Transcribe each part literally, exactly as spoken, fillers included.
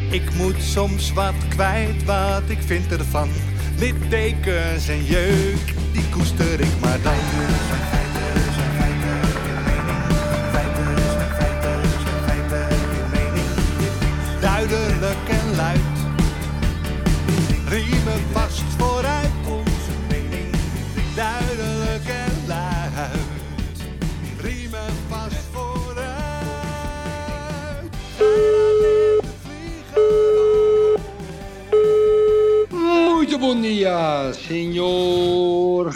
Ik moet soms wat kwijt, wat ik vind ervan. Littekens en jeuk, die koester ik maar dan. Feiten zijn feiten, geen mening. Feiten zijn feiten, zijn feiten, geen mening. Duidelijk en luid. Riemen vast vooruit, onze mening. Duidelijk en luid. Riemen vast vooruit. Muito bom dia, senor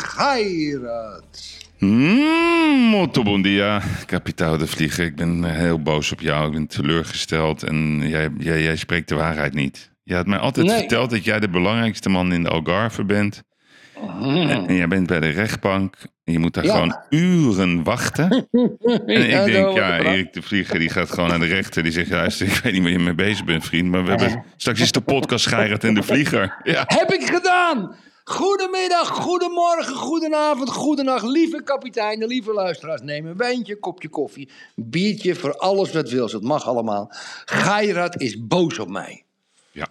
Gairat. Mm, molto bon dia, kapitein de Vlieger. Ik ben heel boos op jou. Ik ben teleurgesteld en jij, jij, jij spreekt de waarheid niet. Je had mij altijd nee. verteld dat jij de belangrijkste man in de Algarve bent. Mm. En, en jij bent bij de rechtbank. En je moet daar ja. gewoon uren wachten. En ik ja, denk, ja, Erik de Vlieger die gaat gewoon naar de rechter. Die zegt, luister, ik weet niet waar je mee bezig bent, vriend. Maar we hebben straks is de podcast Gairat en de Vlieger. Ja. Heb ik gedaan! Goedemiddag, goedemorgen, goedenavond, goedenacht, lieve kapitein, lieve luisteraars. Neem een wijntje, kopje koffie, biertje, voor alles wat wil. Dat mag allemaal. Gairat is boos op mij. Ja.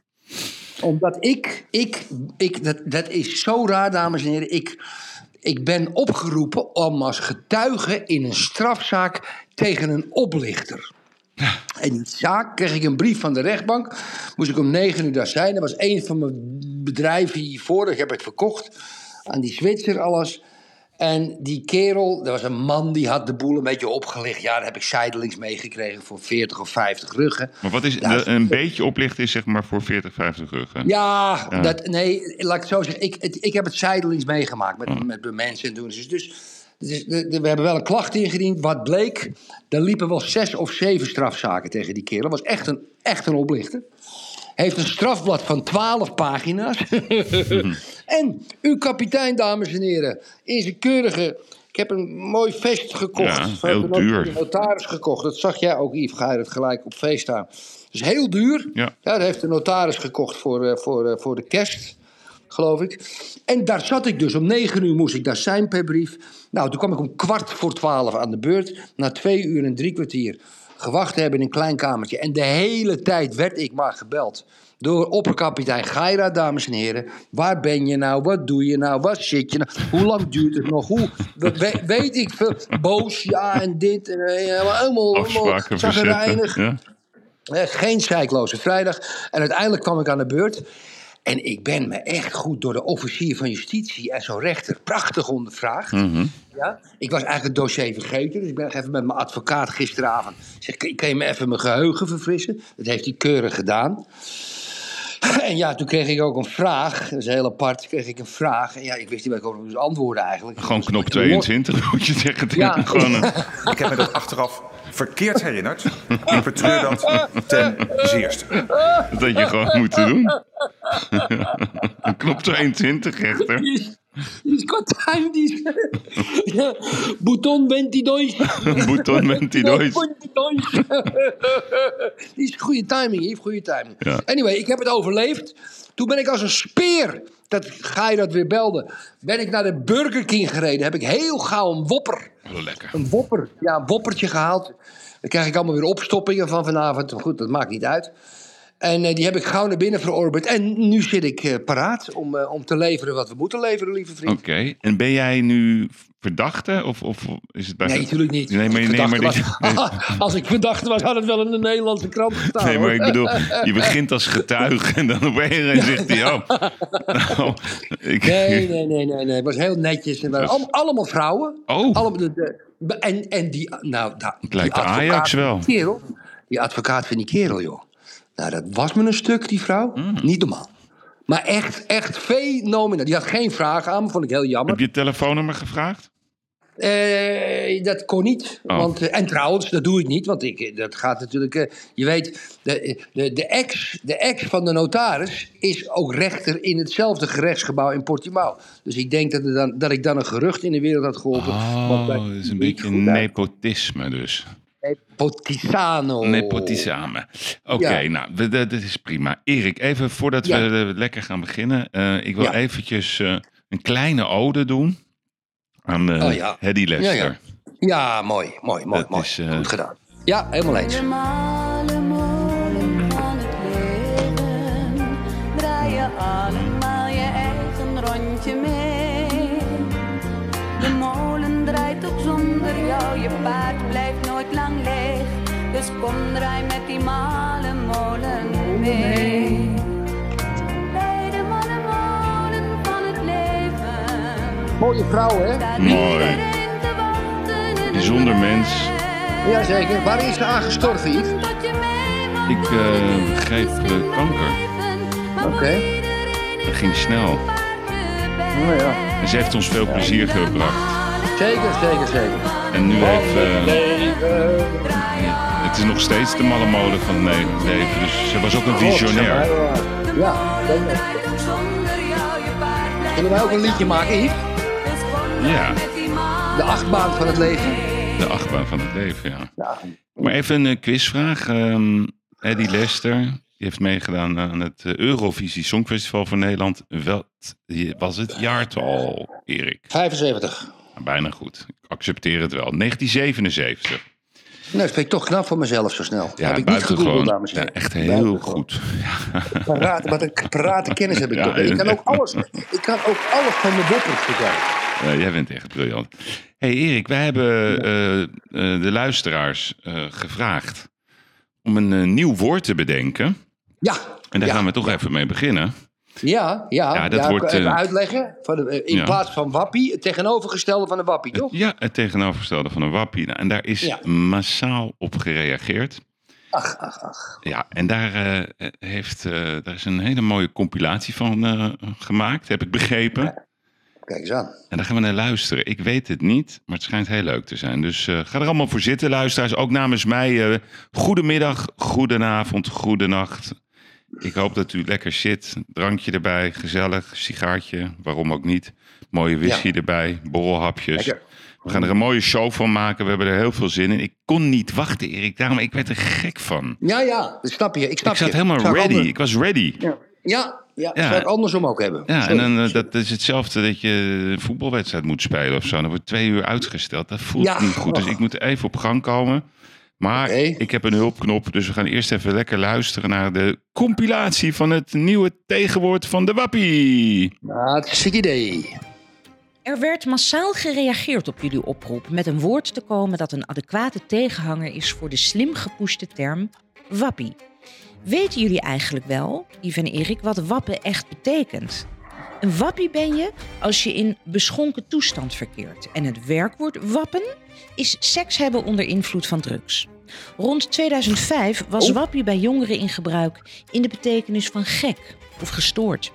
Omdat ik, ik, ik dat, dat is zo raar, dames en heren. Ik, ik ben opgeroepen om als getuige in een strafzaak tegen een oplichter. Ja. En die zaak kreeg ik een brief van de rechtbank. Moest ik om negen uur daar zijn. Dat was een van mijn bedrijven hiervoor. Ik heb het verkocht aan die Zwitser alles. En die kerel, dat was een man die had de boel een beetje opgelicht. Ja, daar heb ik zijdelings meegekregen voor veertig of vijftig ruggen. Maar wat is de, een beetje oplichten is zeg maar voor veertig, vijftig ruggen? Ja, ja. Dat, nee, laat ik het zo zeggen. Ik, het, ik heb het zijdelings meegemaakt met, oh. met, met mensen en doen. Dus, dus, dus de, de, we hebben wel een klacht ingediend. Wat bleek, er liepen wel zes of zeven strafzaken tegen die kerel. Dat was echt een, echt een oplichter. Heeft een strafblad van twaalf pagina's. Mm-hmm. En uw kapitein, dames en heren, is een keurige... Ik heb een mooi vest gekocht. Ja, heel van duur. De notaris gekocht. Dat zag jij ook, Yves Gairat, gelijk op feest staan. Dus heel duur. Ja. Ja, dat heeft de notaris gekocht voor, uh, voor, uh, voor de kerst, geloof ik. En daar zat ik dus. Om negen uur moest ik daar zijn per brief. Nou, toen kwam ik om kwart voor twaalf aan de beurt. Na twee uur en drie kwartier gewacht te hebben in een klein kamertje. En de hele tijd werd ik maar gebeld door opperkapitein Gairat, dames en heren. Waar ben je nou? Wat doe je nou? Wat zit je nou? Hoe lang duurt het nog? Hoe, we, weet ik veel. Boos, ja, en dit. En, uh, helemaal, helemaal zagrijnig. Ja. Uh, geen zeikloze vrijdag. En uiteindelijk kwam ik aan de beurt. En ik ben me echt goed door de officier van justitie en zo'n rechter prachtig ondervraagd. Mm-hmm. Ja? Ik was eigenlijk het dossier vergeten. Dus ik ben even met mijn advocaat gisteravond. Ik zeg, kan je me even mijn geheugen verfrissen? Dat heeft hij keurig gedaan. En ja, toen kreeg ik ook een vraag. Dat is heel apart. Kreeg ik een vraag. En ja, ik wist niet wat ik over moest antwoorden eigenlijk. Gewoon knop tweeëntwintig, moet je zeggen. Ja. Gewoon een... Ik heb me dat achteraf verkeerd herinnerd. Ik betreur dat ten zeerste. Dat had je gewoon moeten doen. Knop tweeëntwintig, rechter. Die Scottijn, die ja, Bouton ventidós. Bouton ventidós. Die is goede timing, heeft goede timing. Ja. Anyway, ik heb het overleefd. Toen ben ik als een speer, dat Gairat weer belde, ben ik naar de Burger King gereden. Heb ik heel gauw een wopper. Oh, lekker. Een wopper, ja, een woppertje gehaald. Daar krijg ik allemaal weer opstoppingen van vanavond. Goed, dat maakt niet uit. En uh, die heb ik gauw naar binnen verorberd. En nu zit ik uh, paraat om, uh, om te leveren wat we moeten leveren, lieve vriend. Oké, okay. En ben jij nu verdachte? Of, of is het bij... Nee, natuurlijk niet. Nee, maar, nee, maar dit... was, als ik verdachte was, had het wel in de Nederlandse krant gestaan. Nee, maar ik bedoel, je begint als getuige en dan opeens zegt hij, oh. Nou, ik... Nee, nee, nee, nee, nee. Het was heel netjes. Het waren allemaal, allemaal vrouwen. Oh. Allemaal de, de, en, en die, nou, nou, het lijkt de Ajax wel. Die, kerel, die advocaat van die kerel, joh. Nou, dat was me een stuk, die vrouw. Mm. Niet normaal. Maar echt, echt fenomenaal. Die had geen vragen aan me, vond ik heel jammer. Heb je het telefoonnummer gevraagd? Uh, dat kon niet. Oh. Want, uh, en trouwens, dat doe ik niet. Want ik, dat gaat natuurlijk... Uh, je weet, de, de, de, ex, de ex van de notaris is ook rechter in hetzelfde gerechtsgebouw in Portimao. Dus ik denk dat, dan, dat ik dan een gerucht in de wereld had geholpen. Oh, dat is een beetje nepotisme dus. Nepotisano. Nepotisame. Oké, okay, ja. Nou, dat, dat is prima. Erik, even voordat ja. we uh, lekker gaan beginnen. Uh, ik wil ja. eventjes uh, een kleine ode doen aan uh, oh, ja. Hedy Lester. Ja, ja. ja, mooi, mooi, mooi, mooi. Is, uh... Goed gedaan. Ja, helemaal eens. jou, je paard blijft nooit lang leeg. Dus kom draai met die malle molen mee. Bij de malle molen van het leven. Mooie vrouw, hè? Mooi. Bijzonder mens. Jazeker. Waar is ze aan gestorven, Yves? Ik uh, begreep uh, kanker. Oké. Okay. Dat ging snel. Oh, ja. En ze heeft ons veel plezier gebracht. Zeker, zeker, zeker. En nu heeft... Uh, het is nog steeds de malle molen van het leven. Dus ze was ook een visionair. Ja, denk ik. Kunnen wij ook een liedje maken, Yves? Ja. De achtbaan van het leven. De achtbaan van het leven, ja. ja. Maar even een uh, quizvraag. Um, Eddie Lester, die heeft meegedaan aan het uh, Eurovisie Songfestival voor Nederland. Wat was het jaartal, Erik? vijfenzeventig. Nou, bijna goed. Ik accepteer het wel. negentien zevenenzeventig. Nou, dat vind ik toch knap voor mezelf zo snel. Ja, heb ik niet gegoogeld, dames en heren. Ja, echt heel goed. Ja. Paraat, wat een parate kennis heb ik ja, toch. Ik kan, ook alles, ik kan ook alles van de boppers vertellen. Uh, jij bent echt briljant. Hey Erik, wij hebben uh, uh, de luisteraars uh, gevraagd om een uh, nieuw woord te bedenken. Ja. En daar ja, gaan we toch ja. even mee beginnen. Ja, ja, ja, dat ja wordt, even uh, uitleggen. Van de, in ja. plaats van wappie, het tegenovergestelde van een wappie, toch? Ja, het tegenovergestelde van een wappie. Nou, en daar is ja. massaal op gereageerd. Ach, ach, ach. Ja, en daar, uh, heeft, uh, daar is een hele mooie compilatie van uh, gemaakt, heb ik begrepen. Ja. Kijk eens aan. En daar gaan we naar luisteren. Ik weet het niet, maar het schijnt heel leuk te zijn. Dus uh, ga er allemaal voor zitten, luisteraars. Ook namens mij, uh, goedemiddag, goedenavond, goedenacht. Ik hoop dat u lekker zit. Drankje erbij, gezellig, sigaartje, waarom ook niet. Mooie whisky ja. erbij, borrelhapjes. Lekker. We gaan er een mooie show van maken. We hebben er heel veel zin in. Ik kon niet wachten, Erik. Daarom, ik werd er gek van. Ja, ja, dat snap je. Ik, snap ik zat je. helemaal Zou ready. Ander... Ik was ready. Ja, ja, ja. ja. zou ik andersom ook hebben. Ja, Sorry. en dan, uh, dat is hetzelfde dat je een voetbalwedstrijd moet spelen of zo. Dan wordt twee uur uitgesteld. Dat voelt ja. niet goed. Dus ik moet even op gang komen. Maar okay. ik heb een hulpknop, dus we gaan eerst even lekker luisteren naar de compilatie van het nieuwe tegenwoord van de wappie. Hartstikke idee. Er werd massaal gereageerd op jullie oproep met een woord te komen dat een adequate tegenhanger is voor de slim gepoeste term wappie. Weten jullie eigenlijk wel, Yves en Erik, wat wappen echt betekent? Een wappie ben je als je in beschonken toestand verkeert. En het werkwoord wappen is seks hebben onder invloed van drugs. Rond tweeduizend vijf was oh. wappie bij jongeren in gebruik in de betekenis van gek of gestoord.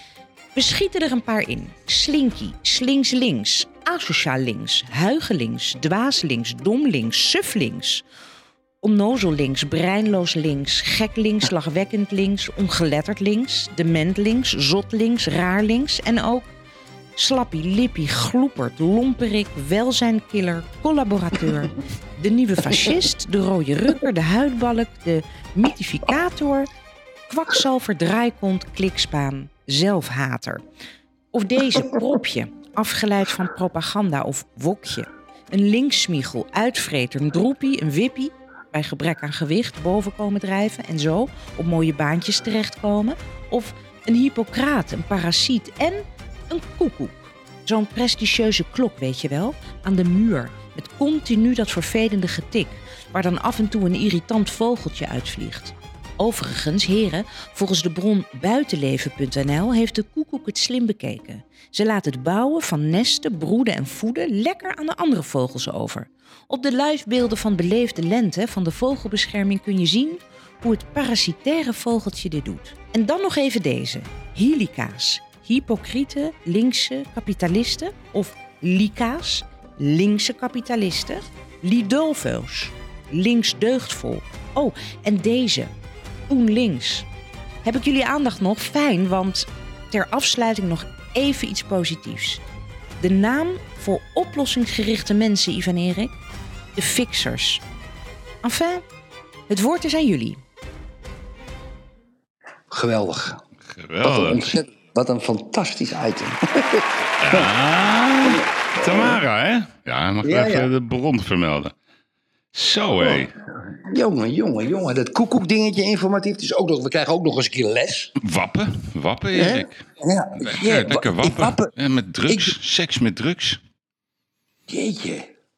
We schieten er een paar in. Slinky, slinks links, asociaal links, huigen links, dwaas links, dom links, suf links. Onnozel links, breinloos links, gek links, lachwekkend links, ongeletterd links, dement links, zot links, raar links en ook slappie, lippie, gloeperd, lomperik, welzijnkiller, collaborateur, de nieuwe fascist, de rode rukker, de huidbalk, de mythificator, kwakzalver, draaikont, klikspaan, zelfhater. Of deze propje, afgeleid van propaganda of wokje, een linksmiegel, uitvreter, een droepie, een wippie, bij gebrek aan gewicht boven komen drijven en zo op mooie baantjes terechtkomen. Of een hypocriet, een parasiet en een koekoek. Zo'n prestigieuze klok, weet je wel, aan de muur. Met continu dat vervelende getik, waar dan af en toe een irritant vogeltje uitvliegt. Overigens, heren, volgens de bron buitenleven punt n l heeft de koekoek het slim bekeken. Ze laat het bouwen van nesten, broeden en voeden lekker aan de andere vogels over. Op de livebeelden van Beleefde Lente van de vogelbescherming kun je zien hoe het parasitaire vogeltje dit doet. En dan nog even deze. Hilica's, hypocriete, linkse kapitalisten. Of lica's, linkse kapitalisten. Lidolfo's, links deugdvol. Oh, en deze, Poen links. Heb ik jullie aandacht nog? Fijn, want ter afsluiting nog even iets positiefs. De naam voor oplossingsgerichte mensen, Yves en Erik? De fixers. Enfin, het woord is aan jullie. Geweldig. Geweldig. Wat een, ontzettend, wat een fantastisch item. Ja, Tamara, hè? Ja, mag ik ja, even ja. de bron vermelden. Zo, hé. Oh, jongen, jongen, jongen. Dat koekoek-dingetje informatief. Dus ook nog, we krijgen ook nog eens een keer les. Wappen. Wappen, Erik. Ja, lekker, ja, lekker wappen. wappen. Ja, met drugs. Ik... Seks met drugs. Jeetje.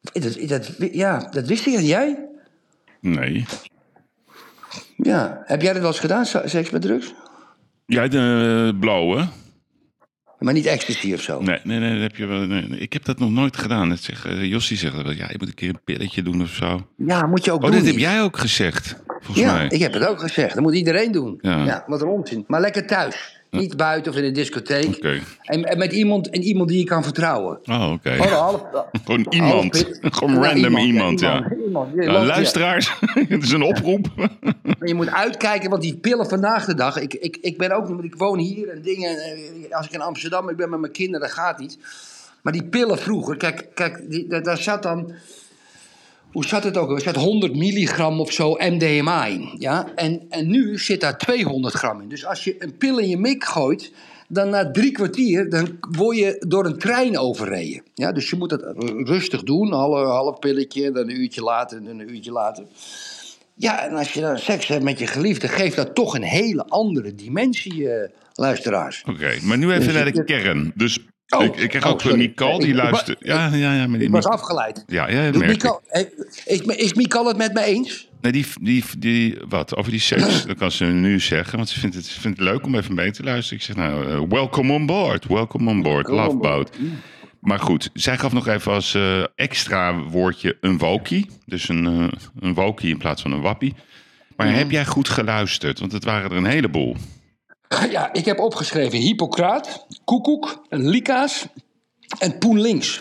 Dat, dat, ja, dat wist ik. En jij? Nee. Ja. Heb jij dat wel eens gedaan, seks met drugs? Jij de blauwe? Maar niet ecstasy of zo? Nee, nee, nee, dat heb je wel, nee, nee. Ik heb dat nog nooit gedaan. Dat zeg, uh, Jossie zegt wel, ja, je moet een keer een pilletje doen of zo. Ja, moet je ook oh, doen. Oh, dat niet. heb jij ook gezegd, volgens ja, mij. Ja, ik heb het ook gezegd. Dat moet iedereen doen. Ja, ja wat een onzin. Maar lekker thuis. Niet buiten of in een discotheek. Okay. En, en met iemand, en iemand die je kan vertrouwen. Oh, oké. Okay. Gewoon iemand. Gewoon ja, random iemand, iemand, ja. Iemand, iemand. Ja, nou, luisteraars, het is een oproep. Maar je moet uitkijken, want die pillen vandaag de dag... Ik, ik, ik ben ook, ik woon hier en dingen... Als ik in Amsterdam, ik ben met mijn kinderen, dat gaat niet. Maar die pillen vroeger, kijk, kijk die, daar zat dan... Hoe zat het ook? Er zat honderd milligram of zo M D M A in. Ja? En, en nu zit daar tweehonderd gram in. Dus als je een pil in je mik gooit... dan na drie kwartier dan word je door een trein overreden. Ja? Dus je moet dat rustig doen. Half, half pilletje, dan een uurtje later, dan een uurtje later. Ja, en als je dan seks hebt met je geliefde... geeft dat toch een hele andere dimensie, uh, luisteraars. Oké, okay, maar nu even dus naar de je... kern. Dus... Oh, ik, ik krijg ook oh, Mikal, die ik, luistert. Ja, ja, ja, maar die, ik was afgeleid. Ja, ja, dus Mikal, is, is Mikal het met me eens? Nee, die, die, die, wat, over die seks, dat kan ze nu zeggen. Want ze vindt het, ze vindt het leuk om even mee te luisteren. Ik zeg nou, uh, welcome on board, welcome on board, welcome Love Boat. Ja. Maar goed, zij gaf nog even als uh, extra woordje een wokie. Dus een, uh, een wokie in plaats van een wappie. Maar mm. heb jij goed geluisterd? Want het waren er een heleboel. Ja, ik heb opgeschreven Hippocraat, Koekoek, een Lika's en Poen Links.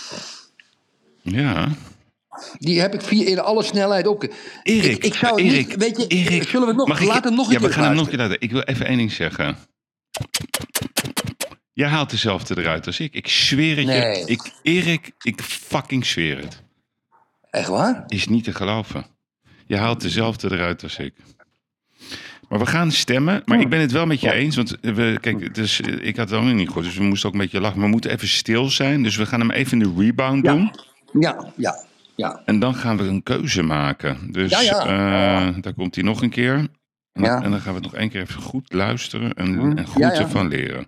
Ja. Die heb ik via in alle snelheid op. Erik, ik, ik zou Erik, niet, weet je, Erik, zullen we het nog, laten hem nog een ja, keer we gaan hem nog een keer laten. Ik wil even één ding zeggen. Jij haalt dezelfde eruit als ik. Ik zweer het nee. je. Ik, Erik, ik fucking zweer het. Echt waar? Is niet te geloven. Je haalt dezelfde eruit als ik. Maar we gaan stemmen. Maar ik ben het wel met je eens. Want we, kijk, dus, ik had het ook niet goed. Dus we moesten ook een beetje lachen. Maar we moeten even stil zijn. Dus we gaan hem even in de rebound ja. doen. Ja, ja, ja. En dan gaan we een keuze maken. Dus ja, ja. Uh, daar komt hij nog een keer. En, ja. en dan gaan we het nog één keer even goed luisteren. En, mm. en goed ja, ja. ervan leren.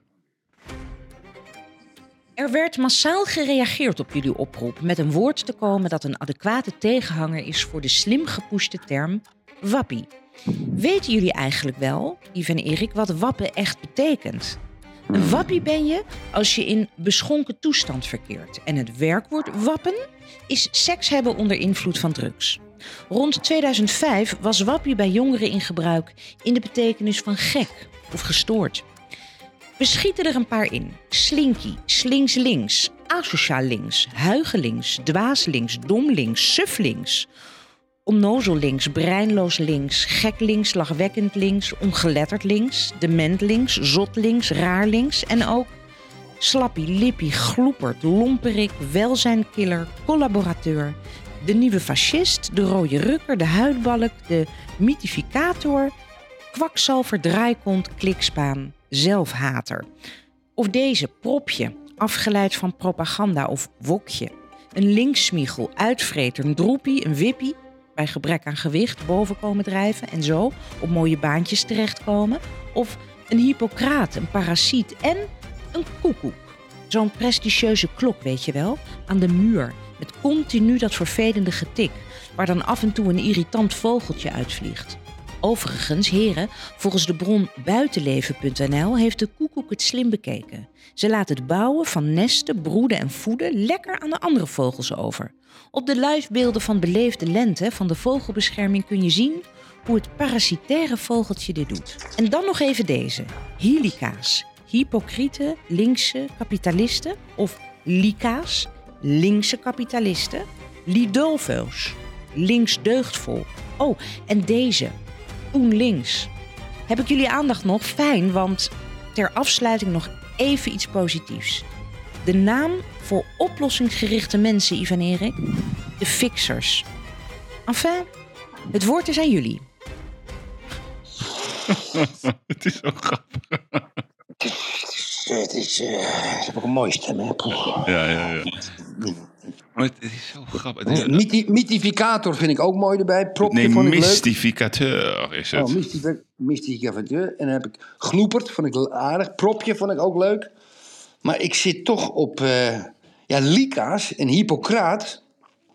Er werd massaal gereageerd op jullie oproep met een woord te komen dat een adequate tegenhanger is voor de slim gepoeste term wappie. Weten jullie eigenlijk wel, Yves en Erik, wat wappen echt betekent? Een wappie ben je als je in beschonken toestand verkeert. En het werkwoord wappen is seks hebben onder invloed van drugs. Rond tweeduizend vijf was wappie bij jongeren in gebruik in de betekenis van gek of gestoord. We schieten er een paar in. Slinky, slinks links, asociaal links, huigen links, dwaas links, dom links, suf links... Onnozel links, breinloos links, gek links, lachwekkend links, ongeletterd links, dement links, zot links, raar links en ook slappie, lippie, gloeperd, lomperik, welzijnkiller, collaborateur, de nieuwe fascist, de rode rukker, de huidbalk, de mythificator, kwakzalver, draaikont, klikspaan, zelfhater. Of deze propje, afgeleid van propaganda of wokje, een linksmiegel, uitvreter, een droepie, een wippie, bij gebrek aan gewicht boven komen drijven en zo op mooie baantjes terechtkomen. Of een hypocraat, een parasiet en een koekoek. Zo'n prestigieuze klok, weet je wel, aan de muur. Met continu dat vervelende getik, waar dan af en toe een irritant vogeltje uitvliegt. Overigens, heren, volgens de bron buitenleven punt n l heeft de koekoek het slim bekeken. Ze laat het bouwen van nesten, broeden en voeden lekker aan de andere vogels over. Op de livebeelden van Beleefde Lente van de Vogelbescherming kun je zien hoe het parasitaire vogeltje dit doet. En dan nog even deze. Hilica's, hypocriete, linkse kapitalisten. Of Lika's, linkse kapitalisten. Lidolfo's, links deugdvol. Oh, en deze, GroenLinks. Heb ik jullie aandacht nog? Fijn, want ter afsluiting nog even iets positiefs. De naam voor oplossingsgerichte mensen, Yves en Erik, de fixers. Enfin, het woord is aan jullie. Het is zo grappig. Het is, uh, ik heb ook een mooie stem, hè? Ja, ja, ja. Maar het is zo grappig. Is... Mythi- mythificator vind ik ook mooi erbij. Propje nee, vond ik mystificateur leuk. Is het. Oh, mystific- mystificateur. En dan heb ik gloeperd, vond ik aardig. Propje vond ik ook leuk. Maar ik zit toch op uh, ja, Lika's en Hippocraat.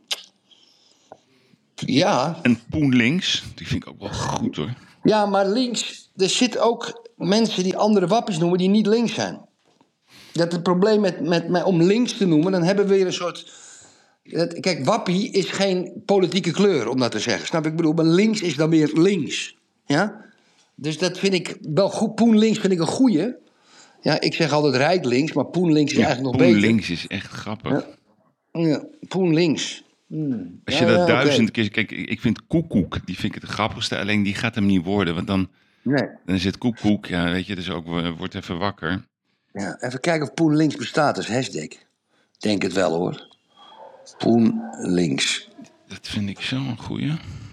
Ja. En Poen links, die vind ik ook wel goed hoor. Ja, maar links, er zitten ook mensen die andere wappies noemen die niet links zijn. Dat is het probleem met, met, met om links te noemen, dan hebben we weer een soort... Dat, kijk, wappie is geen politieke kleur, om dat te zeggen. Snap ik? Ik bedoel, maar links is dan weer links. Ja? Dus dat vind ik wel goed. Poen links vind ik een goeie. Ja, ik zeg altijd Rijk links, maar Poen links is Ja, eigenlijk nog Poen beter. links is echt grappig. Ja, ja Poen links. Hmm. Als je Ja, dat ja, duizend oké. keer... Kijk, ik vind koekoek, die vind ik het grappigste. Alleen die gaat hem niet worden, want dan, Nee. dan is het koekoek. Ja, weet je, dus ook, eh, wordt even wakker. Ja, even kijken of Poen links bestaat als hashtag. Denk het wel hoor. Poen links. Dat vind ik zo'n goeie.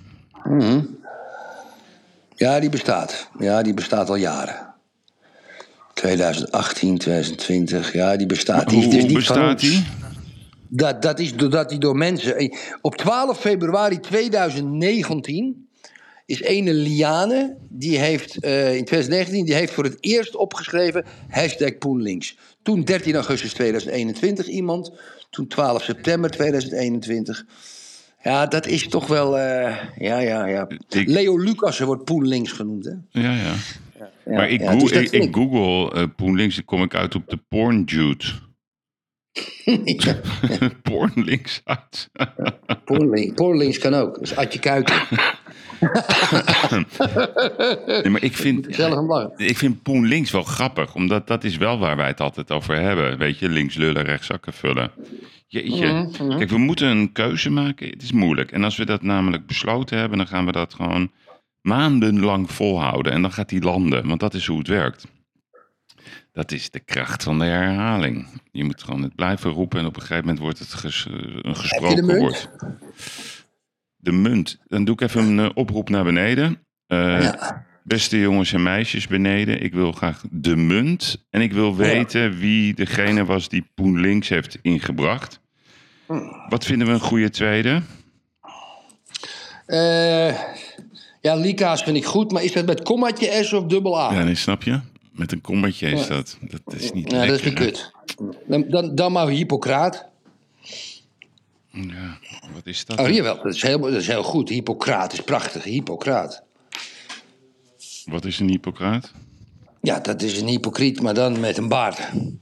Ja, die bestaat. Ja, die bestaat al jaren. twintig achttien, twintig twintig. Ja, die bestaat. Die is Hoe, dus hoe niet van bestaat ons. die? Dat, dat is doordat die door mensen... Op twaalf februari tweeduizend negentien is ene Liane... die heeft uh, in twintig negentien die heeft voor het eerst opgeschreven... hashtag Poenlinks. Toen dertien augustus tweeduizend eenentwintig iemand. Toen twaalf september tweeduizend eenentwintig. Ja, dat is toch wel... Uh, ja, ja, ja. Ik- Leo Lucassen wordt Poenlinks genoemd, hè? Ja, ja. Ja, Maar ik, ja, goe- dus dat ik, vind ik google uh, Poen links, dan kom ik uit op de porn Jude. Ja, Porn links uit. Poenlinks, Poenlinks kan ook. Dat is Adje Kuiken. Nee, maar ik vind, Zelf een lachen. ik vind Poen links wel grappig, omdat dat is wel waar wij het altijd over hebben. Weet je, links lullen, rechts zakken vullen. Jeetje. Mhm, Kijk, we moeten een keuze maken. Het is moeilijk. En als we dat namelijk besloten hebben, dan gaan we dat gewoon maandenlang volhouden. En dan gaat die landen, want dat is hoe het werkt. Dat is de kracht van de herhaling. Je moet gewoon het blijven roepen en op een gegeven moment wordt het ges- een gesproken munt? woord. De munt. Dan doe ik even een uh, oproep naar beneden. Uh, Ja. Beste jongens en meisjes beneden, ik wil graag de munt. En ik wil weten wie degene was die Poen links heeft ingebracht. Wat vinden we een goede tweede? Eh, ja, Lika's vind ik goed, maar is dat met kommaatje S of dubbel A? Ja, nee, snap je? Met een kommetje is dat. Dat is niet Ja, lekker. dat is niet hè? kut. Dan, dan, dan maar Hippocraat. Ja, wat is dat? Oh, jawel, dat is heel, dat is heel goed. Hippocraat is prachtig, Hippocraat. Wat is een Hippocraat? Ja, dat is een hypocriet, maar dan met een baard.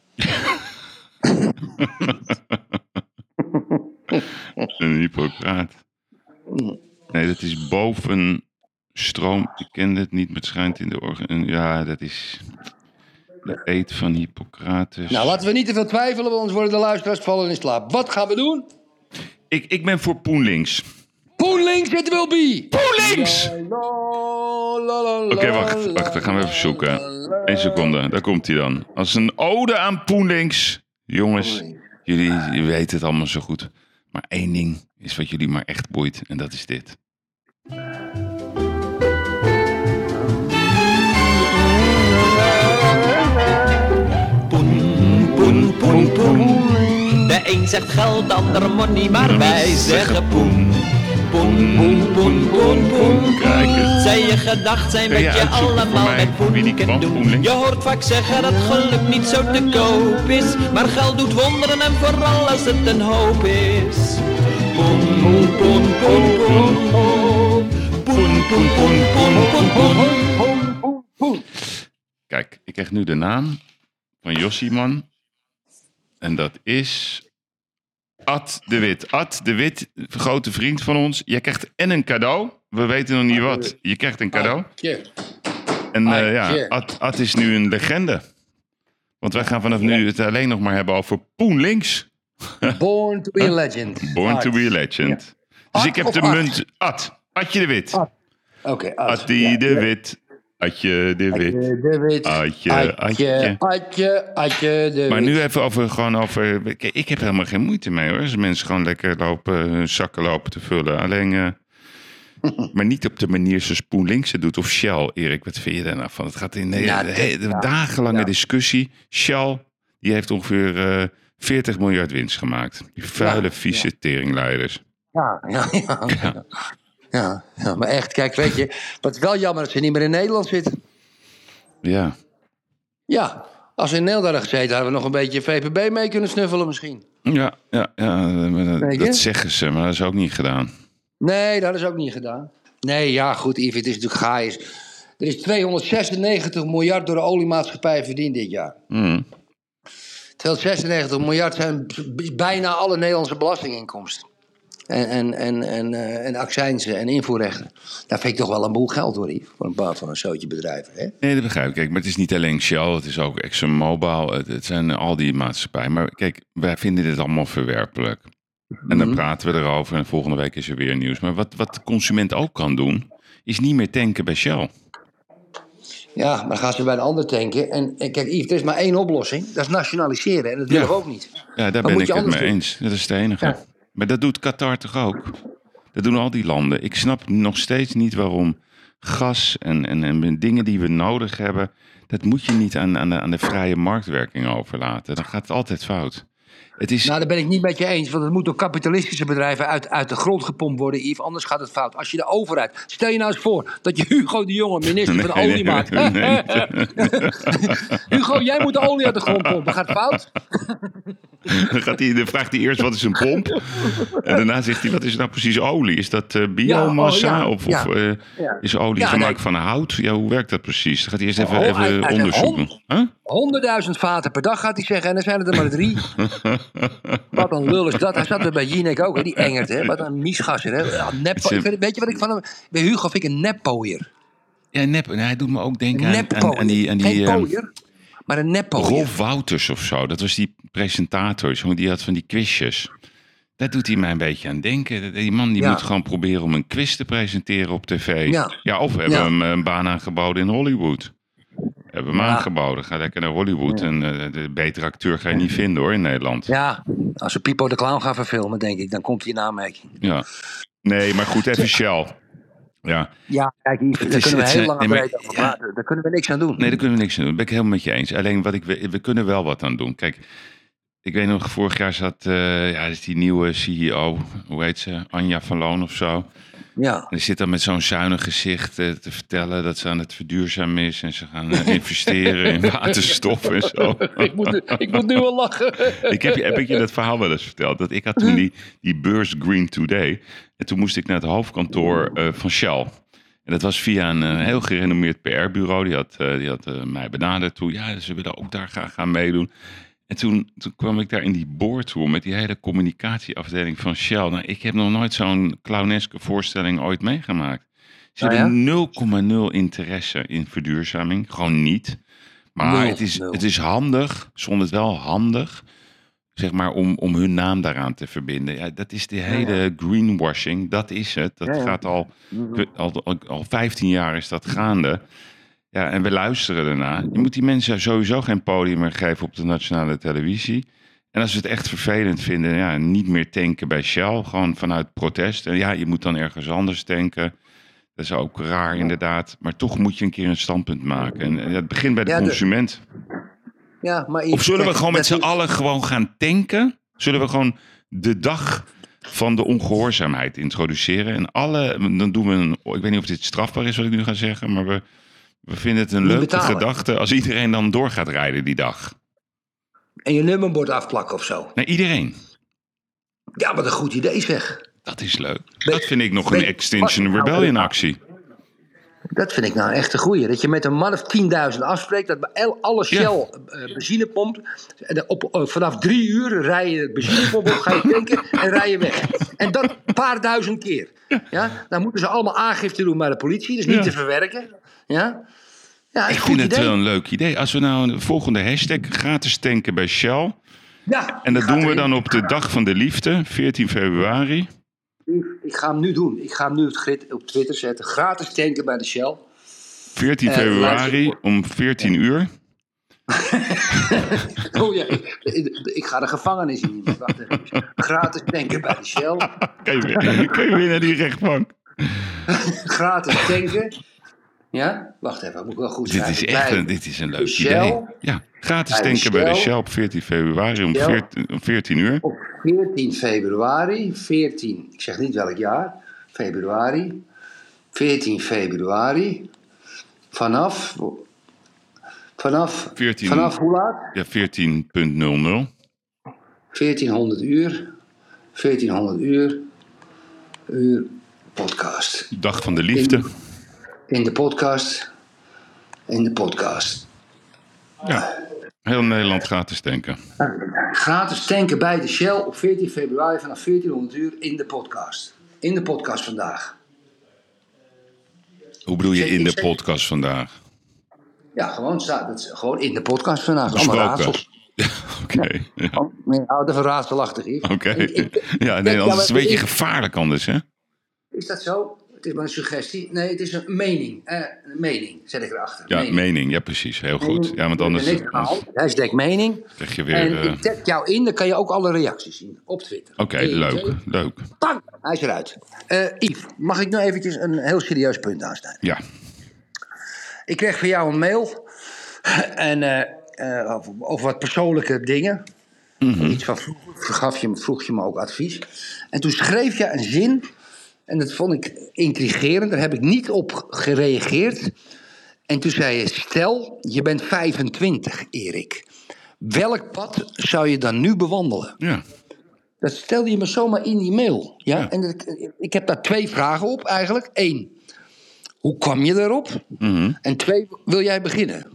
Een Hippocraat. Nee, dat is boven stroom. Ik ken het niet, maar het schijnt in de orgaan. Ja, dat is de eed van Hippocrates. Nou, laten we niet te veel twijfelen, want anders worden de luisteraars vallen in slaap. Wat gaan we doen? ik, ik ben voor Poen links. Poen links, it will be! Poen links! Oké, wacht, wacht, dan gaan we even zoeken. Eén seconde, daar komt hij dan. Als een ode aan Poen links. Jongens, jullie, jullie weten het allemaal zo goed. Maar één ding is wat jullie maar echt boeit. En dat is dit. Poen, poen, poen, poen. De een zegt geld, de ander money, maar wij zeggen poen. Poen, poen, poen, poen, poen. Kijk eens. Zij je gedacht zijn Kun je wat je uitzoeken voor allemaal mij met poen wie die kunt kwam, doen. GroenLinks? Je hoort vaak zeggen dat geluk niet zo te koop is. Maar geld doet wonderen en vooral als het een hoop is. Poen, poen, poen, poen, poen. Poen, poen, poen, poen, poen, poen. Kijk, ik krijg nu de naam van Jossieman. En dat is Ad de Wit. Ad de Wit, grote vriend van ons. Jij krijgt en een cadeau. We weten nog niet wat. Je krijgt een cadeau. En Ah, uh, ja, cheer. Ad, Ad is nu een legende. Want wij gaan vanaf nu het alleen nog maar hebben over Poen links. Born to be a legend. Born to Art. be a legend. Dus Ad ik heb of de Ad? munt. Ad. Adje de Wit. Ad. Oké, Ad. Adje Ja. de Wit. Adje de Wit. Adje de Wit. Adje, Adje, Adje. Adje, Adje de Maar Wit. nu even over, gewoon over... Kijk, ik heb helemaal geen moeite mee hoor. Als mensen gewoon lekker lopen, hun zakken lopen te vullen. Alleen, eh, maar niet op de manier zoals Poen links het doet. Of Shell, Erik, wat vind je daar nou van? Het gaat in de, Ja, de, dit- de ja. dagenlange Ja. discussie. Shell, die heeft ongeveer eh, veertig miljard winst gemaakt. Die vuile, Ja, vieze teringleiders. Ja, ja, ja. ja. Ja, ja, maar echt, kijk, weet je, wat is wel jammer dat ze niet meer in Nederland zitten. Ja. Ja, als ze in Nederland hadden gezeten, hadden we nog een beetje V P B mee kunnen snuffelen misschien. Ja, ja, ja maar dat, Weet je? dat zeggen ze, maar dat is ook niet gedaan. Nee, dat is ook niet gedaan. Nee, ja, goed, Yves, het is natuurlijk gaaiers. Er is tweehonderdzesennegentig miljard door de oliemaatschappij verdiend dit jaar. Mm. tweehonderdzesennegentig miljard zijn b- bijna alle Nederlandse belastinginkomsten. En, en, en, en, uh, en accijnzen en invoerrechten. Daar vind ik toch wel een boel geld hoor, Yves. Voor een paar van een zootje bedrijven. Hè? Nee, dat begrijp ik. Kijk, maar het is niet alleen Shell, het is ook ExxonMobil. Het, het zijn al die maatschappijen. Maar kijk, wij vinden dit allemaal verwerpelijk. En dan praten we erover en volgende week is er weer nieuws. Maar wat, wat de consument ook kan doen, is niet meer tanken bij Shell. Ja, maar dan gaan ze bij een ander tanken. En, en kijk, Yves, er is maar één oplossing. Dat is nationaliseren. En dat willen Ja. we ook niet. Ja, daar Wat ben moet ik je het mee anders doen? eens. Dat is het enige. Ja. Maar dat doet Qatar toch ook? Dat doen al die landen. Ik snap nog steeds niet waarom gas en, en, en dingen die we nodig hebben, dat moet je niet aan, aan, de, aan de vrije marktwerking overlaten. Dan gaat het altijd fout. Het is... Nou, daar ben ik niet met je eens. Want het moet door kapitalistische bedrijven uit, uit de grond gepompt worden, Yves. Anders gaat het fout. Als je de overheid... Stel je nou eens voor dat je Hugo de Jonge minister van de Nee, olie nee, maakt. nee, nee. Hugo, jij moet de olie uit de grond pompen. Gaat het fout? Dan, gaat hij, dan vraagt hij eerst wat is een pomp. En daarna zegt hij wat is nou precies olie? Is dat uh, biomassa? Ja, oh, ja, of ja. of uh, Ja. is olie Ja, gemaakt nee. van hout? Ja, hoe werkt dat precies? Dan gaat hij eerst even, Oh, hij- even hij zegt onderzoek doen. hond. Huh? honderdduizend vaten per dag gaat hij zeggen. En dan zijn het er maar drie. Wat een lul is dat. Hij zat er bij Jinek ook. Hè? Die Engert. Hè? Wat een miesgasser. Hè? Ja, neppo. Ik vind- Weet je wat ik van hem... Bij Hugo vind ik een neppooier. Ja, nep. En hij doet me ook denken Een aan, neppooier. aan, aan die... Aan die Geen uh, pooier, maar een neppooier. Rolf Wouters of zo. Dat was die presentator. Jongen, die had van die quizjes. Daar doet hij mij een beetje aan denken. Die man die Ja. moet gewoon proberen om een quiz te presenteren op tv. Ja. of we hebben Ja. hem een baan aangeboden in Hollywood. Hebben we hem Ja. aangeboden. Ga lekker naar Hollywood. En uh, de betere acteur ga je niet vinden hoor in Nederland. Ja, als we Pipo de Clown gaan verfilmen, denk ik, dan komt hij in aanmerking. Ja. Nee, maar goed, even Shell. Ja. Ja, kijk, Yves, daar is- kunnen we het heel is- lang nee, en maar- breed over ja. praten. Daar kunnen we niks aan doen. Nee, daar kunnen we niks aan doen. Dat ben ik helemaal met je eens. Alleen wat ik, we, we kunnen wel wat aan doen. Kijk, ik weet nog, vorig jaar zat uh, ja, is die nieuwe C E O, hoe heet ze? Anja van Loon of zo. Ja. En die zit dan met zo'n zuinig gezicht uh, te vertellen dat ze aan het verduurzamen is. En ze gaan uh, investeren in waterstof en zo. ik, moet, ik moet nu wel lachen. ik heb, je, heb ik je dat verhaal wel eens verteld? Dat ik had toen die, die beurs Green Today. En toen moest ik naar het hoofdkantoor uh, van Shell. En dat was via een uh, heel gerenommeerd P R-bureau. Die had, uh, die had uh, mij benaderd toe. Ja, ze willen ook daar graag gaan meedoen. En toen, toen kwam ik daar in die boardroom met die hele communicatieafdeling van Shell. Nou, ik heb nog nooit zo'n clowneske voorstelling ooit meegemaakt. Ze Nou ja? hebben nul komma nul interesse in verduurzaming. Gewoon niet. Maar Nul, het, is, nul. het is handig, zonder het wel handig, zeg maar, om, om hun naam daaraan te verbinden. Ja, dat is de hele greenwashing, dat is het. Dat Ja, ja. gaat al, al, al, al vijftien jaar is dat gaande. Ja, en we luisteren ernaar. Je moet die mensen sowieso geen podium meer geven op de nationale televisie. En als we het echt vervelend vinden, ja, niet meer tanken bij Shell. Gewoon vanuit protest. En ja, je moet dan ergens anders tanken. Dat is ook raar inderdaad. Maar toch moet je een keer een standpunt maken. En, en het begint bij de Ja, de- consument. Ja, maar Of zullen we kijk, gewoon met dat z'n is- allen gewoon gaan tanken? Zullen we gewoon de dag van de ongehoorzaamheid introduceren? En alle, dan doen we een, ik weet niet of dit strafbaar is wat ik nu ga zeggen, maar we, we vinden het een Niet leuke betalen. gedachte als iedereen dan door gaat rijden die dag. En je nummerbord afplakken of zo. Nee, iedereen. Ja, wat een goed idee zeg. Dat is leuk. Dat vind ik nog weet- een Extinction wat- Rebellion actie. Dat vind ik nou echt een goeie. Dat je met een man of tienduizend afspreekt. Dat bij el- alle Ja. Shell eh, benzinepomp. En de- op, eh, vanaf drie uur rij je het benzinepomp op, ga je tanken en rij je weg. En dat een paar duizend keer. Ja? Dan moeten ze allemaal aangifte doen bij de politie. Dat is niet Ja. te verwerken. Ja? Ja, Ik een vind goed het idee. wel een leuk idee. Als we nou een volgende hashtag gratis tanken bij Shell. Ja, En dat ik ga doen we erin. dan op de dag van de liefde, veertien februari. Ik ga hem nu doen. Ik ga hem nu het grid op Twitter zetten. Gratis tanken bij de Shell. veertien Eh, februari luister- om veertien uur. Oh ja, ik, ik ga de gevangenis in. Wacht even. Gratis tanken bij de Shell. Kan je weer, kan je weer naar die rechtbank. Gratis tanken. Ja, wacht even. Dat moet ik wel goed Dit schrijven. is echt Bij een, dit is een leuk Shell. idee. Ja, gratis Bij de tanken bij de Shell. Shell op veertien februari om Shell. veertien, om veertien uur. Op veertien februari. veertien, ik zeg niet welk jaar. Februari. veertien februari. Vanaf. Vanaf. veertien Vanaf hoe laat? Ja, veertien punt nul nul. veertienhonderd uur. veertienhonderd uur. Uur. podcast. Dag van de liefde. In, in de podcast. In de podcast. Ja, heel Nederland gratis tanken. Gratis tanken bij de Shell op veertien februari vanaf veertienhonderd uur in de podcast. In de podcast vandaag. Hoe bedoel je in de podcast vandaag? Ja, gewoon, dat is gewoon in de podcast vandaag. Allemaal raadsels. Ja, oké. Okay, ja. Oh, dat is raadselachtig hier. Oké. Okay. Ja, nee, anders is het een beetje gevaarlijk anders, hè? Is dat zo? Het is maar een suggestie. Nee, het is een mening. Uh, een mening, zet ik erachter. Ja, mening. mening. Ja, precies. Heel goed. Ja, want anders... Hashtag mening. Krijg je weer... En uh... ik tag jou in, dan kan je ook alle reacties zien op Twitter. Oké, okay, leuk. Twee. Leuk. Bang, hij is eruit. Uh, Yves, mag ik nou eventjes een heel serieus punt aansnijden? Ja. Ik kreeg van jou een mail. En uh, uh, over, over wat persoonlijke dingen. Mm-hmm. Iets van vroeger gaf je, vroeg je me ook advies. En toen schreef je een zin... En dat vond ik intrigerend, daar heb ik niet op gereageerd. En toen zei je, stel, je bent vijfentwintig, Erik. Welk pad zou je dan nu bewandelen? Ja. Dat stelde je me zomaar in die mail. Ja? Ja. En dat, ik heb daar twee vragen op eigenlijk. Eén, hoe kwam je daarop? Mm-hmm. En twee, wil jij beginnen?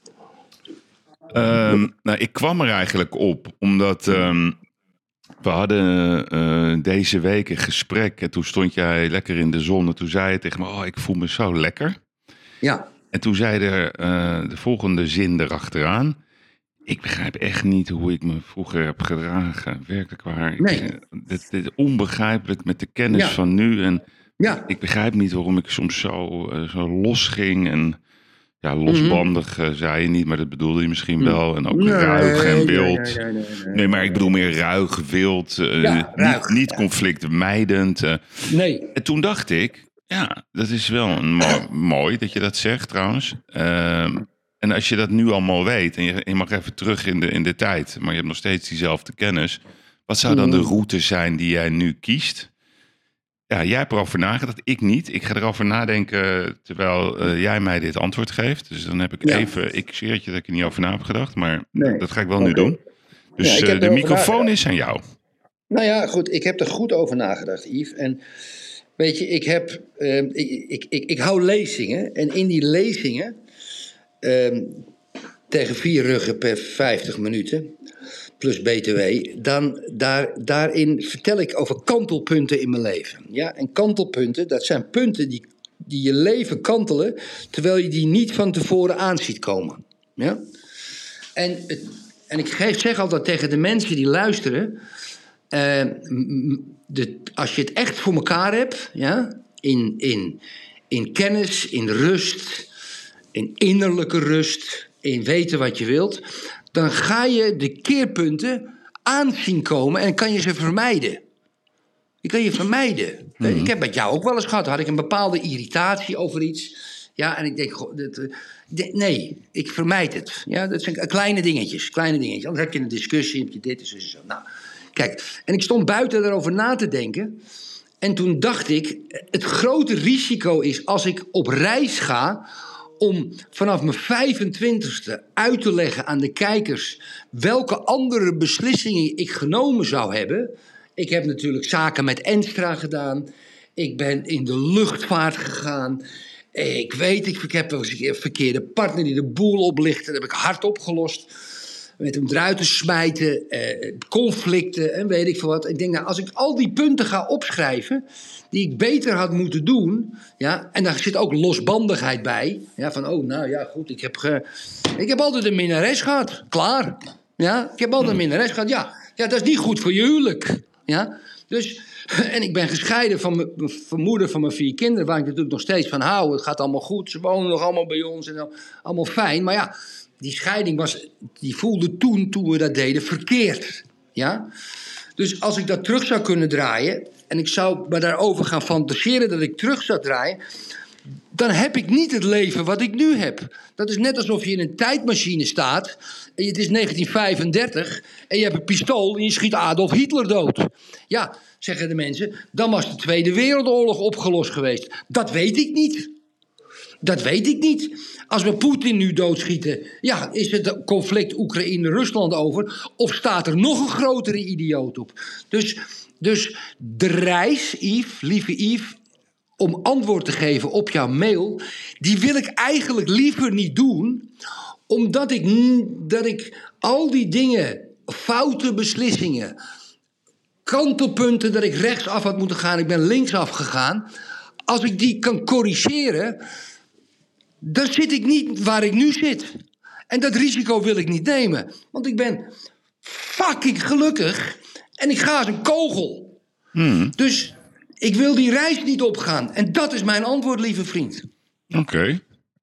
Um, nou, ik kwam er eigenlijk op, omdat... Um, We hadden uh, deze week een gesprek en toen stond jij lekker in de zon en toen zei je tegen me, oh, ik voel me zo lekker. Ja. En toen zei er uh, de volgende zin erachteraan. Ik begrijp echt niet hoe ik me vroeger heb gedragen. Werkelijk waar. Nee. Ik, dit, dit onbegrijpelijk met de kennis Ja. van nu. En Ja. ik begrijp niet waarom ik soms zo, uh, zo los ging en... Ja, losbandig uh, zei je niet, maar dat bedoelde je misschien wel. En ook Nee, ruig en wild. Nee, nee, nee, nee, nee, maar ik bedoel meer ruig, wild. Uh, Ja, ruig, niet niet ja. conflictmijdend. Uh. Nee. En toen dacht ik, ja, dat is wel een mo- mooi dat je dat zegt trouwens. Um, en als je dat nu allemaal weet, en je, je mag even terug in de, in de tijd, maar je hebt nog steeds diezelfde kennis. Wat zou dan de route zijn die jij nu kiest? Ja, jij hebt erover nagedacht, ik niet. Ik ga erover nadenken terwijl uh, jij mij dit antwoord geeft. Dus dan heb ik Ja. even, ik zweer het je dat ik er niet over na heb gedacht, maar Nee. dat ga ik wel Okay. nu doen. Dus Ja, ik uh, heb de erover microfoon nagedacht. is aan jou. Nou ja, goed, ik heb er goed over nagedacht, Yves. En weet je, ik heb, uh, ik, ik, ik, ik hou lezingen. En in die lezingen, uh, tegen vier ruggen per vijftig minuten, plus B T W, dan daar, daarin vertel ik over kantelpunten in mijn leven. Ja, en kantelpunten, dat zijn punten die, die je leven kantelen, terwijl je die niet van tevoren aan ziet komen. Ja? En, het, en ik geef, zeg altijd tegen de mensen die luisteren, Uh, de, als je het echt voor elkaar hebt, ja, in, in, in kennis, in rust, in innerlijke rust, in weten wat je wilt, dan ga je de keerpunten aanzien komen en kan je ze vermijden. Je kan je vermijden. Mm-hmm. Ik heb met jou ook wel eens gehad, had ik een bepaalde irritatie over iets. Ja, en ik denk, goh, dat, uh, de, nee, ik vermijd het. Ja, dat zijn kleine dingetjes, kleine dingetjes. Anders heb je een discussie, heb je dit en zo. zo. Nou, kijk, en ik stond buiten erover na te denken. En toen dacht ik, het grote risico is als ik op reis ga om vanaf mijn vijfentwintigste uit te leggen aan de kijkers welke andere beslissingen ik genomen zou hebben. Ik heb natuurlijk zaken met Enstra gedaan. Ik ben in de luchtvaart gegaan. Ik weet, ik heb een verkeerde partner die de boel oplicht. Dat heb ik hard opgelost. Met hem eruit te smijten, eh, conflicten en weet ik veel wat. Ik denk, nou, als ik al die punten ga opschrijven die ik beter had moeten doen, ja, en daar zit ook losbandigheid bij, ja, van, oh, nou ja, goed, ik heb, ge, ik heb altijd een minnares gehad, klaar, ja, ik heb altijd een minnares gehad, ja, ja, dat is niet goed voor je huwelijk, ja, dus, en ik ben gescheiden van mijn van moeder van mijn vier kinderen, waar ik natuurlijk nog steeds van hou, het gaat allemaal goed, ze wonen nog allemaal bij ons en allemaal fijn, maar ja, die scheiding was, die voelde toen, toen we dat deden, verkeerd. Ja? Dus als ik dat terug zou kunnen draaien, en ik zou me daarover gaan fantaseren dat ik terug zou draaien, dan heb ik niet het leven wat ik nu heb. Dat is net alsof je in een tijdmachine staat, en het is negentien vijfendertig, en je hebt een pistool en je schiet Adolf Hitler dood. Ja, zeggen de mensen, dan was de Tweede Wereldoorlog opgelost geweest. Dat weet ik niet. Dat weet ik niet. Als we Poetin nu doodschieten, ja, is het conflict Oekraïne-Rusland over? Of staat er nog een grotere idioot op? Dus, dus de reis, Yves, lieve Yves, om antwoord te geven op jouw mail, die wil ik eigenlijk liever niet doen, omdat ik, dat ik al die dingen, foute beslissingen, kantelpunten dat ik rechtsaf had moeten gaan, ik ben linksaf gegaan, als ik die kan corrigeren, dan zit ik niet waar ik nu zit. En dat risico wil ik niet nemen, want ik ben fucking gelukkig en ik ga als een kogel. Hmm. Dus ik wil die reis niet opgaan. En dat is mijn antwoord, lieve vriend. Oké. Okay.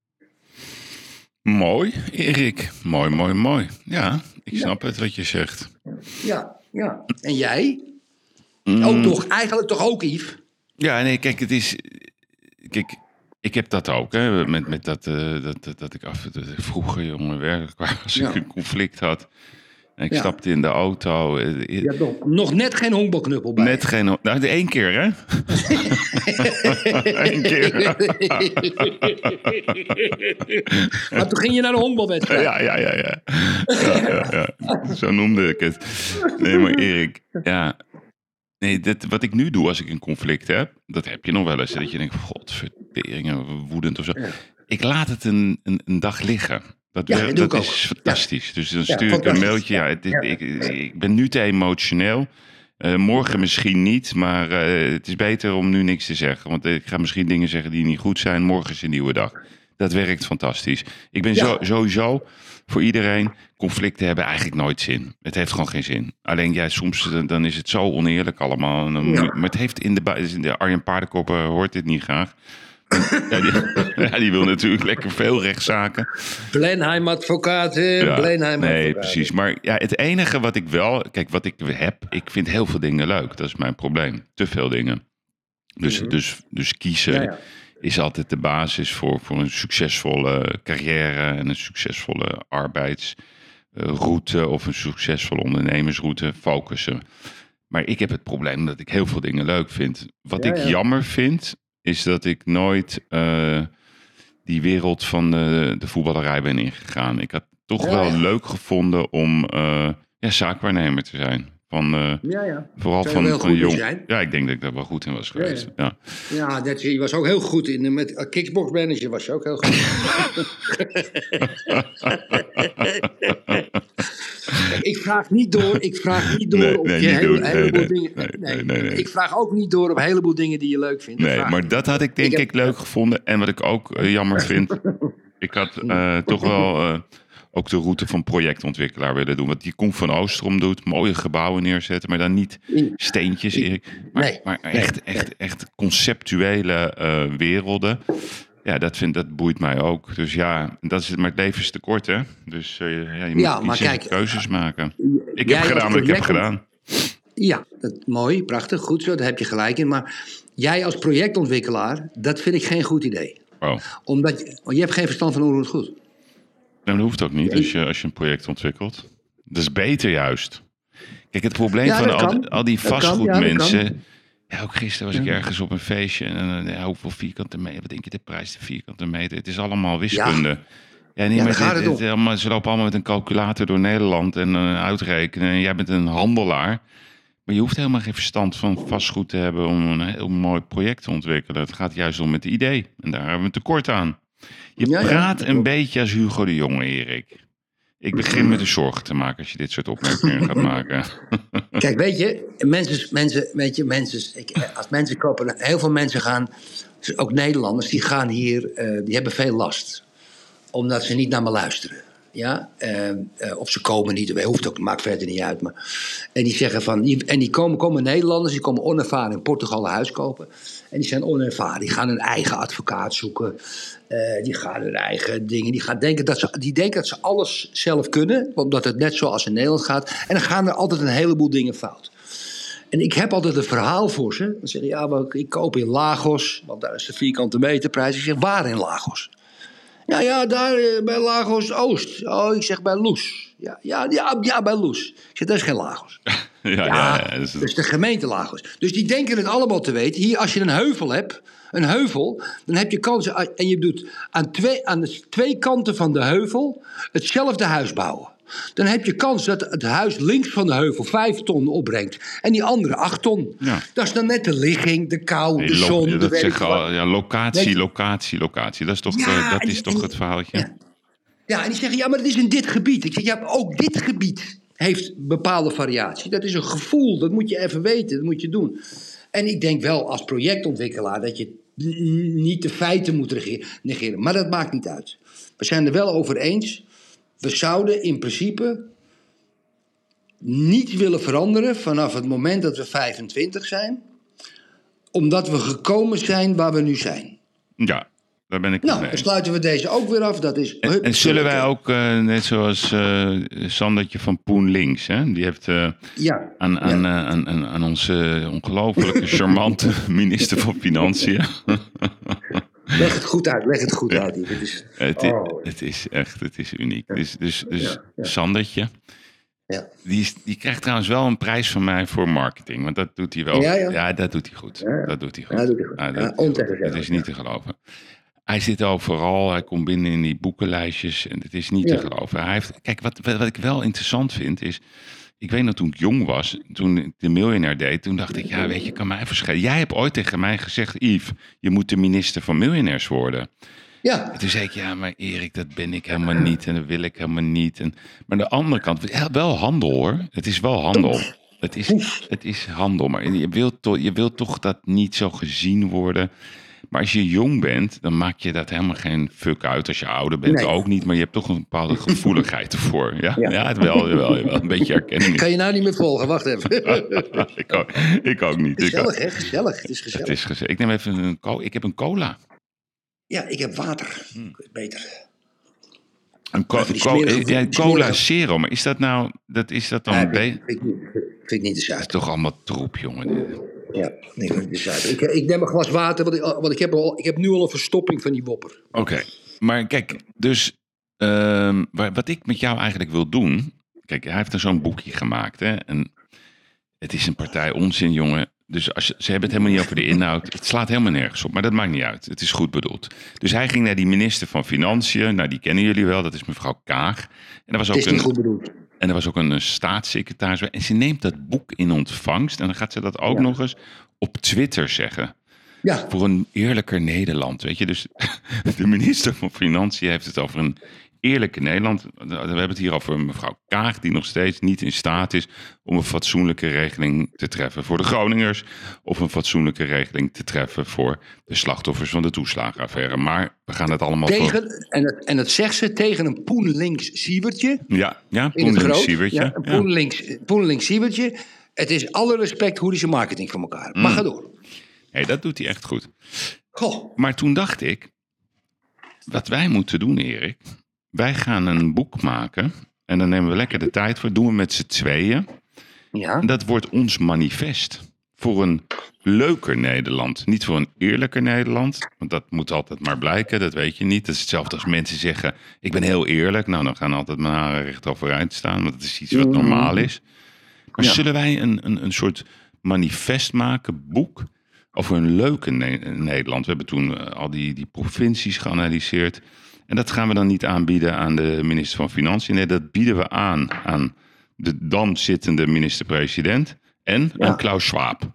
Mooi, Erik. Mooi, mooi, mooi. Ja, ik snap ja. het wat je zegt. Ja, ja. En jij? Mm. Ook toch, eigenlijk toch ook, Yves? Ja, nee, kijk, het is... Kijk, ik heb dat ook, hè. Met, met dat, uh, dat, dat ik af... Dat vroeger, jongen, werkelijk, als ja. ik een conflict had... En ik ja. stapte in de auto. Je hebt nog, nog net geen honkbalknuppel bij. Net geen... Nou, de één keer, hè? Eén keer. Maar toen ging je naar de honkbalwedstrijd. Ja, ja, ja, ja. ja, ja, ja. Zo noemde ik het. Nee, maar Erik, ja... Nee, dit, wat ik nu doe als ik een conflict heb... Dat heb je nog wel eens. Dat je denkt, godverdering, woedend of zo. Ja. Ik laat het een, een, een dag liggen. Dat, ja, dat, dat is ook. fantastisch. Ja. Dus dan stuur ja, ik een mailtje. Ja, het, ja. Ik, ik ben nu te emotioneel. Uh, morgen misschien niet, maar uh, het is beter om nu niks te zeggen. Want ik ga misschien dingen zeggen die niet goed zijn. Morgen is een nieuwe dag. Dat werkt fantastisch. Ik ben ja. zo, sowieso voor iedereen... Conflicten hebben eigenlijk nooit zin. Het heeft gewoon geen zin. Alleen ja, soms dan is het zo oneerlijk allemaal. Dan, ja. Maar het heeft in de, in de Arjen Paardenkoppe hoort dit niet graag. Ja, die, ja, die wil natuurlijk lekker veel rechtszaken. Blenheim advocaten, ja, Blenheim nee, advocaten. Precies. Maar ja, het enige wat ik wel... Kijk, wat ik heb... Ik vind heel veel dingen leuk. Dat is mijn probleem. Te veel dingen. Dus, mm-hmm. dus, dus kiezen ja, ja. is altijd de basis voor, voor een succesvolle carrière... en een succesvolle arbeidsroute... of een succesvolle ondernemersroute. Focussen. Maar ik heb het probleem dat ik heel veel dingen leuk vind. Wat ja, ik ja. jammer vind... is dat ik nooit uh, die wereld van de, de voetballerij ben ingegaan. Ik had toch ja, wel ja. leuk gevonden om uh, ja, zaakwaarnemer te zijn. Van, uh, ja, ja. Vooral van, van jong. Zijn? Ja, ik denk dat ik daar wel goed in was geweest. Ja, ja. ja dat, je was ook heel goed in. Met uh, Kickbox Manager was je ook heel goed. Ik vraag niet door, ik vraag niet door nee, op nee, je hele, doen. heleboel nee, dingen. Nee, nee, nee, nee. Ik vraag ook niet door op een heleboel dingen die je leuk vindt. Nee, maar niet. Dat had ik denk ik, ik heb... leuk gevonden. En wat ik ook uh, jammer vind, ik had uh, toch wel uh, ook de route van projectontwikkelaar willen doen. Wat die Koen van Oostrom doet, mooie gebouwen neerzetten, maar dan niet steentjes, Erik. Maar, nee, maar echt, nee, echt, echt conceptuele uh, werelden. Ja, dat, vind, dat boeit mij ook. Dus ja, dat is het, maar het leven is te kort, hè? Dus uh, ja, je moet ja, maar kijk, keuzes maken. Ik heb gedaan wat ik heb gedaan. Ja, dat, mooi, prachtig, goed zo, daar heb je gelijk in. Maar jij als projectontwikkelaar, dat vind ik geen goed idee. Oh. Omdat je, je hebt geen verstand van hoe het goed. Nee, dat hoeft ook niet als je, als je een project ontwikkelt. Dat is beter juist. Kijk, het probleem ja, van al, al die vastgoedmensen... Ja, ja, ook gisteren was ik ja. ergens op een feestje. En ja, hoeveel vierkante meter? Wat denk je de prijs de vierkante meter? Het is allemaal wiskunde. Ja, ja, nee, ja maar het, het, het, het, ze lopen allemaal met een calculator door Nederland en uh, uitrekenen. En jij bent een handelaar. Maar je hoeft helemaal geen verstand van vastgoed te hebben om een heel mooi project te ontwikkelen. Het gaat juist om het idee. En daar hebben we een tekort aan. Je ja, praat ja. een beetje als Hugo de Jonge, Erik. Ik begin met de zorgen te maken als je dit soort opmerkingen gaat maken. Kijk, weet je, mensen, mensen, weet je, mensen, ik, als mensen kopen, heel veel mensen gaan, ook Nederlanders, die gaan hier, uh, die hebben veel last. Omdat ze niet naar me luisteren. Ja, uh, uh, of ze komen niet, dat hoeft ook, maakt verder niet uit. Maar, en die zeggen van, en die komen, komen Nederlanders, die komen onervaren in Portugal een huis kopen. En die zijn onervaren, die gaan een eigen advocaat zoeken. Uh, die gaan hun eigen dingen, die, gaan denken dat ze, die denken dat ze alles zelf kunnen. Omdat het net zoals in Nederland gaat. En dan gaan er altijd een heleboel dingen fout. En ik heb altijd een verhaal voor ze. Dan zeggen ja, maar ik koop in Lagos, want daar is de vierkante meterprijs. Ik zeg, waar in Lagos? Ja, ja, daar bij Lagos Oost. Oh, ik zeg bij Loes. Ja, ja, ja, ja bij Loes. Ik zeg, dat is geen Lagos. ja, ja, ja, ja, dat is... dat is de gemeente Lagos. Dus die denken het allemaal te weten. Hier, als je een heuvel hebt, een heuvel, dan heb je kansen. En je doet aan twee, aan de twee kanten van de heuvel hetzelfde huis bouwen. Dan heb je kans dat het huis links van de heuvel vijf ton opbrengt. En die andere acht ton. Ja. Dat is dan net de ligging, de kou, Nee, de lo- zon. ja, de dat weet ik zeggen wat. al, ja, locatie, Weet je- locatie, locatie. Dat is toch, Ja, eh, dat en- is toch en- het verhaaltje? Ja. Ja, en die zeggen, ja, maar het is in dit gebied. Ik zeg, ja, ook dit gebied heeft bepaalde variatie. Dat is een gevoel, dat moet je even weten, dat moet je doen. En ik denk wel als projectontwikkelaar dat je n- niet de feiten moet rege- negeren. Maar dat maakt niet uit. We zijn er wel over eens. We zouden in principe niet willen veranderen vanaf het moment dat we vijfentwintig zijn. Omdat we gekomen zijn waar we nu zijn. Ja, daar ben ik het Nou, mee dan eens. sluiten we deze ook weer af. Dat is... En, hup, en zullen wij oké. ook, eh, net zoals eh Sandertje van Poen Links, hè? Die heeft eh, Ja. aan, aan, ja. eh, aan, aan, aan onze ongelofelijke charmante minister van Financiën. Leg het goed uit, leg het goed uit. Yves. Het is... het, i- Oh. het is echt, het is uniek. Dus, dus, dus Ja, ja. Sandertje, Ja. die, is, die krijgt trouwens wel een prijs van mij voor marketing. Want dat doet hij wel. Ja, ja. dat doet hij goed. Ja, ja. Dat doet hij goed. Ja, dat doet hij goed. Ja, dat Ja, doet hij goed. ontegenzeggelijk, Het is niet te geloven. Hij zit overal, hij komt binnen in die boekenlijstjes en het is niet Ja. te geloven. Hij heeft, kijk, wat, wat wat ik wel interessant vind is, ik weet nog toen ik jong was, toen ik de Miljonair deed, toen dacht ik, ja weet je, kan mij verschillen. Jij hebt ooit tegen mij gezegd, Yves, je moet de minister van Miljonairs worden. Ja. En toen zei ik, ja, maar Erik, dat ben ik helemaal niet en dat wil ik helemaal niet. En, maar aan de andere kant, ja, wel handel hoor. Het is wel handel. Het is, het is handel, maar je wilt, toch, je wilt toch dat niet zo gezien worden. Maar als je jong bent, dan maak je dat helemaal geen fuck uit. Als je ouder bent Nee. ook niet, maar je hebt toch een bepaalde gevoeligheid ervoor. Ja, ja. Ja. het wel, wel, wel, een beetje herkenning. Kan je nou niet meer volgen? Wacht even. ik, ook, ik ook niet. Ik ook. Gezellig, hè? Gezellig. Het is gezellig. Het is geze- ik neem even een, co- ik heb een cola. Ja, ik heb water. Hmm. Beter. Een co- Even die co- smerige- ja, die cola smerige- zero, maar is dat nou, dat, is dat dan Ja, be- vind, vind, ik niet- vind ik niet te zuiver. toch allemaal troep, jongen. dit. Ja, nee, vind ik niet te zuiver. Ik, ik neem een glas water, want, ik, want ik, heb al, ik heb nu al een verstopping van die wopper. Oké, maar kijk, dus ehm, wa- wat ik met jou eigenlijk wil doen. Kijk, hij heeft er zo'n boekje gemaakt, hè? En het is een partij onzin, jongen. Dus als je, ze hebben het helemaal niet over de inhoud. Het slaat helemaal nergens op, maar dat maakt niet uit. Het is goed bedoeld. Dus hij ging naar die minister van Financiën. Nou, die kennen jullie wel, dat is mevrouw Kaag. En er was Het ook is niet een, goed bedoeld. en er was ook een eh, staatssecretaris. En ze neemt dat boek in ontvangst. En dan gaat ze dat ook Ja. nog eens op Twitter zeggen. Ja, Voor een eerlijker Nederland, weet je. Dus de minister van Financiën heeft het over een eerlijke Nederland. We hebben het hier over mevrouw Kaag, die nog steeds niet in staat is om een fatsoenlijke regeling te treffen voor de Groningers. Of een fatsoenlijke regeling te treffen voor de slachtoffers van de toeslagenaffaire. Maar we gaan het allemaal voor... tegen, en, dat, en dat zegt ze tegen een poenlinks sievertje. Ja, ja, In het Poen groot. Sievertje. Ja, een Ja. poenlinks, poenlinks sievertje. Het is alle respect hoe die zijn marketing voor elkaar. Maar Mm. ga door. Nee, dat doet hij echt goed. Goh, Maar toen dacht ik, wat wij moeten doen, Erik. Wij gaan een boek maken. En dan nemen we lekker de tijd voor. Doen we met z'n tweeën. ja. En dat wordt ons manifest. Voor een leuker Nederland. Niet voor een eerlijker Nederland. Want dat moet altijd maar blijken. Dat weet je niet. Dat is hetzelfde als mensen zeggen, ik ben heel eerlijk. Nou, dan gaan altijd mijn haren recht overeind staan. Want dat is iets wat normaal is. Maar Ja. zullen wij een, een, een soort manifest maken, boek, over een leuke Ne- Nederland? We hebben toen eh, al die, die provincies geanalyseerd. En dat gaan we dan niet aanbieden aan de minister van Financiën. Nee, dat bieden we aan aan de dan zittende minister-president en Ja. aan Klaus Schwab.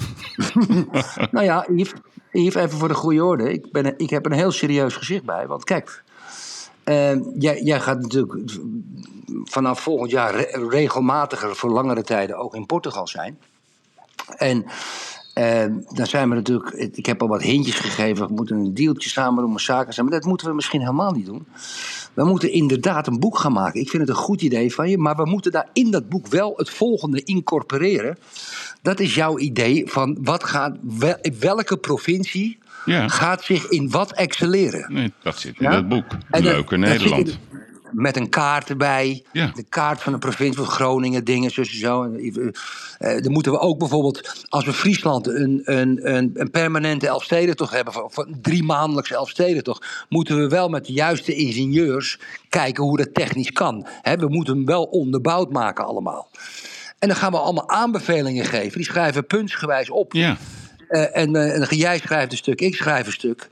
Nou ja, Yves, Yves, even voor de goede orde. Ik, ben, ik heb een heel serieus gezicht bij. Want kijk, eh, jij, jij gaat natuurlijk vanaf volgend jaar re- regelmatiger voor langere tijden ook in Portugal zijn. En eh, dan zijn we natuurlijk, ik heb al wat hintjes gegeven, we moeten een dealtje samen doen, met zaken samen. Maar dat moeten we misschien helemaal niet doen. We moeten inderdaad een boek gaan maken. Ik vind het een goed idee van je, maar we moeten daar in dat boek wel het volgende incorporeren. Dat is jouw idee van wat gaat, wel- welke provincie Ja. gaat zich in wat excelleren. Nee, dat zit in Ja? dat boek. En dat- Leuker dat zit Nederland. in- Met een kaart erbij. Ja. De kaart van de provincie van Groningen, dingen, zo en zo. En, eh, dan moeten we ook bijvoorbeeld, als we Friesland een, een, een, een permanente Elfstedentocht hebben, of een drie maandelijkse Elfstedentocht, moeten we wel met de juiste ingenieurs kijken hoe dat technisch kan. Hè, we moeten hem wel onderbouwd maken allemaal. En dan gaan we allemaal aanbevelingen geven. Die schrijven puntsgewijs op. Ja. Eh, en, eh, en jij schrijft een stuk, ik schrijf een stuk.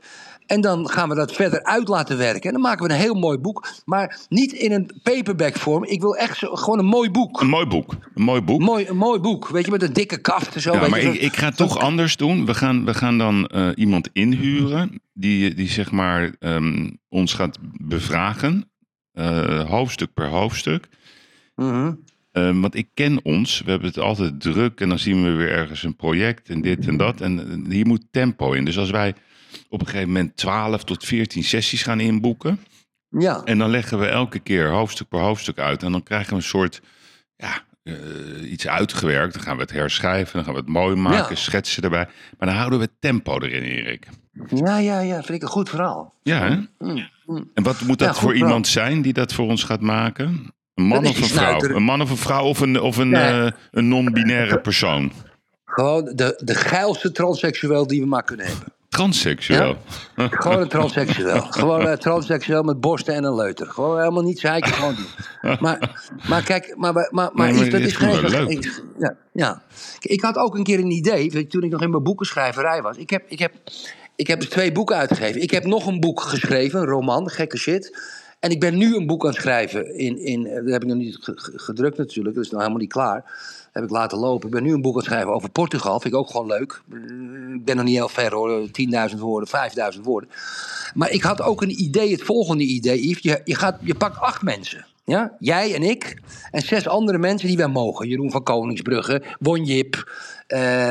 En dan gaan we dat verder uit laten werken. En dan maken we een heel mooi boek. Maar niet in een paperback vorm. Ik wil echt zo, gewoon een mooi boek. Een mooi boek. Een mooi boek. Mooi, een mooi boek. Weet je, met een dikke kaft en zo. Ja, weet maar je, ik, zo. ik ga het toch anders doen. We gaan, we gaan dan uh, iemand inhuren. Die, die zeg maar um, ons gaat bevragen. Uh, hoofdstuk per hoofdstuk. Mm-hmm. Uh, want ik ken ons, we hebben het altijd druk en dan zien we weer ergens een project en dit en dat. En hier moet tempo in. Dus als wij op een gegeven moment twaalf tot veertien sessies gaan inboeken. Ja. En dan leggen we elke keer hoofdstuk per hoofdstuk uit. En dan krijgen we een soort, ja, uh, iets uitgewerkt. Dan gaan we het herschrijven, dan gaan we het mooi maken, ja. Schetsen erbij. Maar dan houden we het tempo erin, Erik. Ja, ja, ja, vind ik een goed verhaal. Ja, hè? Mm, mm. En wat moet dat ja, voor verhaal. Iemand zijn die dat voor ons gaat maken? Een man of een vrouw? Een man of een vrouw of een, of een, nee. uh, een non-binaire persoon? Gewoon de, de geilste transseksueel die we maar kunnen hebben. Transseksueel? Ja? Gewoon een transseksueel. Gewoon een transseksueel met borsten en een leuter. Gewoon helemaal niet zeiken, gewoon doen. Maar, maar kijk, maar, maar, maar, nee, maar dat is geen... leuk. Ik, ja, ja. Ik had ook een keer een idee, weet je, toen ik nog in mijn boekenschrijverij was. Ik heb, ik, heb, ik heb dus twee boeken uitgegeven. Ik heb nog een boek geschreven, een roman, gekke shit... En ik ben nu een boek aan het schrijven. In, in, dat heb ik nog niet gedrukt natuurlijk. Dat is nog helemaal niet klaar. Dat heb ik laten lopen. Ik ben nu een boek aan het schrijven over Portugal. Vind ik ook gewoon leuk. Ik ben nog niet heel ver hoor. tienduizend woorden, vijfduizend woorden. Maar ik had ook een idee, het volgende idee, Yves. Je, je, gaat, je pakt acht mensen. Ja? Jij en ik. En zes andere mensen die wij mogen. Jeroen van Koningsbrugge. Won Jip. Uh,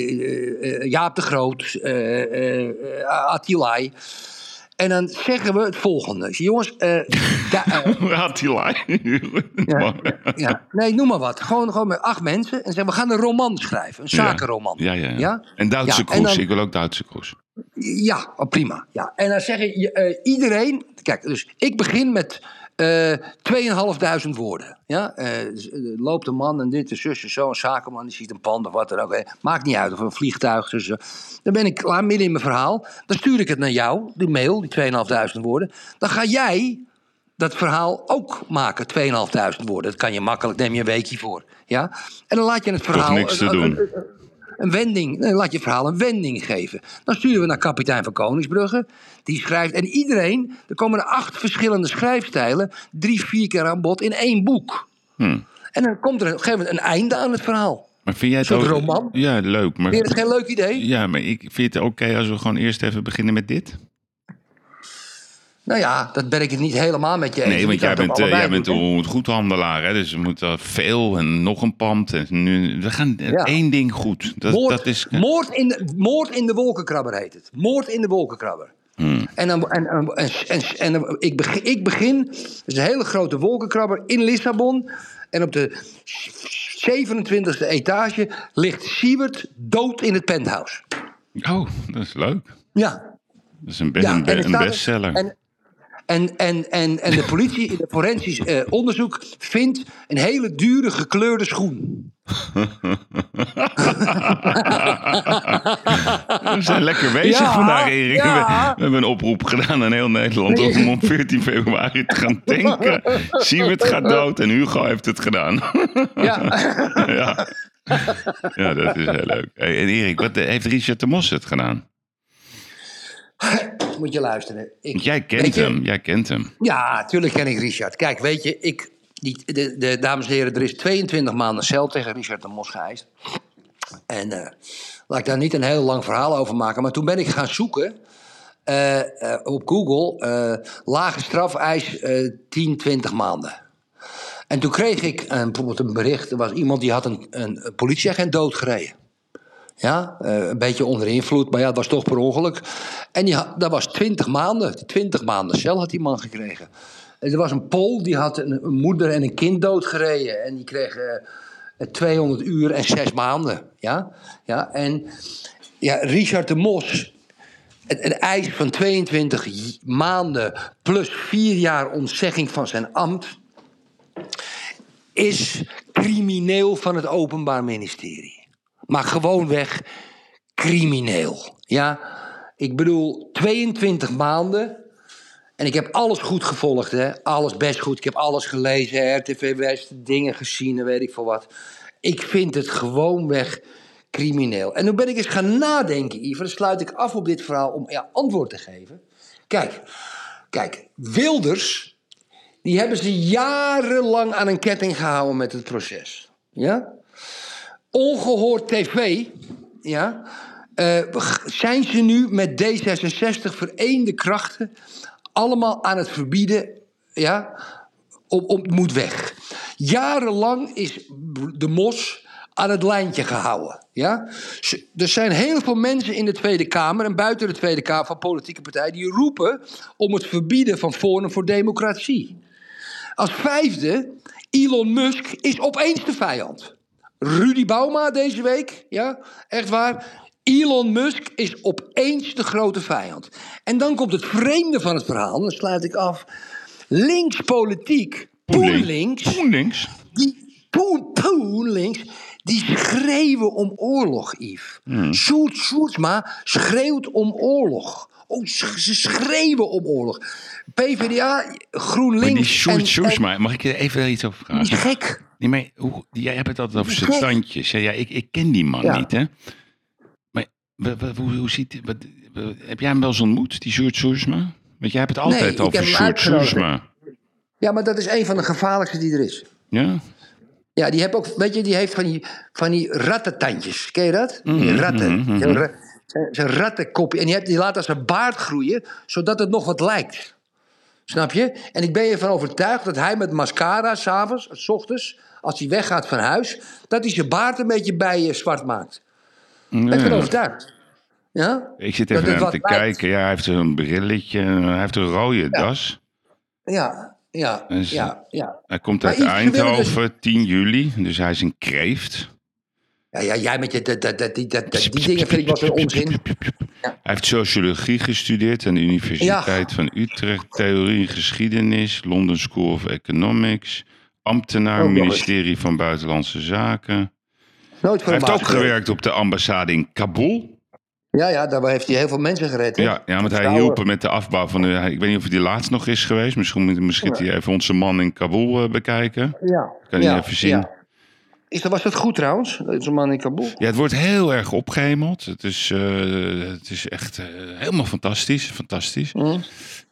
uh, uh, Jaap de Groot. Uh, uh, Attilai. En dan zeggen we het volgende. Jongens, uh, da, uh, Attilai. ja, ja. Nee, noem maar wat. Gewoon, gewoon met acht mensen. En zeggen we gaan een roman schrijven. Een zakenroman. Ja, ja, ja. Ja? En Duitse ja, kroes. En dan, ik wil ook Duitse kroes. Ja, oh, prima. Ja. En dan zeggen uh, iedereen... Kijk, dus ik begin met uh, tweeënhalfduizend woorden. Ja? Uh, dus, uh, loopt een man en dit, een zusje, zo, een zakenman, die ziet een pand of wat dan ook. Hè. Maakt niet uit, of een vliegtuig. Dus, uh, dan ben ik klaar, midden in mijn verhaal. Dan stuur ik het naar jou, die mail, die tweeënhalfduizend woorden. Dan ga jij dat verhaal ook maken, tweeënhalfduizend woorden. Dat kan je makkelijk, neem je een weekje voor. Ja? En dan laat je het verhaal... Toch niks te doen. Een, een, een wending, dan laat je het verhaal een wending geven. Dan sturen we naar kapitein van Koningsbrugge. Die schrijft, en iedereen, er komen er acht verschillende schrijfstijlen, drie, vier keer aan bod in één boek. Hmm. En dan komt er op een gegeven moment een einde aan het verhaal. Maar vind jij het een soort ook... roman. Ja, leuk. Maar... Vind je het geen leuk idee? Ja, maar ik vind het oké als we gewoon eerst even beginnen met dit. Nou ja, dat ben ik het niet helemaal met je eens. Nee, want jij bent, uh, jij bent doen, een goedhandelaar, hè? Dus we moeten veel en nog een pand. En nu, we gaan ja. één ding goed. Dat, moord, dat is... moord, in de, moord in de wolkenkrabber heet het. Moord in de wolkenkrabber. Hmm. En, dan, en, en, en, en, en ik, begin, ik begin, het is een hele grote wolkenkrabber in Lissabon. En op de zevenentwintigste etage ligt Siewert dood in het penthouse. Oh, dat is leuk. Ja. Dat is een, be- ja, een, be- een bestseller. En, En, en, en, en de politie in het forensisch uh, onderzoek vindt een hele dure gekleurde schoen. We zijn lekker bezig ja, vandaag, Erik. Ja. We hebben een oproep gedaan aan heel Nederland om hem op veertien februari te gaan tanken. Siewert gaat dood en Hugo heeft het gedaan. Ja. ja. ja, dat is heel leuk. Hey, en Erik, wat heeft Richard de Mos het gedaan? Moet je luisteren. Ik, jij kent je, hem, jij kent hem. Ja, tuurlijk ken ik Richard. Kijk, weet je, ik, die, de, de, dames en heren, er is tweeëntwintig maanden cel tegen Richard de Mos geëist. En uh, laat ik daar niet een heel lang verhaal over maken. Maar toen ben ik gaan zoeken uh, uh, op Google. Uh, lage strafeis uh, tien, twintig maanden. En toen kreeg ik uh, bijvoorbeeld een bericht. Er was iemand die had een, een, een politieagent doodgereden. Ja, uh, een beetje onder invloed, maar ja, het was toch per ongeluk. En die had, dat was twintig maanden. twintig maanden cel had die man gekregen. En er was een Pool, die had een, een moeder en een kind doodgereden. En die kreeg uh, tweehonderd uur en zes maanden. Ja, ja en ja, Richard de Mos, een, een eis van tweeëntwintig maanden plus vier jaar ontzegging van zijn ambt, is crimineel van het Openbaar Ministerie. Maar gewoonweg crimineel. Ja, ik bedoel tweeëntwintig maanden. En ik heb alles goed gevolgd, hè. Alles best goed. Ik heb alles gelezen, R T V West, dingen gezien en weet ik veel wat. Ik vind het gewoonweg crimineel. En toen ben ik eens gaan nadenken, Iver. Dan sluit ik af op dit verhaal om ja, antwoord te geven. Kijk, kijk, Wilders, die hebben ze jarenlang aan een ketting gehouden met het proces. Ja? Ongehoord tv, ja, uh, zijn ze nu met D zesenzestig vereende krachten allemaal aan het verbieden, ja, om, om, moet weg. Jarenlang is de mos aan het lijntje gehouden. Ja? Er zijn heel veel mensen in de Tweede Kamer en buiten de Tweede Kamer van politieke partijen die roepen om het verbieden van Forum voor Democratie. Als vijfde, Elon Musk is opeens de vijand. Rudy Bauma deze week, ja, echt waar. Elon Musk is opeens de grote vijand. En dan komt het vreemde van het verhaal, dan sluit ik af. Linkspolitiek, poen links, poen links, die poen, poen links, die schreeuwen om oorlog, Yves. Hmm. Sjoerd Sjoerdsma schreeuwt om oorlog. Oh, ze schreeuwen om oorlog. P v d A, GroenLinks... Maar die Sjoerd Sjoerdsma, mag ik je even iets over vragen? Die is gek. Nee, maar hoe, jij hebt het altijd over zijn tandjes. Ja, ja, ik, ik ken die man ja. niet, hè. Maar hoe, hoe ziet... Wat, heb jij hem wel eens ontmoet, die Sjoerd Sjoerdsma? Want jij hebt het altijd nee, over Sjoerd Sjoerdsma. Ja, maar dat is een van de gevaarlijkste die er is. Ja? Ja, die heeft ook, weet je, die heeft van die, van die rattentandjes. Ken je dat? Mm-hmm, die ratten. Mm-hmm. Zo'n, ra- zo'n rattenkopje. En die, heeft, die laat als een baard groeien, zodat het nog wat lijkt. Snap je? En ik ben ervan overtuigd dat hij met mascara, 's avonds, 's ochtends, als hij weggaat van huis, dat hij zijn baard een beetje bij je zwart maakt. Nee. Ben ik van overtuigd. Ja? Ik zit even naar hem te lijkt. kijken. Ja, hij heeft een brilletje, hij heeft een rode ja. das. Ja, ja, dus, ja, ja. Hij komt uit Eindhoven, dus... tien juli, dus hij is een kreeft. Ja, ja, jij met je, dat, dat, dat, die, dat, die dingen vind ik wel zo'n onzin. Ja. Hij heeft sociologie gestudeerd aan de Universiteit ja. van Utrecht, theorie en geschiedenis, London School of Economics, ambtenaar, oh, ministerie van Buitenlandse Zaken. Nooit hij heeft ook gewerkt. gewerkt op de ambassade in Kabul. Ja, ja, daarbij heeft hij heel veel mensen gered. Hè? Ja, ja, want hij hielp met de afbouw van de... Ik weet niet of hij die laatst nog is geweest. Misschien moet misschien ja. hij even onze man in Kabul uh, bekijken. Ja. Kan ja. hij even zien. Ja. Is dat, was dat goed trouwens, onze man in Kabul? Ja, het wordt heel erg opgehemeld. Het is, uh, het is echt uh, helemaal fantastisch. Fantastisch. Mm.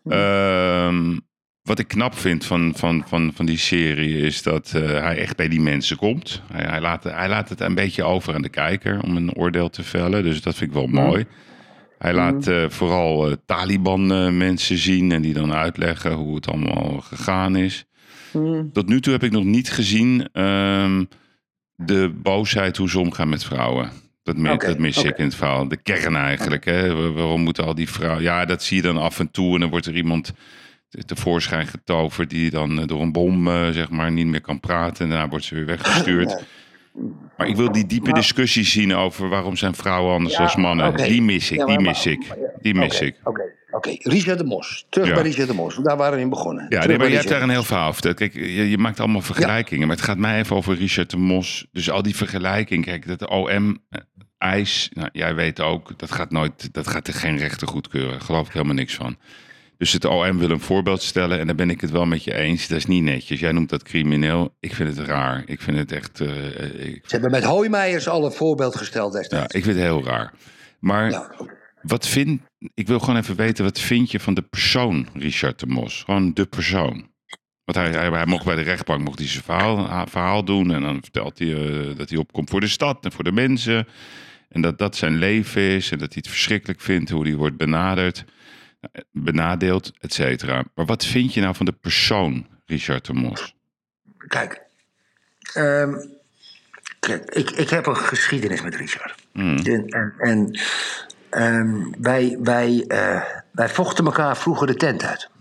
Uh, wat ik knap vind van, van, van, van die serie is dat uh, hij echt bij die mensen komt. Hij, hij, laat, hij laat het een beetje over aan de kijker om een oordeel te vellen. Dus dat vind ik wel mm. mooi. Hij laat uh, vooral uh, Taliban uh, mensen zien en die dan uitleggen hoe het allemaal gegaan is. Mm. Tot nu toe heb ik nog niet gezien uh, de boosheid hoe ze omgaan met vrouwen. Dat, meer, okay, dat mis okay. ik in het verhaal. De kern eigenlijk. Hè? Waarom moeten al die vrouwen... Ja, dat zie je dan af en toe en dan wordt er iemand tevoorschijn getoverd die dan door een bom uh, zeg maar niet meer kan praten en daarna wordt ze weer weggestuurd. Maar ik wil die diepe discussie zien over waarom zijn vrouwen anders ja, dan mannen. Okay. Die mis ik, ja, die mis ik, die mis okay, ik. Oké, okay, oké. Okay. Richard de Mos. Terug ja. bij Richard de Mos. Daar waren we in begonnen. Ja, nee, maar je hebt daar een heel verhaal over. Kijk, je, je maakt allemaal vergelijkingen, ja. maar het gaat mij even over Richard de Mos. Dus al die vergelijking, kijk, dat de O M eis, nou, jij weet ook, dat gaat nooit, dat gaat er geen rechter goedkeuren. Daar geloof ik helemaal niks van. Dus het O M wil een voorbeeld stellen en daar ben ik het wel met je eens. Dat is niet netjes. Jij noemt dat crimineel. Ik vind het raar. Ik vind het echt... Uh, ik... Ze hebben met Hoijmeijers al een voorbeeld gesteld destijds. Ja, ik vind het heel raar. Maar ja. wat vind... Ik wil gewoon even weten, wat vind je van de persoon Richard de Mos? Gewoon de persoon. Want hij, hij, hij mocht bij de rechtbank mocht hij zijn verhaal, verhaal doen en dan vertelt hij uh, dat hij opkomt voor de stad en voor de mensen. En dat dat zijn leven is en dat hij het verschrikkelijk vindt hoe hij wordt benaderd. benadeeld, et cetera. Maar wat vind je nou van de persoon Richard de Mos? Kijk, um, kijk ik, ik heb een geschiedenis met Richard. Mm. En, en um, wij, wij, uh, wij vochten elkaar vroeger de tent uit.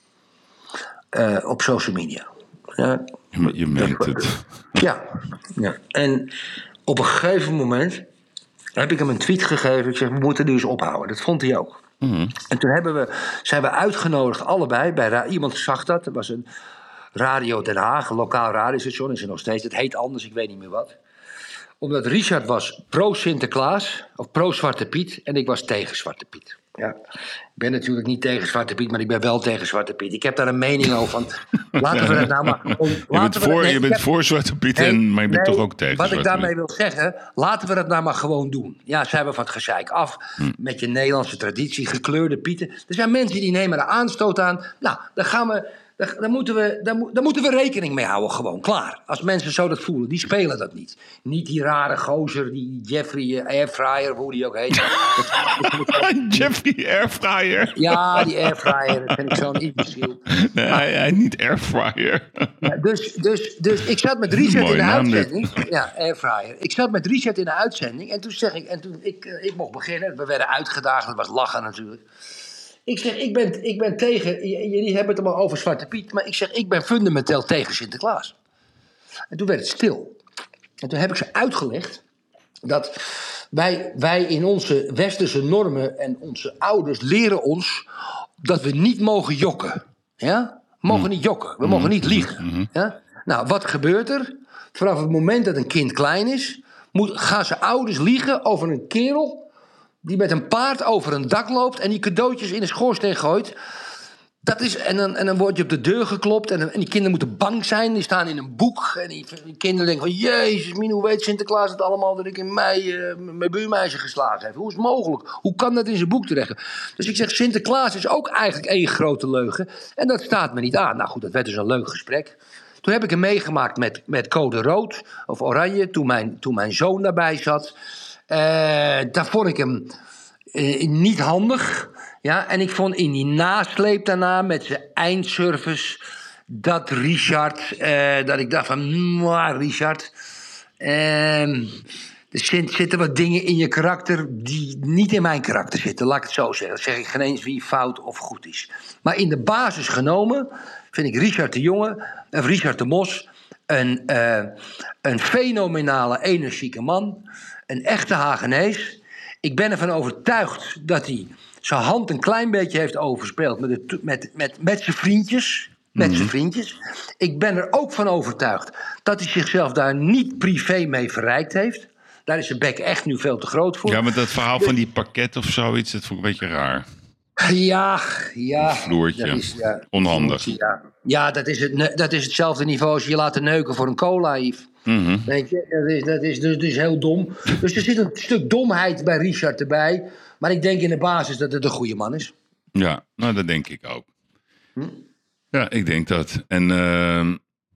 Uh, op social media. Ja, je, je meent dat, het. Ja, ja. En op een gegeven moment heb ik hem een tweet gegeven. Ik zeg, we moeten nu eens ophouden. Dat vond hij ook. Mm-hmm. En toen hebben we, zijn we uitgenodigd, allebei. Bij ra- iemand zag dat. Er was een Radio Den Haag, een lokaal radiostation. Is er nog steeds. Het heet anders, ik weet niet meer wat. Omdat Richard was pro-Sinterklaas, of pro-Zwarte Piet. En ik was tegen Zwarte Piet. Ja, ik ben natuurlijk niet tegen Zwarte Piet, maar ik ben wel tegen Zwarte Piet. Ik heb daar een mening over. Van, laten we het nou maar gewoon... Je bent, voor, nee, je bent heb, voor Zwarte Piet, nee, en, maar je bent nee, toch ook tegen wat Zwarte ik daarmee Piet. wil zeggen, laten we dat nou maar gewoon doen. Ja, zijn we van het gezeik af. Hm. Met je Nederlandse traditie, gekleurde pieten. Er zijn mensen die nemen er aanstoot aan. Nou, dan gaan we... Daar, daar, moeten we, daar, daar moeten we rekening mee houden, gewoon. Klaar. Als mensen zo dat voelen, die spelen dat niet. Niet die rare gozer, die Jeffrey uh, Airfryer, hoe die ook heet. Jeffrey Airfryer? Ja, die Airfryer, dat vind ik zo'n imbeciel. Nee, maar, hij, hij niet Airfryer. Ja, dus, dus, dus ik zat met Richard in de uitzending. Dit. Ja, Airfryer. Ik zat met Richard in de uitzending en toen zeg ik, en toen ik, uh, ik mocht beginnen. We werden uitgedaagd, dat was lachen natuurlijk. Ik zeg, ik ben, ik ben tegen... Jullie hebben het allemaal over Zwarte Piet... maar ik zeg, ik ben fundamenteel tegen Sinterklaas. En toen werd het stil. En toen heb ik ze uitgelegd... dat wij, wij in onze westerse normen... en onze ouders leren ons... dat we niet mogen jokken. Ja? We mogen niet jokken. We mogen niet liegen. Ja? Nou, wat gebeurt er? Vanaf het moment dat een kind klein is... Moet, gaan zijn ouders liegen over een kerel... die met een paard over een dak loopt... en die cadeautjes in de schoorsteen gooit. Dat is, en, dan, en dan word je op de deur geklopt... En, en die kinderen moeten bang zijn. Die staan in een boek. En die, die kinderen denken van... Jezus, Min, hoe weet Sinterklaas het allemaal... dat ik in mei uh, mijn buurmeisje geslagen heb? Hoe is het mogelijk? Hoe kan dat in zijn boek terecht? Dus ik zeg, Sinterklaas is ook eigenlijk één grote leugen. En dat staat me niet aan. Nou goed, dat werd dus een leuk gesprek. Toen heb ik hem meegemaakt met, met Code Rood... of Oranje, toen mijn, toen mijn zoon daarbij zat... Uh, daar vond ik hem uh, niet handig. Ja, en ik vond in die nasleep daarna met zijn eindservice... dat Richard, uh, dat ik dacht van... Mwah, Richard... Uh, er zitten wat dingen in je karakter die niet in mijn karakter zitten. Laat ik het zo zeggen. Dat zeg ik geen eens wie fout of goed is. Maar in de basis genomen vind ik Richard de Jonge... of Richard de Mos... een, uh, een fenomenale, energieke man... Een echte Hagenees. Ik ben ervan overtuigd dat hij zijn hand een klein beetje heeft overspeeld met, de, met, met, met zijn vriendjes. Met mm-hmm. zijn vriendjes. Ik ben er ook van overtuigd dat hij zichzelf daar niet privé mee verrijkt heeft. Daar is zijn bek echt nu veel te groot voor. Ja, maar dat verhaal van die pakket of zoiets, dat vond ik een beetje raar. Ja, ja. Een vloertje. Dat is, ja, onhandig. Ja, ja dat, is het, dat is hetzelfde niveau als je laten neuken voor een cola, Yves. Mm-hmm. Weet je, dat is, dat, is, dat is heel dom. Dus er zit een stuk domheid bij Richard erbij. Maar ik denk in de basis dat het een goede man is. Ja, nou dat denk ik ook. Hm? Ja, ik denk dat. En uh,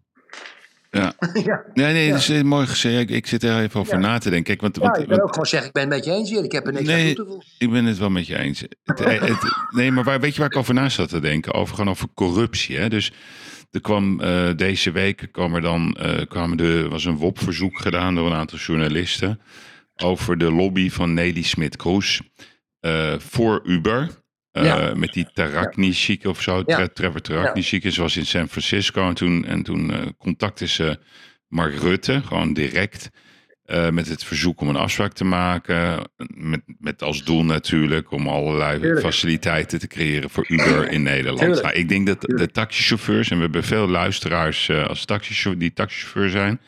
ja. ja. Nee, nee, dat is ja. mooi gezegd. Ik, ik zit er even over ja. na te denken. Kijk, want, ja, want, ik kan want, ook gewoon zeggen, ik ben het met je eens hier. Ik heb er niks nee, aan toe te voegen. Ik ben het wel met je eens. het, het, nee, maar waar, weet je waar ik over na zat te denken? Over, gewoon over corruptie, hè? Dus... Er kwam uh, deze week kwam er dan uh, kwam er was een W O P-verzoek gedaan door een aantal journalisten over de lobby van Nelly Smit-Kroes uh, voor Uber. Uh, ja. Met die Tarakni-chic of zo, ja. Tre- Trevor Tarakni-chic. En ze was in San Francisco en toen, en toen uh, contacte ze Mark Rutte, gewoon direct. Uh, met het verzoek om een afspraak te maken. Met, met als doel natuurlijk om allerlei Tuurlijk. faciliteiten te creëren voor Uber in Nederland. Nou, ik denk dat de taxichauffeurs, en we hebben veel luisteraars uh, als taxichauffeur, die taxichauffeur zijn.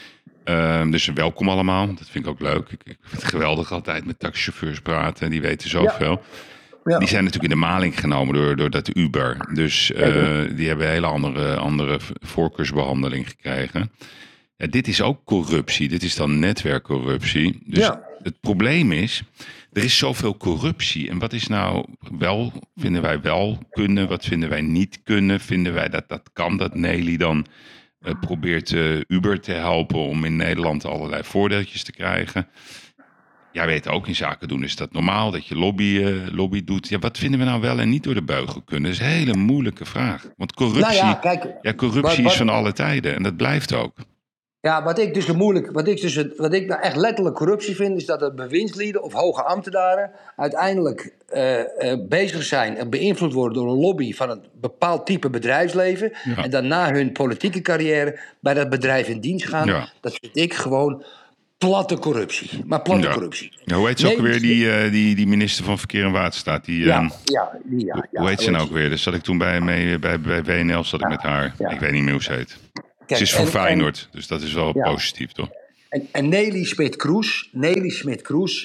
Uh, dus welkom allemaal. Dat vind ik ook leuk. Ik, ik vind het geweldig altijd met taxichauffeurs praten. Die weten zoveel. Ja. Ja. Die zijn natuurlijk in de maling genomen door, door dat Uber. Dus uh, die hebben een hele andere, andere voorkeursbehandeling gekregen. Ja, dit is ook corruptie. Dit is dan netwerkcorruptie. Dus ja. het probleem is, er is zoveel corruptie. En wat is nou wel, vinden wij wel kunnen? Wat vinden wij niet kunnen? Vinden wij dat dat kan, dat Nelly dan uh, probeert uh, Uber te helpen om in Nederland allerlei voordeeltjes te krijgen? Jij weet ook, in zaken doen is dat normaal, dat je lobby, uh, lobby doet. Ja, wat vinden we nou wel en niet door de beugel kunnen? Dat is een hele moeilijke vraag. Want corruptie, nou ja, kijk, ja, corruptie wat, wat, is van alle tijden en dat blijft ook. Ja, wat ik dus een moeilijk, wat ik dus wat ik nou echt letterlijk corruptie vind, is dat de bewindslieden of hoge ambtenaren uiteindelijk uh, uh, bezig zijn en beïnvloed worden door een lobby van een bepaald type bedrijfsleven. Ja. En dan na hun politieke carrière bij dat bedrijf in dienst gaan. Ja. Dat vind ik gewoon platte corruptie. Maar platte ja. corruptie. Ja, hoe heet ze nee, ook weer, die, uh, die, die minister van Verkeer en Waterstaat? Die, ja, uh, ja, die, ja, ja. Hoe heet ze nou ook weer? Daar zat ik toen bij, mee, bij, bij W N L, zat ik ja, met haar. Ja. Ik weet niet meer hoe ze heet. Kijk, ze is voor en, Feyenoord, en, dus dat is wel ja. positief, toch? En, en Nelly Smit-Kroes, Nelly Smit-Kroes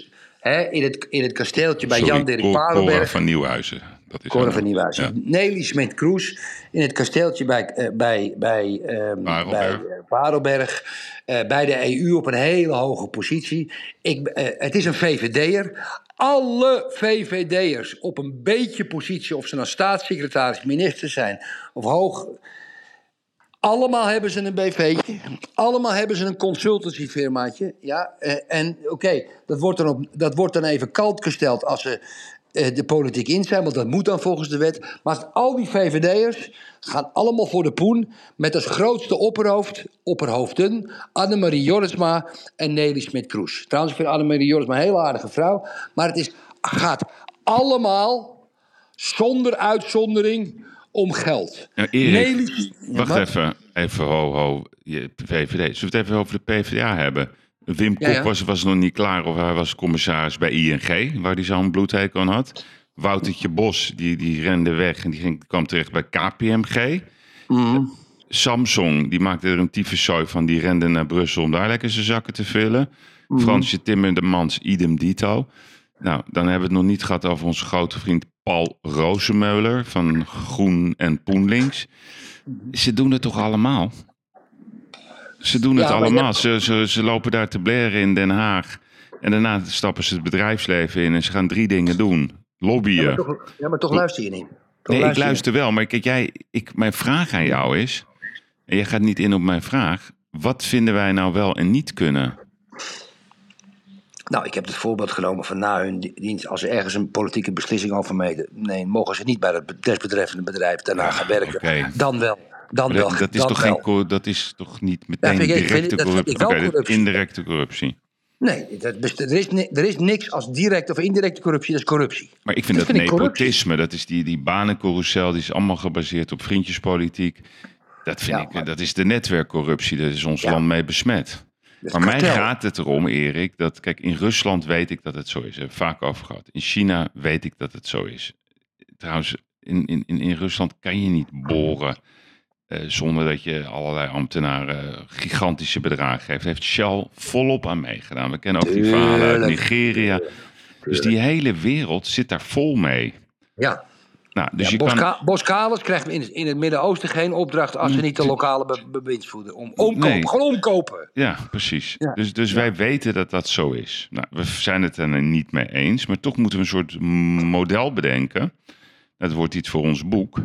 Hè, in, het, in het kasteeltje bij Sorry, Jan-Dirk Cor- Cora Paardenberg. van Nieuwhuizen. Dat is Cora haar van naam. Nieuwhuizen. Ja. Nelly Smet-Kroes in het kasteeltje bij, uh, bij, bij, um, Parelberg. bij uh, Parelberg. Uh, bij de E U op een hele hoge positie. Ik, uh, het is een V V D'er. Alle V V D'ers op een beetje positie, of ze nou staatssecretaris, minister zijn of hoog. Allemaal hebben ze een B V'tje. Allemaal hebben ze een consultancyfirmaatje. Ja, uh, en oké, okay, dat, wordt dan op, dat wordt dan even koud gesteld als ze uh, de politiek in zijn, want dat moet dan volgens de wet. Maar al die V V D'ers gaan allemaal voor de poen met als grootste opperhoofd, opperhoofden Annemarie Jorritsma en Nelly Smet-Kroes. Trouwens, ik vind Annemarie Jorritsma een hele aardige vrouw, maar het is, gaat allemaal zonder uitzondering om geld. Nou, Erik, Nelly, wacht ja, even, even ho, ho, je V V D. Zullen we het even over de P v d A hebben? Wim Kok Ja, ja. Was, was nog niet klaar of hij was commissaris bij I N G, waar hij zo'n bloedhekel aan had. Woutertje Bos, die, die rende weg en die ging, kwam terecht bij K P M G. Mm. Samsung, die maakte er een tyfuszooi van, die rende naar Brussel om daar lekker zijn zakken te vullen. Mm. Fransje Timmermans, idem dito. Nou, dan hebben we het nog niet gehad over onze grote vriend Paul Rozenmeuler van Groen en Poenlinks. Ze doen het toch allemaal? Ze doen het Ja, maar allemaal. je- Ze, ze, ze lopen daar te blaren in Den Haag. En daarna stappen ze het bedrijfsleven in en ze gaan drie dingen doen. Lobbyen. Ja, maar toch, ja, maar toch luister je niet. Toch Nee, ik je luister wel. Maar kijk, jij, ik, mijn vraag aan jou is... En jij gaat niet in op mijn vraag. Wat vinden wij nou wel en niet kunnen? Nou, ik heb het voorbeeld genomen van na hun di- dienst. Als ze ergens een politieke beslissing over mede, nee, mogen ze niet bij het be- desbetreffende bedrijf daarna gaan werken. oké. Dan wel. Dan Maar wel. dat, dat, is dan toch wel. geen, co- dat is toch niet meteen vind ik- ik vind- directe dat vind corruptie? ik wel Oké, dat is corruptie. indirecte corruptie. Nee, dat, dus er, is ni- er is niks als directe of indirecte corruptie, dat is corruptie. Maar ik vind dat, Dat vind ik nepotisme, dat is die, die banencarousel, die is allemaal gebaseerd op vriendjespolitiek. Dat vind Ja, ik, maar- dat is de netwerkcorruptie, daar is ons Ja. land mee besmet. Dat is Maar mij kartel. gaat het erom, Erik, dat kijk, in Rusland weet ik dat het zo is. Daar hebben we het vaak over gehad. In China weet ik dat het zo is. Trouwens, in, in, in in Rusland kan je niet boren eh, zonder dat je allerlei ambtenaren gigantische bedragen geeft. Daar heeft Shell volop aan meegedaan. We kennen ook die verhalen uit Tuurlijk. Nigeria. Dus die hele wereld zit daar vol mee. Ja. Nou, dus Ja, je Bos, kan... Ka- Bos Kalers krijgt in het, in het Midden-Oosten geen opdracht als ze niet de lokale be- bewindsvoerder om omkopen. Nee. Gewoon omkopen. Ja, precies. Ja. Dus, dus wij weten dat dat zo is. Nou, we zijn het er niet mee eens, maar toch moeten we een soort model bedenken. Dat wordt iets voor ons boek.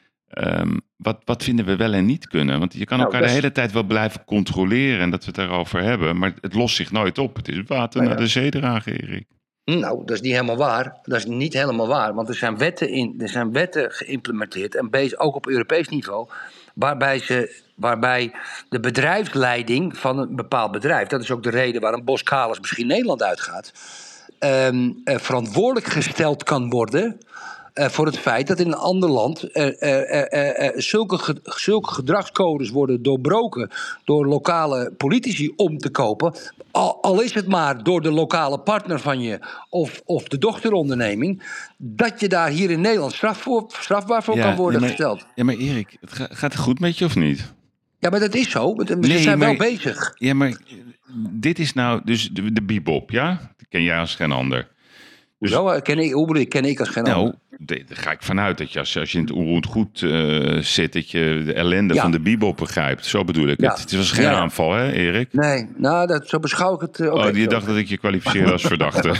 Ehm, wat, wat vinden we wel en niet kunnen? Want je kan Nou, elkaar dat de is- hele tijd wel blijven controleren en dat we het daarover hebben, maar het lost zich nooit op. Het is water Nou naar ja. de zee dragen, Erik. Nou, dat is niet helemaal waar. Dat is niet helemaal waar. Want er zijn wetten, in, er zijn wetten geïmplementeerd, en bezig, ook op Europees niveau, waarbij, ze, waarbij de bedrijfsleiding van een bepaald bedrijf, dat is ook de reden waarom Bos Kalers misschien Nederland uitgaat, ehm, eh, verantwoordelijk gesteld kan worden eh, voor het feit dat in een ander land eh, eh, eh, eh, zulke, ge- zulke gedragscodes worden doorbroken door lokale politici om te kopen. Al, al is het maar door de lokale partner van je of, of de dochteronderneming, dat je daar hier in Nederland straf voor, strafbaar voor kan worden ja, maar, gesteld. ja, maar Erik, het ga- gaat het goed met je of niet? Ja, maar dat is zo. We Nee, zijn maar- wel bezig. Ja, maar dit is nou dus de, de bebop, ja? Dat ken jij als geen ander. Dus- Zo, eh, ken ik, hoe bedoel ik, ken ik als geen Nou, ander. de- daar ga ik vanuit dat je als, als je in het onroerend goed eh, zit, dat je de ellende Ja. van de bebop begrijpt. Zo bedoel ik Ja. het. Het was geen Ja. aanval, hè, Erik? Nee, nou, dat, zo beschouw ik het. eh, ook Oh, echt je zo. dacht dat ik je kwalificeerde als verdachte.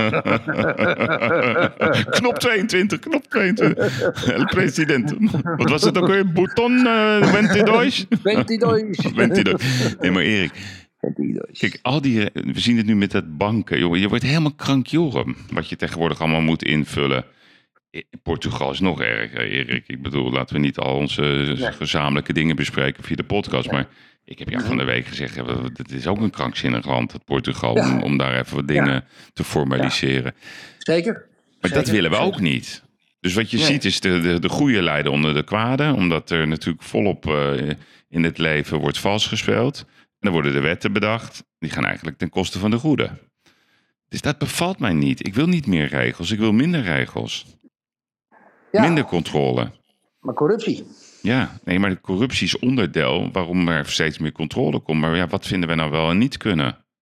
knop tweeëntwintig, knop tweeëntwintig. El president. Wat was het ook weer? Bouton uh, ventidois? Ventidois. Ventidois. Nee, maar Erik, Ventidois. kijk, al die, we zien het nu met dat banken. Jongen, je wordt helemaal krankjoren wat je tegenwoordig allemaal moet invullen. I- Portugal is nog erger, Erik. Ik bedoel, laten we niet al onze Nee. gezamenlijke dingen bespreken via de podcast. Maar ik heb jou van de week gezegd, ja, het is ook een krankzinnig land, het Portugal, Ja. om, om daar even wat dingen te formaliseren. Zeker. Maar dat Zeker. willen we ook niet. Dus wat je Nee. ziet is de, de, de goede lijden onder de kwade. Omdat er natuurlijk volop uh, in het leven wordt vals gespeeld. En dan worden de wetten bedacht. Die gaan eigenlijk ten koste van de goede. Dus dat bevalt mij niet. Ik wil niet meer regels. Ik wil minder regels. Ja, Minder controle. maar corruptie. Ja, nee, maar de corruptie is onderdeel waarom er steeds meer controle komt. Maar ja, wat vinden we nou wel en niet kunnen?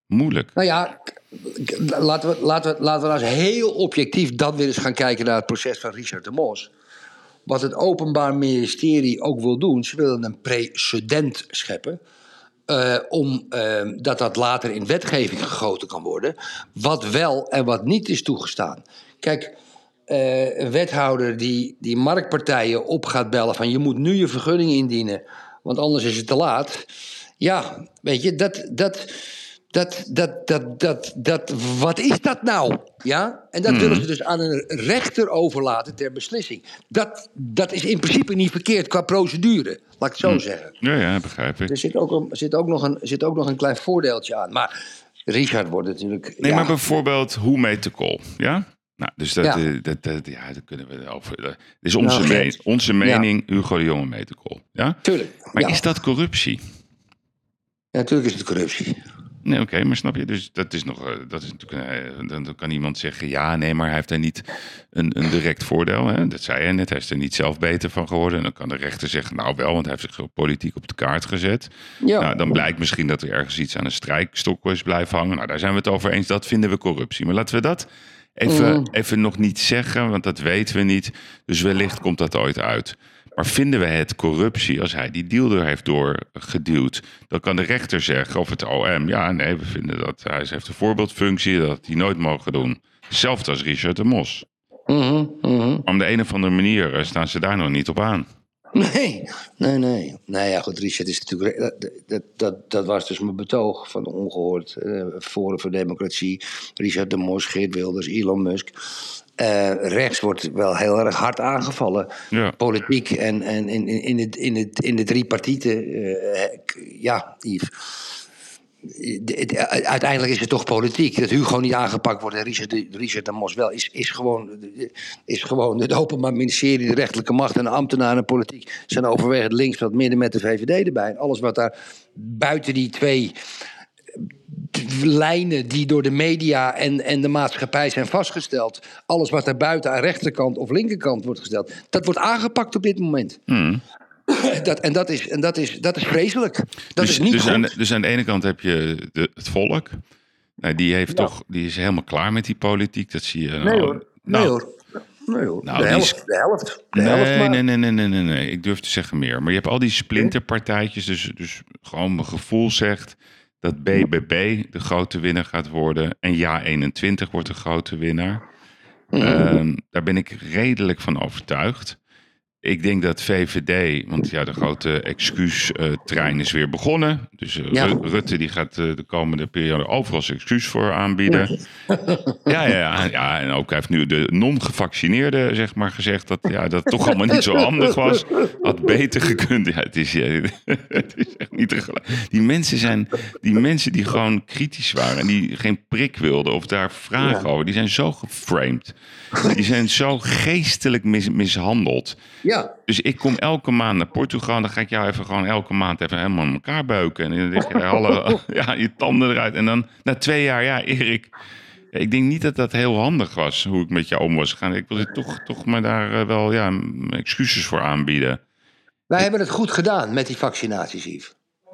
Moeilijk. Nou ja, laten we, laten we, laten we nou eens heel objectief dat weer eens gaan kijken naar het proces van Richard de Mos. Wat het Openbaar Ministerie ook wil doen, ze willen een precedent scheppen. Uh, om uh, dat dat later in wetgeving gegoten kan worden. Wat wel en wat niet is toegestaan. Kijk, uh, een wethouder die, die marktpartijen op gaat bellen van je moet nu je vergunning indienen, want anders is het te laat. Ja, weet je, dat, dat, dat, dat, dat, dat, dat wat is dat nou? Ja? En dat Mm. willen ze dus aan een rechter overlaten ter beslissing. Dat, dat is in principe niet verkeerd qua procedure, laat ik het zo Mm. zeggen. Ja, ja, begrijp ik. Er zit ook, een, zit, ook nog een, zit ook nog een klein voordeeltje aan. Maar Richard wordt natuurlijk... Nee, ja, maar bijvoorbeeld, hoe meet de kool? Ja? Nou, dus dat, Ja. eh, dat, dat, ja, dat kunnen we over. Dat is onze, Nou, me- Gert. onze mening, Hugo de Jonge meet de kool. Ja? Tuurlijk. Maar ja. is dat corruptie? Ja, natuurlijk is het corruptie. Nee, oké, maar snap je? Dus dat is nog, eh, dat is natuurlijk, een, dan, dan kan iemand zeggen, ja, nee, maar hij heeft daar niet een, een direct voordeel. Hè? Dat zei hij net, hij is er niet zelf beter van geworden. En dan kan de rechter zeggen, nou wel, want hij heeft zich politiek op de kaart gezet. Ja. Nou, dan blijkt misschien dat er ergens iets aan een strijkstok is blijven hangen. Nou, daar zijn we het over eens, dat vinden we corruptie. Maar laten we dat even, Mm. even nog niet zeggen, want dat weten we niet. Dus wellicht komt dat ooit uit. Maar vinden we het corruptie als hij die deal er heeft doorgeduwd? Dan kan de rechter zeggen, of het O M, ja, nee, we vinden dat hij heeft een voorbeeldfunctie, dat hij nooit mogen doen. Hetzelfde als Richard de Mos. Mhm, mhm. Maar op de een of andere manier eh, staan ze daar nog niet op aan. Nee, nee, nee. Nee, ja, goed, Richard is natuurlijk... Dat, dat, dat, dat was dus mijn betoog van Ongehoord. Uh, Forum voor Democratie, Richard de Mos, Geert Wilders, Elon Musk. Uh, rechts wordt wel heel erg hard aangevallen. Ja. Politiek en, en in, in, in, het, in, het, in de drie partieten. Uh, ja, Yves. Uiteindelijk is het toch politiek. Dat Hugo niet aangepakt wordt en Richard de, Richard de Mos wel... is, is, gewoon, is gewoon het Openbaar Ministerie, de rechterlijke macht en de ambtenaren en politiek... zijn overwegend links van het midden met de V V D erbij. En alles wat daar buiten die twee lijnen die door de media en, en de maatschappij zijn vastgesteld... alles wat daar buiten aan rechterkant of linkerkant wordt gesteld... dat wordt aangepakt op dit moment. Hmm. Dat, en dat is, en dat is, dat is vreselijk. Dat dus, is niet dus, goed. aan de, dus aan de ene kant heb je de, het volk. Nou, die, heeft Ja. toch, die is helemaal klaar met die politiek. Dat zie je. Nee nou, hoor. Nee nou, hoor. Nee hoor. Nou, de, die helft, is- de helft. De Nee, helft maar. nee, nee, nee, nee, nee, nee. Ik durf te zeggen meer. Maar je hebt al die splinterpartijtjes. Dus, dus gewoon mijn gevoel zegt dat B B B de grote winnaar gaat worden. En Ja eenentwintig wordt de grote winnaar. Ehm, daar ben ik redelijk van overtuigd. Ik denk dat V V D, want ja, de grote excuustrein is weer begonnen. Dus eh, Ja. Ru- Rutte die gaat eh, de komende periode overal zijn excuus voor aanbieden. Ja, ja, ja, ja, en ook hij heeft nu de non-gevaccineerden zeg maar gezegd dat ja, dat toch allemaal niet zo handig was. Had beter gekund. Ja, het is, ja, het is echt niet te geloven. Die mensen zijn, die mensen die gewoon kritisch waren en die geen prik wilden of daar vragen Ja. over, die zijn zo geframed. Die zijn zo geestelijk mis- mishandeld. Ja. Dus ik kom elke maand naar Portugal. Dan ga ik jou even gewoon elke maand even helemaal in elkaar beuken. En dan leg je alle, ja, je tanden eruit. En dan na twee jaar, ja, Erik. Ja, ik denk niet dat dat heel handig was, hoe ik met jou om was gegaan. Ik wil je toch, toch maar daar eh, wel ja, m- excuses voor aanbieden. Wij hebben het goed gedaan met die vaccinaties, Yves.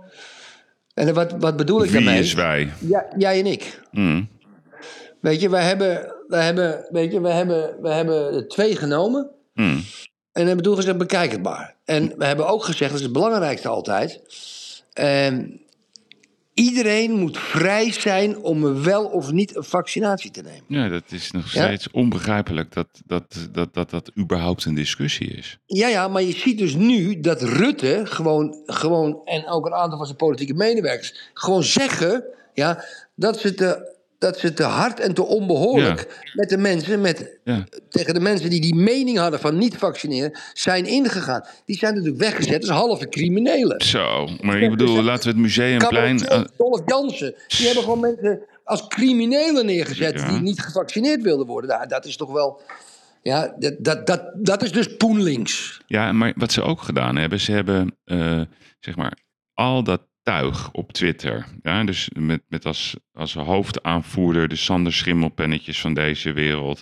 En wat, wat bedoel ik Wie daarmee? is wij? Ja, jij en ik. Hm. Weet je, wij hebben, wij hebben, weet je, wij hebben, wij hebben er twee genomen. Hm. En hebben toen gezegd, bekijk het maar. En we hebben ook gezegd, dat is het belangrijkste altijd... ehm, iedereen moet vrij zijn om wel of niet een vaccinatie te nemen. Ja, dat is nog Ja? steeds onbegrijpelijk dat dat, dat, dat dat überhaupt een discussie is. Ja, ja, maar je ziet dus nu dat Rutte gewoon, gewoon en ook een aantal van zijn politieke medewerkers... gewoon zeggen ja, dat ze te... dat ze te hard en te onbehoorlijk met de mensen, met, Ja. tegen de mensen die die mening hadden van niet vaccineren, zijn ingegaan. Die zijn natuurlijk weggezet als halve criminelen. Zo, maar ik bedoel, laten we het Museumplein... Cabaretier, Dolph Jansen, die hebben gewoon mensen als criminelen neergezet Ja. die niet gevaccineerd wilden worden. Nou, dat is toch wel... Ja, dat, dat, dat, dat is dus poenlinks. Ja, maar wat ze ook gedaan hebben, ze hebben eh, zeg maar al dat tuig op Twitter. Ja, dus met, met als, als hoofdaanvoerder de Sander Schimmelpennetjes van deze wereld.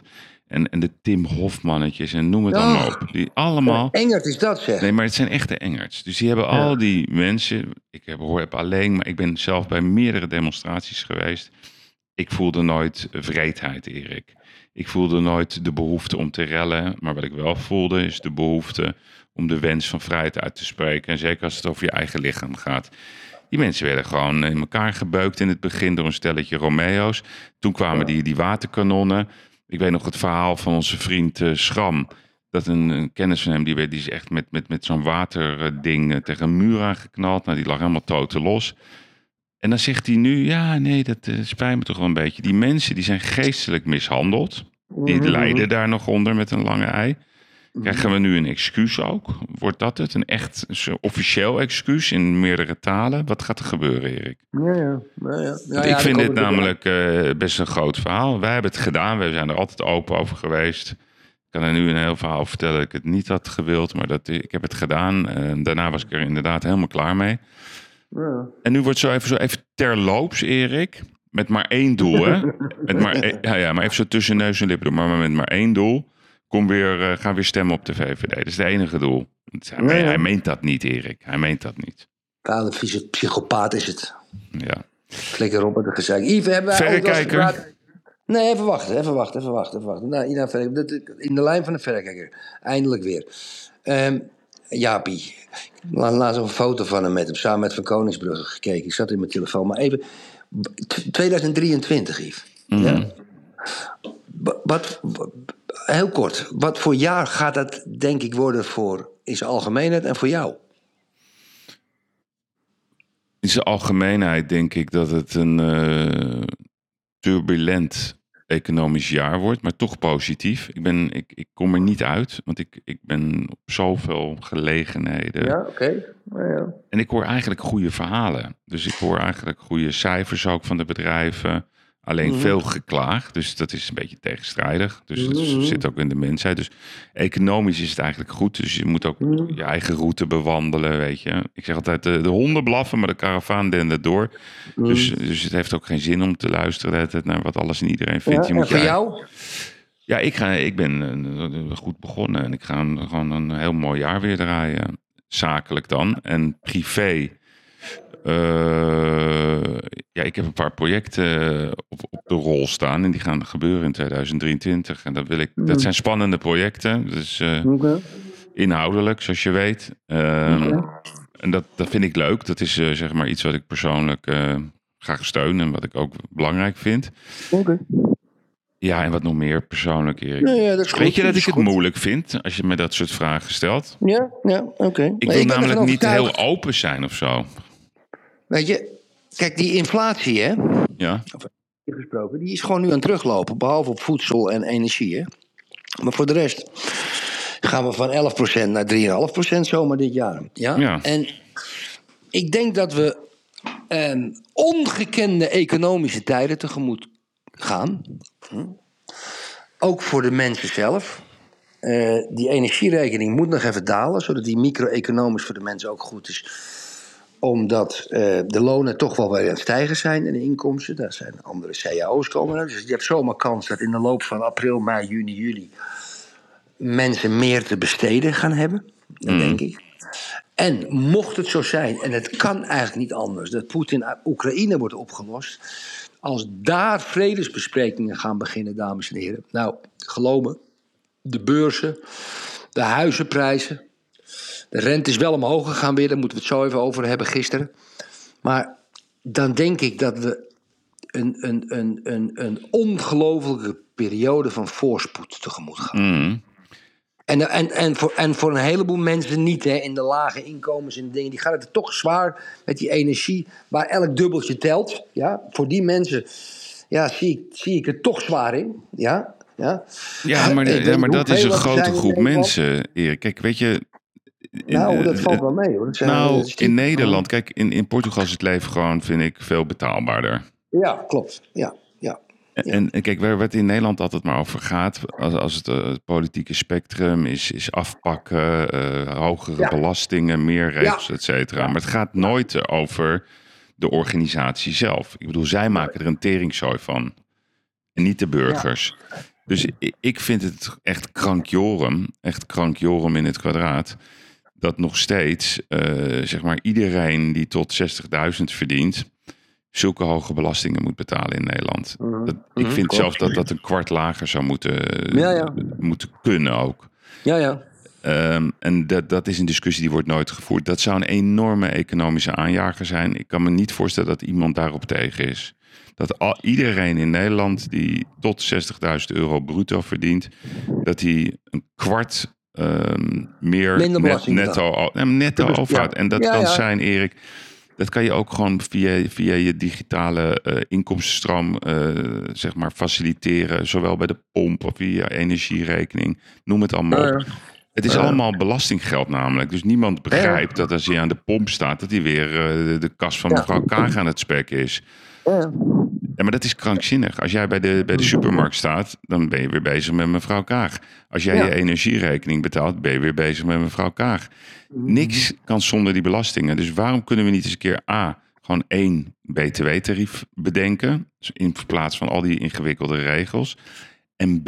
En, en de Tim Hofmannetjes en noem het allemaal op. Die allemaal... Engert is dat, zeg. Nee, maar het zijn echte Engerts. Dus die hebben Ja. al die mensen... Ik heb, hoor, heb alleen, maar ik ben zelf bij meerdere demonstraties geweest. Ik voelde nooit wreedheid, Erik. Ik voelde nooit de behoefte om te rellen. Maar wat ik wel voelde is de behoefte om de wens van vrijheid uit te spreken. En zeker als het over je eigen lichaam gaat. Die mensen werden gewoon in elkaar gebeukt in het begin door een stelletje Romeo's. Toen kwamen die, die waterkanonnen. Ik weet nog het verhaal van onze vriend uh, Schram. Dat een, een kennis van hem, die, werd, die is echt met, met, met zo'n waterding uh, tegen een muur aangeknald. Nou, die lag helemaal toten los. En dan zegt hij nu, ja, nee, dat uh, spijt me toch wel een beetje. Die mensen die zijn geestelijk mishandeld. Die Mhm. lijden daar nog onder met een lange ei. Krijgen we nu een excuus ook? Wordt dat het? Een echt een officieel excuus in meerdere talen? Wat gaat er gebeuren, Erik? Ja, ja. ja, ja. ja, Want ja ik vind dan dit komen we namelijk uh, best een groot verhaal. Wij hebben het gedaan. We zijn er altijd open over geweest. Ik kan er nu een heel verhaal vertellen dat ik het niet had gewild. Maar dat, ik heb het gedaan. Uh, daarna was ik er inderdaad helemaal klaar mee. Ja. En nu wordt zo even, zo even terloops, Erik. Met maar één doel, hè? Met maar, e- ja, ja, maar even zo tussen neus en lippen doen. Maar met maar één doel. Kom weer, uh, ga weer stemmen op de V V D. Dat is het enige doel. Hij, Ja, ja. hij meent dat niet, Erik. Hij meent dat niet. Kale vieze psychopaat is het. Ja. Flikker op met de gezeik. Yves, hebben wij Verrekijker. ooit wel eens gepraat? Nee, even wachten, even wachten, even wachten. Even wachten. Nou, Ina Verre- dat- dat- in de lijn van de verrekijker. Eindelijk weer. Ehm Jaapie. La- Laatst nog een foto van hem met hem. Samen met Van Koningsbrugge gekeken. Ik zat in mijn telefoon. Maar even. t- tweeduizend drieëntwintig, Yves. Mhm. Ja? Wat, wat, wat- heel kort. Wat voor jaar gaat dat, denk ik, worden voor in zijn algemeenheid en voor jou? In zijn algemeenheid denk ik dat het een uh, turbulent economisch jaar wordt, maar toch positief. Ik, ben, ik, ik kom er niet uit, want ik, ik ben op zoveel gelegenheden. Ja, oké. Okay. Nou ja. En ik hoor eigenlijk goede verhalen. Dus ik hoor eigenlijk goede cijfers ook van de bedrijven. Alleen Mhm. veel geklaagd, dus dat is een beetje tegenstrijdig. Dus dat Mhm. zit ook in de mensheid. Dus economisch is het eigenlijk goed. Dus je moet ook Mhm. je eigen route bewandelen, weet je. Ik zeg altijd, de, de honden blaffen, maar de karavaan dendert door. Mhm. Dus, dus het heeft ook geen zin om te luisteren de hele tijd naar wat alles en iedereen vindt. Ja, Je en moet voor je- jou? Ja, ik, ga, ik ben uh, goed begonnen en ik ga een, gewoon een heel mooi jaar weer draaien. Zakelijk dan. En privé... Uh, ja, ik heb een paar projecten op, op de rol staan en die gaan gebeuren in tweeduizend drieëntwintig. En dat, wil ik, dat zijn spannende projecten, dus uh, Okay. inhoudelijk, zoals je weet. Uh, Okay. En dat, dat vind ik leuk. Dat is uh, zeg maar iets wat ik persoonlijk uh, graag steun en wat ik ook belangrijk vind. Okay. Ja, en wat nog meer persoonlijk, Erik. Ja, ja, dat is goed. Weet je dat is ik het goed. moeilijk vind als je me dat soort vragen stelt? Ja, ja, oké. Okay. Ik wil namelijk niet heel open zijn of zo. Weet je, kijk, die inflatie, hè, Ja. gesproken, die is gewoon nu aan het teruglopen. Behalve op voedsel en energie, hè. Maar voor de rest gaan we van elf procent naar drie komma vijf procent zomaar dit jaar. Ja? Ja. En ik denk dat we eh, ongekende economische tijden tegemoet gaan. Hm? Ook voor de mensen zelf. Uh, die energierekening moet nog even dalen, zodat die micro-economisch voor de mensen ook goed is. Omdat uh, de lonen toch wel weer aan het stijgen zijn en de inkomsten. Daar zijn andere C A O's komen. Dus je hebt zomaar kans dat in de loop van april, mei, juni, juli mensen meer te besteden gaan hebben. Dat mm. denk ik. En mocht het zo zijn, en het kan eigenlijk niet anders, dat Poetin uit Oekraïne wordt opgelost. Als daar vredesbesprekingen gaan beginnen, dames en heren. Nou, geloof me, de beurzen, de huizenprijzen. De rente is wel omhoog gegaan weer, daar moeten we het zo even over hebben gisteren. Maar dan denk ik dat we een, een, een, een, een ongelofelijke periode van voorspoed tegemoet gaan. Mm. En, en, en, voor, en voor een heleboel mensen niet, hè, in de lage inkomens en dingen. Die gaan het toch zwaar met die energie, waar elk dubbeltje telt. Ja? Voor die mensen ja, zie, ik, zie ik het toch zwaar in. Ja, ja. ja maar, de, ja, maar dat is een grote groep mensen, Erik. Kijk, weet je... In, nou, dat valt wel mee, hoor. Dat zijn, nou, dat is in Nederland, kijk, in, in Portugal is het leven gewoon, vind ik, veel betaalbaarder. Ja, klopt. Ja, ja. Ja. En, en kijk, waar het in Nederland altijd maar over gaat, als, als het, uh, het politieke spectrum is, is afpakken, uh, hogere ja. belastingen, meer regels, ja. et cetera. Maar het gaat nooit over de organisatie zelf. Ik bedoel, zij maken er een teringzooi van. En niet de burgers. Ja. Dus ik vind het echt krankjorum, echt krankjorum in het kwadraat, dat nog steeds, uh, zeg maar, iedereen die tot zestigduizend verdient, zulke hoge belastingen moet betalen in Nederland. Mm-hmm. Dat, ik vind mm-hmm. zelfs dat dat een kwart lager zou moeten, ja, ja. moeten kunnen ook. Ja, ja. Um, en dat, dat is een discussie die wordt nooit gevoerd. Dat zou een enorme economische aanjager zijn. Ik kan me niet voorstellen dat iemand daarop tegen is. Dat al, iedereen in Nederland die tot zestigduizend euro bruto verdient, dat hij een kwart um, meer net, netto, netto dus, overhoudt. Ja. En dat ja, kan ja. zijn, Erik, dat kan je ook gewoon via, via je digitale uh, inkomstenstroom uh, zeg maar faciliteren. Zowel bij de pomp of via energierekening. Noem het allemaal op. Ja, ja. Het is ja. allemaal belastinggeld namelijk. Dus niemand begrijpt ja. dat als hij aan de pomp staat, dat hij weer uh, de, de kas van mevrouw ja. Kaag aan het spekken is. Ja. Ja, maar dat is krankzinnig. Als jij bij de, bij de supermarkt staat, dan ben je weer bezig met mevrouw Kaag. Als jij ja. je energierekening betaalt, ben je weer bezig met mevrouw Kaag. Niks kan zonder die belastingen. Dus waarom kunnen we niet eens een keer A, gewoon één B T W-tarief bedenken, in plaats van al die ingewikkelde regels. En B,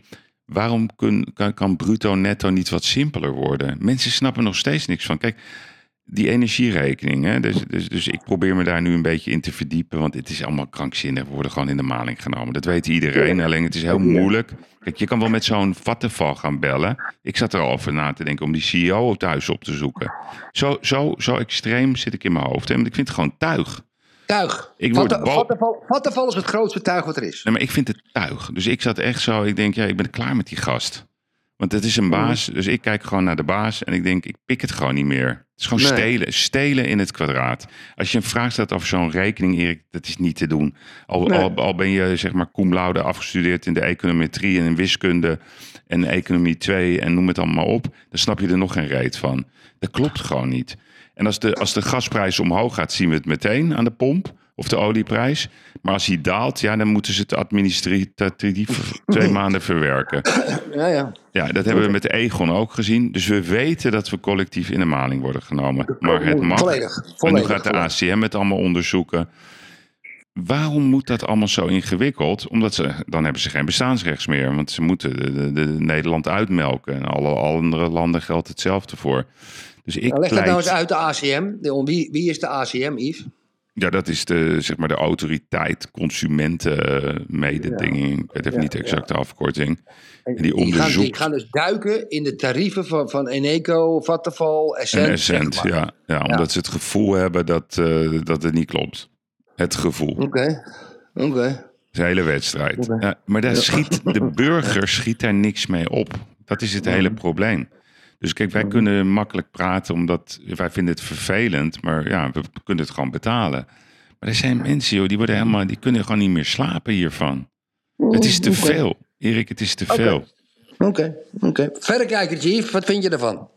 waarom kun, kan, kan bruto netto niet wat simpeler worden? Mensen snappen nog steeds niks van. Kijk, die energierekening, hè, dus, dus, dus ik probeer me daar nu een beetje in te verdiepen, want het is allemaal krankzinnig. We worden gewoon in de maling genomen. Dat weet iedereen, alleen het is heel moeilijk. Kijk, je kan wel met zo'n Vattenfall gaan bellen. Ik zat er al over na te denken om die C E O thuis op te zoeken. Zo, zo, zo extreem zit ik in mijn hoofd. Hè? Want ik vind het gewoon tuig. Tuig. Ik word Vatten, bo- Vattenfall, Vattenfall is het grootste tuig wat er is. Nee, maar ik vind het tuig. Dus ik zat echt zo, ik denk, ja, ik ben klaar met die gast. Want het is een baas, dus ik kijk gewoon naar de baas en ik denk, ik pik het gewoon niet meer. Het is gewoon nee. stelen, stelen in het kwadraat. Als je een vraag stelt over zo'n rekening, Erik, dat is niet te doen. Al, nee. al, al ben je, zeg maar, cum laude afgestudeerd in de econometrie en in wiskunde en economie twee en noem het allemaal op, dan snap je er nog geen reet van. Dat klopt gewoon niet. En als de, als de gasprijs omhoog gaat, zien we het meteen aan de pomp. Of de olieprijs. Maar als die daalt, ja, dan moeten ze het administratief twee maanden verwerken. Ja, ja. Ja, dat hebben we met de Egon ook gezien. Dus we weten dat we collectief in de maling worden genomen. Maar het mag. Volledig, volledig, en nu gaat de A C M het allemaal onderzoeken. Waarom moet dat allemaal zo ingewikkeld? Omdat ze, dan hebben ze geen bestaansrechts meer. Want ze moeten de, de, de Nederland uitmelken. En alle, alle andere landen geldt hetzelfde voor. Dus ik nou, leg pleit... dat nou eens uit, de A C M. De, wie, wie is de A C M, Yves? Ja, dat is de, zeg maar de autoriteit consumentenmededinging. Ik weet even ja, niet de exacte ja. afkorting. En die, die, gaan, onderzoekt... die gaan dus duiken in de tarieven van, van Eneco, Vattenfall, Essent. En Essent, zeg maar. ja, ja. Omdat ja. ze het gevoel hebben dat, uh, dat het niet klopt. Het gevoel. Oké, okay. oké. Okay. De hele wedstrijd. Okay. Ja, maar daar schiet, de burger schiet daar niks mee op. Dat is het hele probleem. Dus kijk, wij kunnen makkelijk praten omdat wij vinden het vervelend, maar ja, we kunnen het gewoon betalen. Maar er zijn mensen, joh, die worden helemaal, die kunnen gewoon niet meer slapen hiervan. Het is te okay. veel, Erik, het is te okay. veel. Oké, okay. oké. Okay. Verrekijker, Yves, wat vind je ervan?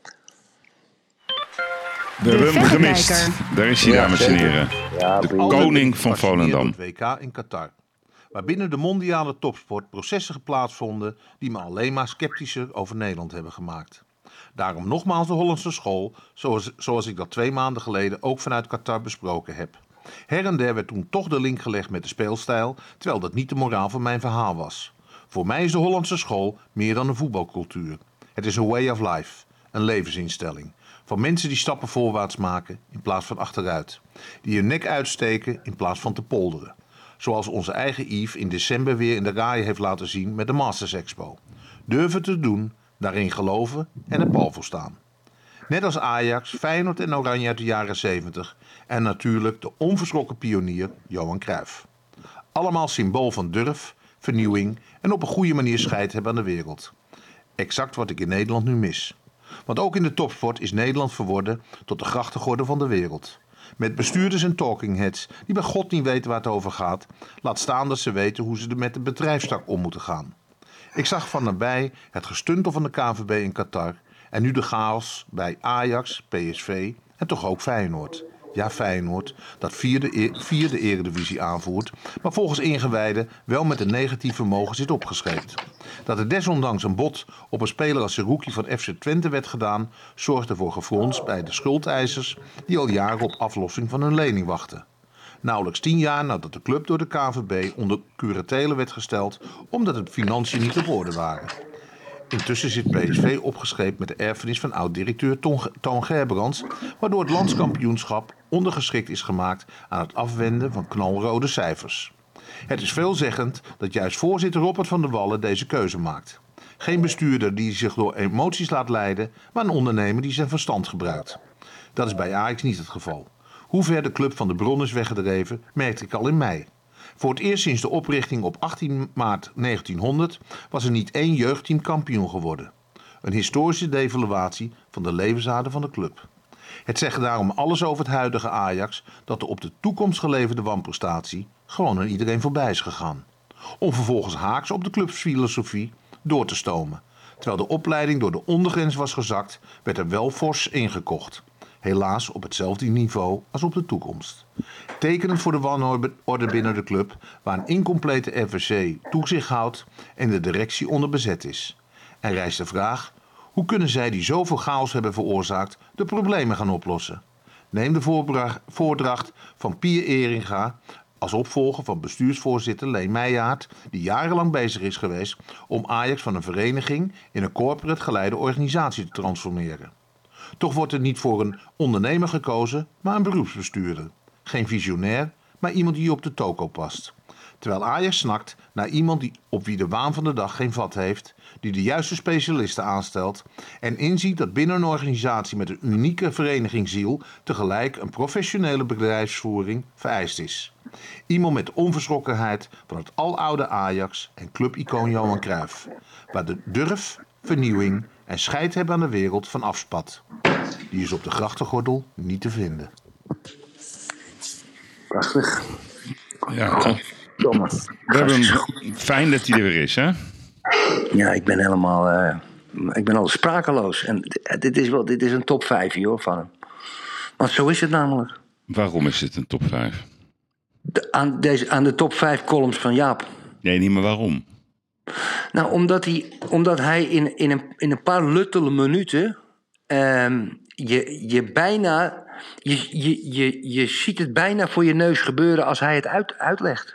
We hebben hem gemist. Daar is hij, ja, dames en heren. Ja, de koning van Volendam. Het W K in Qatar. Waar binnen de mondiale topsport processen plaatsvonden die me alleen maar sceptischer over Nederland hebben gemaakt. Daarom nogmaals de Hollandse school, zoals, zoals ik dat twee maanden geleden ook vanuit Qatar besproken heb. Her en der werd toen toch de link gelegd met de speelstijl, terwijl dat niet de moraal van mijn verhaal was. Voor mij is de Hollandse school meer dan een voetbalcultuur. Het is een way of life, een levensinstelling. Van mensen die stappen voorwaarts maken in plaats van achteruit. Die hun nek uitsteken in plaats van te polderen. Zoals onze eigen Yves in december weer in de Rai heeft laten zien met de Masters Expo. Durven te doen, daarin geloven en er pal voor staan. Net als Ajax, Feyenoord en Oranje uit de jaren zeventig en natuurlijk de onverschrokken pionier Johan Cruijff. Allemaal symbool van durf, vernieuwing en op een goede manier scheid hebben aan de wereld. Exact wat ik in Nederland nu mis. Want ook in de topsport is Nederland verworden tot de grachtengordel van de wereld. Met bestuurders en talking heads die bij God niet weten waar het over gaat, laat staan dat ze weten hoe ze er met de bedrijfstak om moeten gaan. Ik zag van nabij het gestuntel van de K N V B in Qatar en nu de chaos bij Ajax, P S V en toch ook Feyenoord. Ja, Feyenoord, dat vierde, vierde eredivisie aanvoert, maar volgens ingewijden wel met een negatief vermogen zit opgeschreven. Dat er desondanks een bod op een speler als Seruki van F C Twente werd gedaan, zorgde voor gefrons bij de schuldeisers die al jaren op aflossing van hun lening wachten. Nauwelijks tien jaar nadat de club door de K N V B onder curatele werd gesteld omdat de financiën niet op orde waren. Intussen zit P S V opgescheept met de erfenis van oud-directeur Toon Gerbrands, waardoor het landskampioenschap ondergeschikt is gemaakt aan het afwenden van knalrode cijfers. Het is veelzeggend dat juist voorzitter Robert van der Wallen deze keuze maakt. Geen bestuurder die zich door emoties laat leiden, maar een ondernemer die zijn verstand gebruikt. Dat is bij Ajax niet het geval. Hoe ver de club van de bron is weggedreven, merkte ik al in mei. Voor het eerst sinds de oprichting op achttien maart negentienhonderd was er niet één jeugdteam kampioen geworden. Een historische devaluatie van de levensader van de club. Het zegt daarom alles over het huidige Ajax dat de op de toekomst geleverde wanprestatie gewoon aan iedereen voorbij is gegaan. Om vervolgens haaks op de clubsfilosofie door te stomen. Terwijl de opleiding door de ondergrens was gezakt, werd er wel fors ingekocht. Helaas op hetzelfde niveau als op de toekomst. Tekenend voor de wanorde binnen de club, waar een incomplete R V C toezicht houdt en de directie onderbezet is. En rijst de vraag, hoe kunnen zij die zoveel chaos hebben veroorzaakt de problemen gaan oplossen? Neem de voordracht van Pier Eringa als opvolger van bestuursvoorzitter Leen Meijaard, die jarenlang bezig is geweest om Ajax van een vereniging in een corporate geleide organisatie te transformeren. Toch wordt er niet voor een ondernemer gekozen, maar een beroepsbestuurder. Geen visionair, maar iemand die op de toko past. Terwijl Ajax snakt naar iemand die op wie de waan van de dag geen vat heeft, die de juiste specialisten aanstelt en inziet dat binnen een organisatie met een unieke verenigingsziel tegelijk een professionele bedrijfsvoering vereist is. Iemand met de onverschrokkenheid van het aloude Ajax en clubicoon Johan Cruijff, waar de durf, vernieuwing en scheid hebben aan de wereld van afspat. Die is op de grachtengordel niet te vinden. Prachtig. Ja, Domme. we hebben hem, fijn dat hij er weer is, hè? Ja, ik ben helemaal... Uh, ik ben al sprakeloos. En dit is, wel, dit is een top vijf hier, hoor, van hem. Want zo is het namelijk. Waarom is het een top vijf? De, aan, deze, aan de top vijf columns van Jaap. Nee, niet meer waarom. Nou, omdat hij, omdat hij in, in, een, in een paar luttele minuten... Um, je, je bijna... Je, je, je, je ziet het bijna voor je neus gebeuren als hij het uit, uitlegt.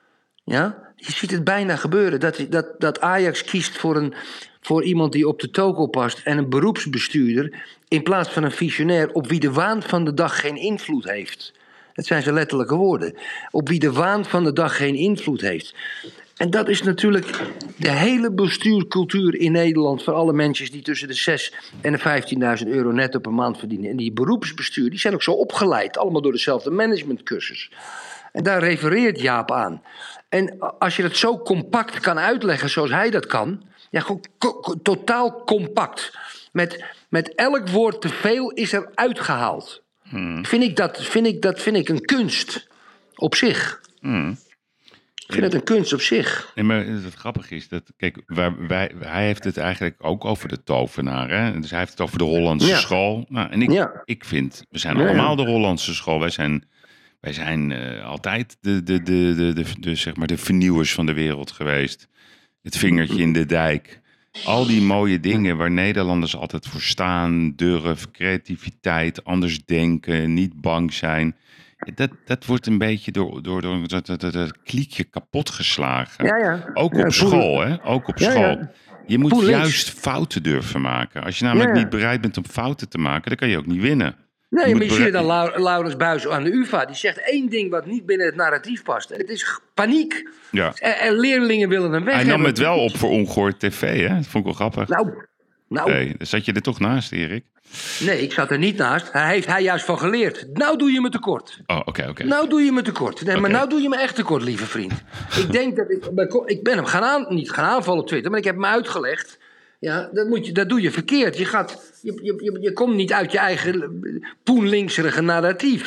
Ja? Je ziet het bijna gebeuren. Dat, dat, dat Ajax kiest voor, een, voor iemand die op de toko past en een beroepsbestuurder, in plaats van een visionair op wie de waan van de dag geen invloed heeft. Dat zijn zijn letterlijke woorden. Op wie de waan van de dag geen invloed heeft. En dat is natuurlijk de hele bestuurcultuur in Nederland voor alle mensen die tussen de zes en de vijftienduizend euro netto per maand verdienen. En die beroepsbestuur, die zijn ook zo opgeleid, allemaal door dezelfde managementcursus. En daar refereert Jaap aan. En als je dat zo compact kan uitleggen zoals hij dat kan, ja, gewoon co- co- totaal compact. Met, met elk woord te veel is er uitgehaald. Hmm. Vind ik dat, vind ik, dat vind ik een kunst op zich. Hmm. Ik vind het een kunst op zich. Nee, maar het grappige is dat, kijk, waar wij, hij heeft het eigenlijk ook over de tovenaar. Hè? Dus hij heeft het over de Hollandse ja. school. Nou, en ik, ja. ik vind, we zijn ja, allemaal ja. de Hollandse school. Wij zijn, wij zijn uh, altijd de, de, de, de, de, de, zeg maar de vernieuwers van de wereld geweest. Het vingertje in de dijk. Al die mooie dingen waar Nederlanders altijd voor staan. Durf, creativiteit, anders denken, niet bang zijn. Dat, dat wordt een beetje door, door, door dat, dat, dat, dat kliekje kapotgeslagen. Ja, ja. Ook ja, op school, hè? Ook op ja, school. Ja. Je moet Poel juist links. fouten durven maken. Als je namelijk ja, ja. niet bereid bent om fouten te maken, dan kan je ook niet winnen. Nee, je maar je ziet dan Lau- Laurens Buijs aan de U vA. Die zegt één ding wat niet binnen het narratief past. En het is paniek. Ja. En, en leerlingen willen hem weg. Hij nam het wel op voor Ongehoord T V, hè? Dat vond ik wel grappig. Nou, nou. Nee, dan zat je er toch naast, Erik? Nee, ik zat er niet naast. Hij heeft hij juist van geleerd. Nou doe je me tekort. Oh, oké, okay, oké. Okay. Nou doe je me tekort. Nee, okay. maar nou doe je me echt tekort, lieve vriend. Ik denk dat ik... Ik ben hem gaan aan, niet gaan aanvallen op Twitter, maar ik heb hem uitgelegd. Ja, dat, moet je, dat doe je verkeerd. Je, gaat, je, je, je, je komt niet uit je eigen poenlinkserige narratief.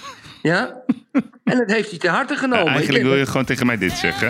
Ja? En dat heeft hij te harte genomen. Ja, eigenlijk wil je gewoon tegen mij dit zeggen.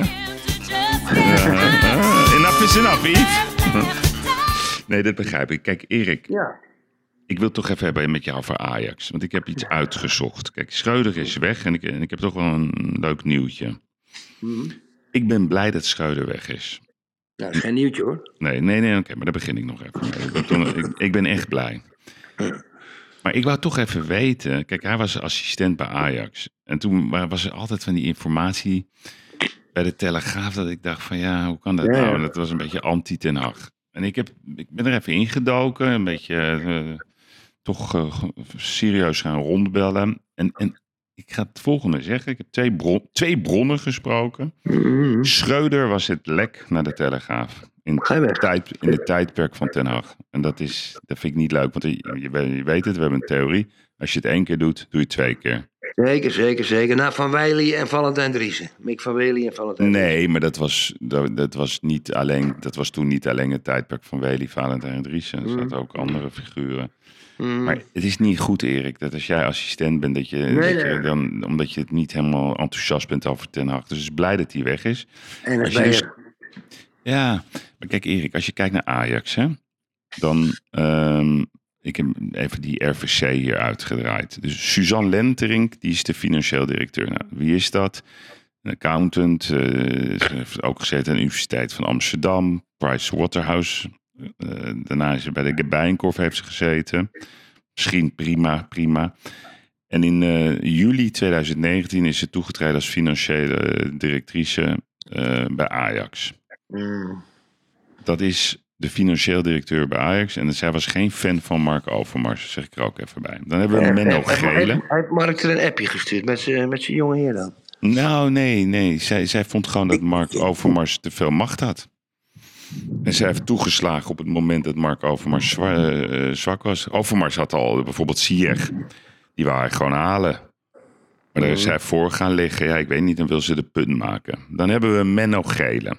uh, enough is enough, Yves. Nee, dat begrijp ik. Kijk, Erik. Ja. Ik wil het toch even hebben met jou over Ajax. Want ik heb iets uitgezocht. Kijk, Schreuder is weg en ik, en ik heb toch wel een leuk nieuwtje. Mm-hmm. Ik ben blij dat Schreuder weg is. Nou, dat is geen nieuwtje, hoor. Nee, nee, nee, oké, okay, maar daar begin ik nog even mee. Ik, ik, ik ben echt blij. Maar ik wou toch even weten... Kijk, hij was assistent bij Ajax. En toen was er altijd van die informatie bij de Telegraaf... dat ik dacht van ja, hoe kan dat ja, nou? En dat was een beetje anti-Ten Hag. En ik, heb, ik ben er even ingedoken. Een beetje uh, toch uh, serieus gaan rondbellen. En, en ik ga het volgende zeggen. Ik heb twee, bron, twee bronnen gesproken. Mm-hmm. Schreuder was het lek naar de Telegraaf. In het, tijd, in het tijdperk van Ten Hag. En dat, is, dat vind ik niet leuk. Want je, je weet het, we hebben een theorie. Als je het één keer doet, doe je het twee keer. Zeker, zeker, zeker. Nou, Van Wely en Valentijn Driessen. Mick van Wely en Valentijn Driessen. Nee, maar dat was, dat, dat, was niet alleen, dat was toen niet alleen het tijdperk van Wely, Valentijn Driessen. Er zaten mm. ook andere figuren. Mm. Maar het is niet goed, Erik, dat als jij assistent bent, dat je, nee, dat je nee. dan, omdat je het niet helemaal enthousiast bent over Ten Hag. Dus ik ben blij dat hij weg is. En als je dus, ja, maar kijk Erik, als je kijkt naar Ajax, hè, dan... Um, ik heb even die R V C hier uitgedraaid. Dus Suzanne Lenterink, die is de financieel directeur. Nou, wie is dat? Een accountant. Uh, ze heeft ook gezeten aan de Universiteit van Amsterdam. Price Waterhouse. Uh, daarna is ze bij de Bijenkorf heeft ze gezeten. Misschien prima, prima. En in uh, juli twintig negentien is ze toegetreden als financiële directrice uh, bij Ajax. Mm. Dat is... de financieel directeur bij Ajax. En zij was geen fan van Mark Overmars. Zeg ik er ook even bij. Dan hebben we Menno Gele. Heeft Mark er een appje gestuurd met zijn met zijn jonge heer dan? Nou, nee, nee. Zij, zij vond gewoon dat Mark Overmars te veel macht had. En zij heeft toegeslagen op het moment dat Mark Overmars zwa, uh, zwak was. Overmars had al bijvoorbeeld Ziyech. Die wou hij gewoon halen. Maar daar is zij voor gaan liggen. Ja, ik weet niet, dan wil ze de punt maken. Dan hebben we Menno Gele.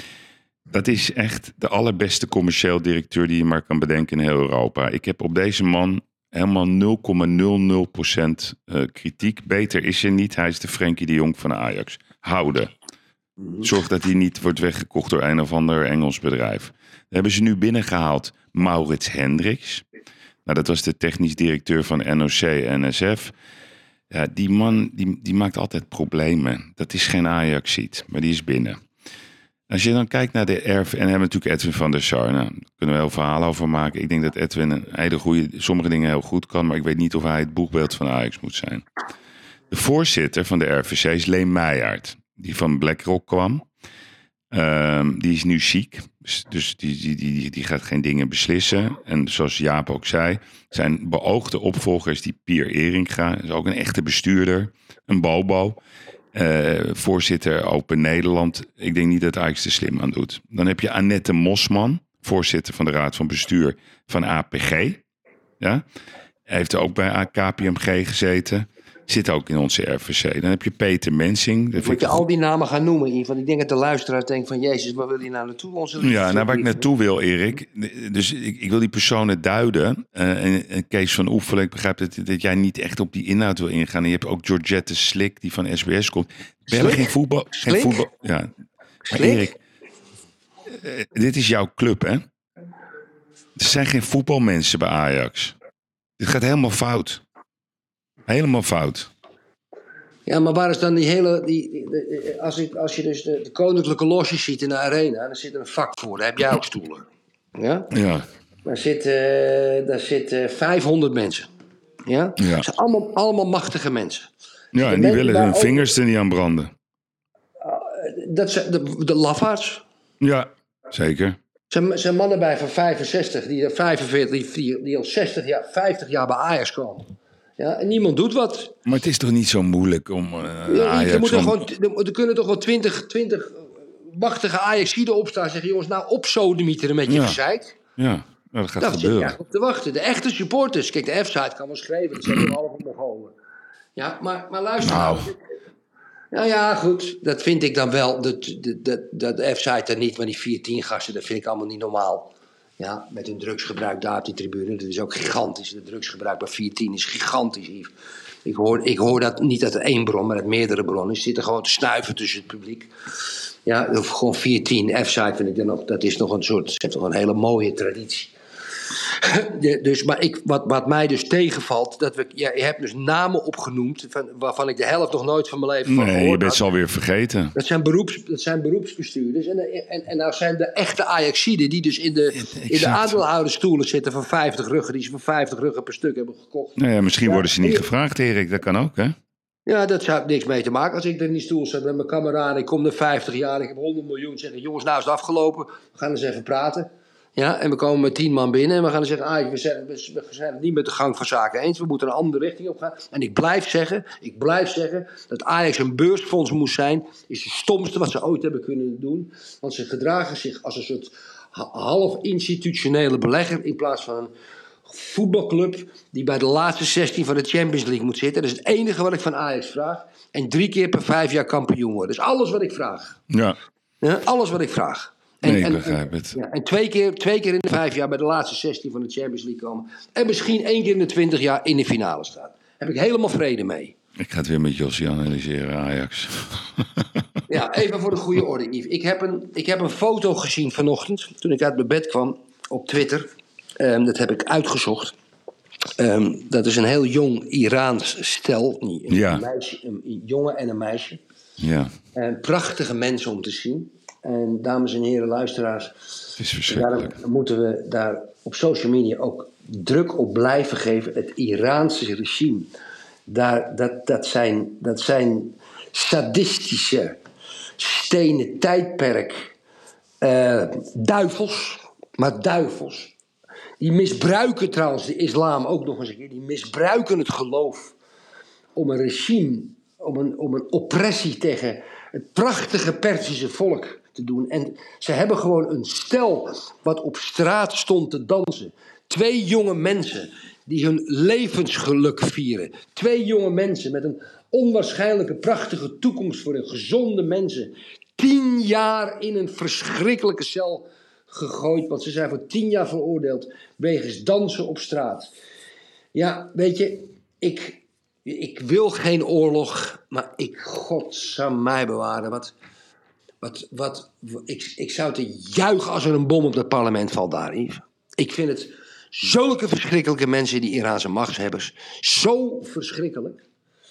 Dat is echt de allerbeste commercieel directeur die je maar kan bedenken in heel Europa. Ik heb op deze man helemaal nul komma nul nul procent uh, kritiek. Beter is hij niet. Hij is de Frenkie de Jong van Ajax. Houden. Zorg dat hij niet wordt weggekocht door een of ander Engels bedrijf. Dan hebben ze nu binnengehaald Maurits Hendricks. Nou, dat was de technisch directeur van N O C en N S F. Ja, die man die, die maakt altijd problemen. Dat is geen Ajaxiet, maar die is binnen. Als je dan kijkt naar de R V... En dan hebben we natuurlijk Edwin van der Sar. Nou, daar kunnen we heel verhaal over maken. Ik denk dat Edwin een hele goede, sommige dingen heel goed kan. Maar ik weet niet of hij het boegbeeld van Ajax moet zijn. De voorzitter van de R V C is Leen Meijaard. Die van BlackRock kwam. Um, die is nu ziek. Dus, dus die, die, die, die gaat geen dingen beslissen. En zoals Jaap ook zei. Zijn beoogde opvolger is die Pier Eringa. Dat is ook een echte bestuurder. Een bobo. Uh, voorzitter Open Nederland. Ik denk niet dat Ajax er slim aan doet. Dan heb je Annette Mosman, voorzitter van de Raad van Bestuur van A P G. Ja? Hij heeft ook bij K P M G gezeten. Zit ook in onze R V C. Dan heb je Peter Mensing. Dat moet je al die namen gaan noemen, Ivan. Ik denk dat de luisteraar denkt van... Jezus, waar wil je nou naartoe? Onze ja, nou waar ik naartoe wil, Erik. Dus ik, ik wil die personen duiden. Uh, en, en Kees van Oefelen, ik begrijp dat, dat jij niet echt op die inhoud wil ingaan. En je hebt ook Georgette Slik, die van S B S komt. We hebben geen voetbal. Geen voetbal. Ja. Maar Erik, uh, dit is jouw club, hè? Er zijn geen voetbalmensen bij Ajax. Dit gaat helemaal fout. Helemaal fout. Ja, maar waar is dan die hele... Die, die, die, als, ik, als je dus de, de koninklijke losjes ziet in de arena... dan zit er een vak voor, daar heb jij ook stoelen. Ja? Ja. Daar zitten daar zitten vijfhonderd mensen. Ja? Ja. Dat zijn allemaal, allemaal machtige mensen. Ja, en die willen hun vingers er niet aan branden. Uh, dat zijn de, de lafaards. Ja, zeker. Er zijn, zijn mannen bij van vijfenzestig... die, vijfenveertig, die, die al zestig jaar, vijftig jaar bij Ajax komen... Ja, en niemand doet wat. Maar het is toch niet zo moeilijk om uh, ja, Ajax... Er, moet er, om... gewoon, er kunnen toch wel twintig, twintig machtige Ajaxiden opstaan... en zeggen, jongens, nou opsodemieteren met je ja. gezeik. Ja, dat gaat dat gebeuren. Daar zit je op te wachten. De echte supporters. Kijk, de F-site kan wel schrijven. Dat zijn er halve Mongolen. Ja, maar, maar luister... Nou. Nou ja, goed. Dat vind ik dan wel. Dat, dat, dat, dat de F-site er niet, maar die veertien gasten... dat vind ik allemaal niet normaal. Ja, met hun drugsgebruik daar op die tribune. Dat is ook gigantisch. De drugsgebruik bij vierzehn is gigantisch, Yves. Ik hoor, ik hoor dat niet uit één bron, maar uit meerdere bronnen. Ze zitten gewoon te snuiven tussen het publiek. Ja, of gewoon veertien. F-site vind ik dan nog... Dat is nog een soort... Dat is toch een hele mooie traditie. De, dus, maar ik, wat, wat mij dus tegenvalt, dat we, ja, je hebt dus namen opgenoemd van, waarvan ik de helft nog nooit van mijn leven van Nee, gehoord je bent had. ze alweer vergeten. Dat zijn, beroeps, dat zijn beroepsbestuurders. En, en, en nou zijn de echte Ajaxiden die dus in de, in de aandeelhoudersstoelen zitten van vijftig ruggen, die ze van vijftig ruggen per stuk hebben gekocht. Nou ja, misschien Ja, worden ze niet je- gevraagd, Erik. Dat kan ook, hè? Ja, dat zou ik niks mee te maken. Als ik er in die stoel zat met mijn kameraden, ik kom er vijftig jaar, ik heb honderd miljoen, zeggen jongens, nou is het afgelopen, we gaan eens even praten. Ja, en we komen met tien man binnen en we gaan dan zeggen, ah, we, zijn, we zijn het niet met de gang van zaken eens, we moeten een andere richting op gaan. En ik blijf zeggen, ik blijf zeggen, dat Ajax een beursfonds moest zijn, is het stomste wat ze ooit hebben kunnen doen. Want ze gedragen zich als een soort ha- half institutionele belegger in plaats van een voetbalclub die bij de laatste zestien van de Champions League moet zitten. Dat is het enige wat ik van Ajax vraag. En drie keer per vijf jaar kampioen worden. Dat is alles wat ik vraag. Ja, Ja, alles wat ik vraag. En, nee, ik en- begrijp het. ja, en twee keer, twee keer in de vijf jaar bij de laatste zestien van de Champions League komen. En misschien één keer in de twintig jaar in de finale staan. Daar heb ik helemaal vrede mee. Ik ga het weer met Jossie analyseren, Ajax. Ja, even voor de goede orde, Yves. Ik heb een, ik heb een foto gezien vanochtend, toen ik uit mijn bed kwam, op Twitter. Ehm, dat heb ik uitgezocht. Ehm, dat is een heel jong Iraans stel. Een, Ja. meisje, een jongen en een meisje. Ja, En prachtige mensen om te zien. En dames en heren luisteraars, het is verschrikkelijk. daarom moeten we daar op social media ook druk op blijven geven. Het Iraanse regime, daar, dat, dat, zijn, dat zijn sadistische, stenen tijdperk eh, duivels. Maar duivels. Die misbruiken trouwens de islam ook nog eens een keer. Die misbruiken het geloof om een regime, om een, om een oppressie tegen het prachtige Perzische volk te doen. En ze hebben gewoon een stel wat op straat stond te dansen. Twee jonge mensen die hun levensgeluk vieren. Twee jonge mensen met een onwaarschijnlijke prachtige toekomst voor hun. Gezonde mensen. Tien jaar in een verschrikkelijke cel gegooid, want ze zijn voor tien jaar veroordeeld wegens dansen op straat. Ja, weet je, ik, ik wil geen oorlog, maar ik, God zou mij bewaren. Wat, wat, wat, ik, ik zou te juichen als er een bom op het parlement valt daar, Yves. Ik vind het zulke verschrikkelijke mensen, die Iraanse machtshebbers. Zo verschrikkelijk.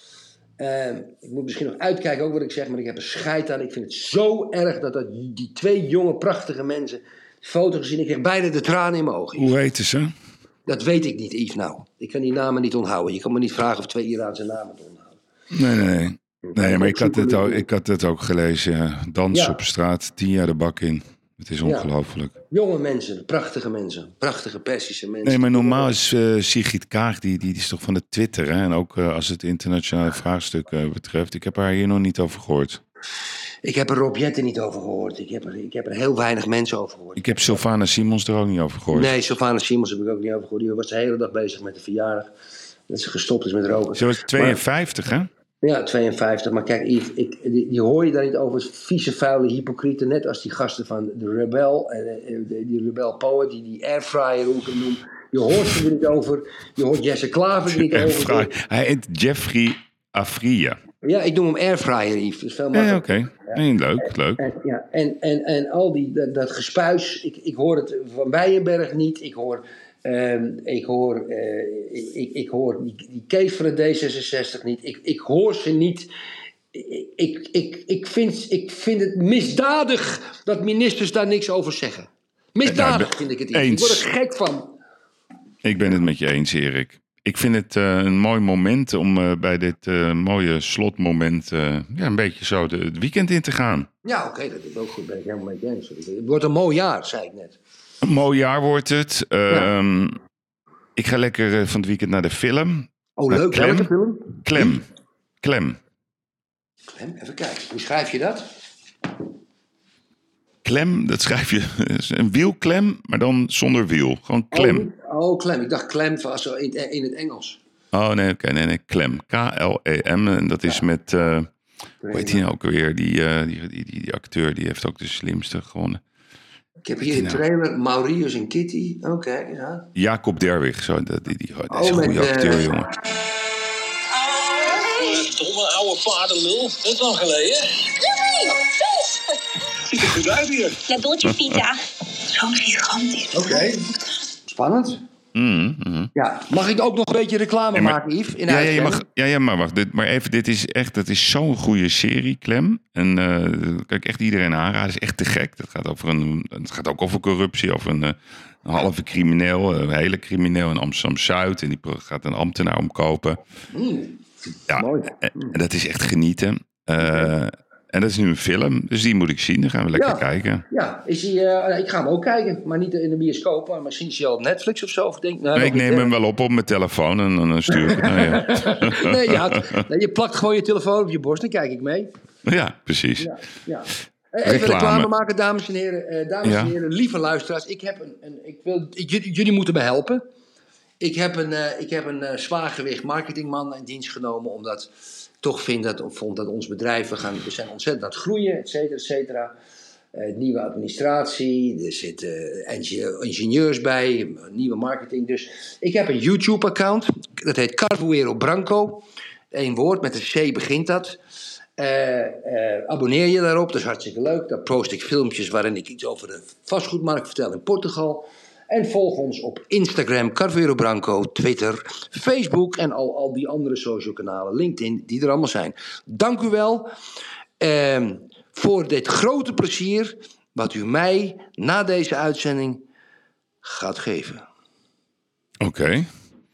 Uh, ik moet misschien nog uitkijken ook wat ik zeg, maar ik heb er scheid aan. Ik vind het zo erg dat, dat die twee jonge, prachtige mensen foto gezien. Ik kreeg bijna de tranen in mijn ogen. Hoe heten ze? Dat weet ik niet, Yves. Nou, ik kan die namen niet onthouden. Je kan me niet vragen of twee Iraanse namen te onthouden. Nee, nee, nee. Nee, maar ik had het ook, ik had het ook gelezen. Ja. Dans Ja. op straat, tien jaar de bak in. Het is ongelooflijk. Jonge mensen, prachtige mensen. Prachtige Persische mensen. Nee, maar normaal is uh, Sigrid Kaag, die, die, die is toch van de Twitter, hè? En ook uh, als het internationale vraagstukken uh, betreft. Ik heb haar hier nog niet over gehoord. Ik heb er Rob Jetten niet over gehoord. Ik heb, er, ik heb er heel weinig mensen over gehoord. Ik heb Sylvana Simons er ook niet over gehoord. Nee, Sylvana Simons heb ik ook niet over gehoord. Die was de hele dag bezig met de verjaardag. Dat ze gestopt is met roken. Ze was tweeënvijftig, maar, hè? Ja, tweeënfijftig. Maar kijk, Yves, ik, die, die hoor je daar niet over. Vieze, vuile hypocrieten. Net als die gasten van de Rebel. En die Rebel Poet, die, die Airfryer, hoe ik hem noem. Je hoort ze er niet over. Je hoort Jesse Klaver er niet over. Hij heet Jeffrey Afria. Ja, ik noem hem Airfryer, Yves. Dat is veel makkelijker. Ja, oké. Okay. Nee, leuk, leuk. En, ja, en, en, en al die, dat, dat gespuis. Ik, ik hoor het van Bijenberg niet. Ik hoor... Um, ik hoor, uh, ik, ik hoor die, die Kees van de D zesenzestig niet. Ik, ik hoor ze niet. Ik, ik, ik, ik, vind, ik vind het misdadig dat ministers daar niks over zeggen. Misdadig nou, vind ik het iets. Eens. Ik word er gek van. Ik ben het met je eens, Erik. Ik vind het uh, een mooi moment om uh, bij dit uh, mooie slotmoment uh, ja, een beetje zo de, het weekend in te gaan. Ja, oké, okay, dat is ook goed. Ben ik helemaal mee eens. Het wordt een mooi jaar, zei ik net. Een mooi jaar wordt het. Uh, ja. Ik ga lekker uh, van het weekend naar de film. Oh, naar leuk. Klem. Welke film? Klem. Klem. Klem, even kijken. Hoe schrijf je dat? Klem, dat schrijf je. Een wielklem, maar dan zonder wiel. Gewoon klem. Oh, oh klem. Ik dacht klem was in, in het Engels. Oh, nee, oké. Okay, nee, nee. Klem. K L E M. En dat is ja. met... Uh, hoe heet hij nou ook weer? Die, uh, die, die, die, die acteur, die heeft ook de slimste gewonnen. Ik heb hier een trailer, Maurius en Kitty. Oké, okay, ja. Jacob Derwig, zo, die, die, die, oh, is een goede acteur, uh... jongen. Domme oude vaderlul, dat is lang geleden. Ziet er goed uit hier. La Dolce Vita. Zo gigantisch. Oké, okay. Spannend. Mm, mm. Ja, mag ik ook nog een beetje reclame Ja, maar- maken, Yves? In de Ja, ja, je uitzending? mag, ja, ja, maar wacht. Dit, maar even, dit is echt, dat is zo'n goede serie, Clem. En eh dat kan ik echt iedereen aanraden. Het is echt te gek. Het gaat, over een, het gaat ook over corruptie, over een, eh, een halve crimineel, een hele crimineel in Amsterdam-Zuid. En die pro- gaat een ambtenaar omkopen. Ja, Mooi. en, en dat is echt genieten. Eh, en dat is nu een film, dus die moet ik zien. Dan gaan we lekker Ja. kijken. Ja, is hij, eh, ik ga hem ook kijken, maar niet in de bioscoop. Maar misschien is hij al op Netflix of zo. Of denk, nou, Nee, nog ik niet, neem hè? hem wel op op mijn telefoon en dan stuur ik het naar je. Nee, je, had- nee, je plakt gewoon je telefoon op je borst, dan kijk ik mee. Ja, precies. Ja, ja. Even Reclame. reclame maken, dames en heren. Eh, dames Ja. en heren, lieve luisteraars. Ik heb een, een, ik wil, ik, jullie, jullie moeten me helpen. Ik heb een, eh, ik heb een eh, zwaargewicht marketingman in dienst genomen. Omdat ik toch vind dat, of vond dat ons bedrijf, we, gaan, we zijn ontzettend aan het groeien, et cetera, et cetera. Eh, nieuwe administratie, er zitten engi- ingenieurs bij, nieuwe marketing. Dus ik heb een YouTube-account. Dat heet Carvuero Branco. Eén woord, met een C begint dat. Eh, eh, abonneer je daarop, dat is hartstikke leuk. Daar post ik filmpjes waarin ik iets over de vastgoedmarkt vertel in Portugal. En volg ons op Instagram, Carvuero Branco, Twitter, Facebook en al, al die andere social kanalen, LinkedIn, die er allemaal zijn. Dank u wel ehm, voor dit grote plezier wat u mij na deze uitzending gaat geven. Oké.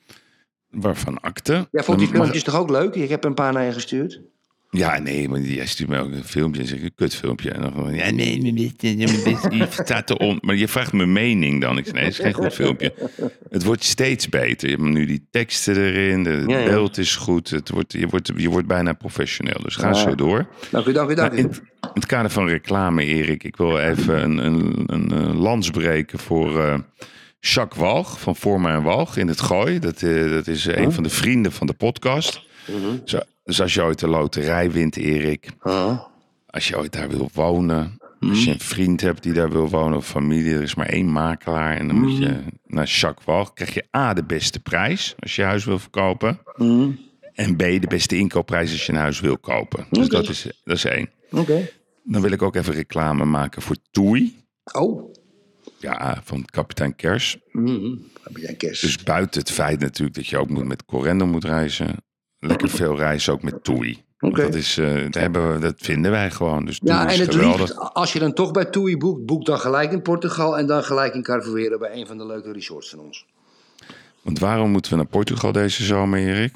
Waarvan akte? Ja, vond die Dan mag- filmpjes toch ook leuk? Ik heb er een paar naar je gestuurd. Ja, nee, maar jij stuurt mij ook een filmpje en zegt een kutfilmpje. En dan gewoon, ja, nee, nee, nee, nee, nee, je staat eronder. Maar je vraagt mijn mening dan. Ik zeg, nee, het is geen goed filmpje. Het wordt steeds beter. Je hebt nu die teksten erin, de- het Ja, ja. beeld is goed. Het wordt, je, wordt, je wordt bijna professioneel. Dus ga Ah. zo door. Dank u, dank u, dank Nou, in, u. in het kader van reclame, Erik, ik wil even een, een, een, een lans breken voor eh, Jacques Walg van Forma en Walg in het Gooi. Dat, eh, dat is een van de vrienden van de podcast. Zo, dus als je ooit de loterij wint, Erik, Ah. als je ooit daar wil wonen, als je een vriend hebt die daar wil wonen of familie, er is maar één makelaar en dan moet je naar Jacques Walg, krijg je A, de beste prijs als je huis wil verkopen en B, de beste inkoopprijs als je een huis wil kopen. Dus Oké. dat, is, dat is één. Oké. Dan wil ik ook even reclame maken voor Toei. Oh. Ja, van kapitein Kers. Mhm. Heb jij kerst? Dus buiten het feit natuurlijk dat je ook moet met Correndo moet reizen. Lekker veel reizen ook met Toei. Want Oké. Dat, is, eh, dat, hebben we, dat vinden wij gewoon. Dus Ja, Toei is en het geweldig. liefst, als je dan toch bij TUI boekt, boek dan gelijk in Portugal en dan gelijk in Carvuero bij een van de leuke resorts van ons. Want waarom moeten we naar Portugal deze zomer, Erik?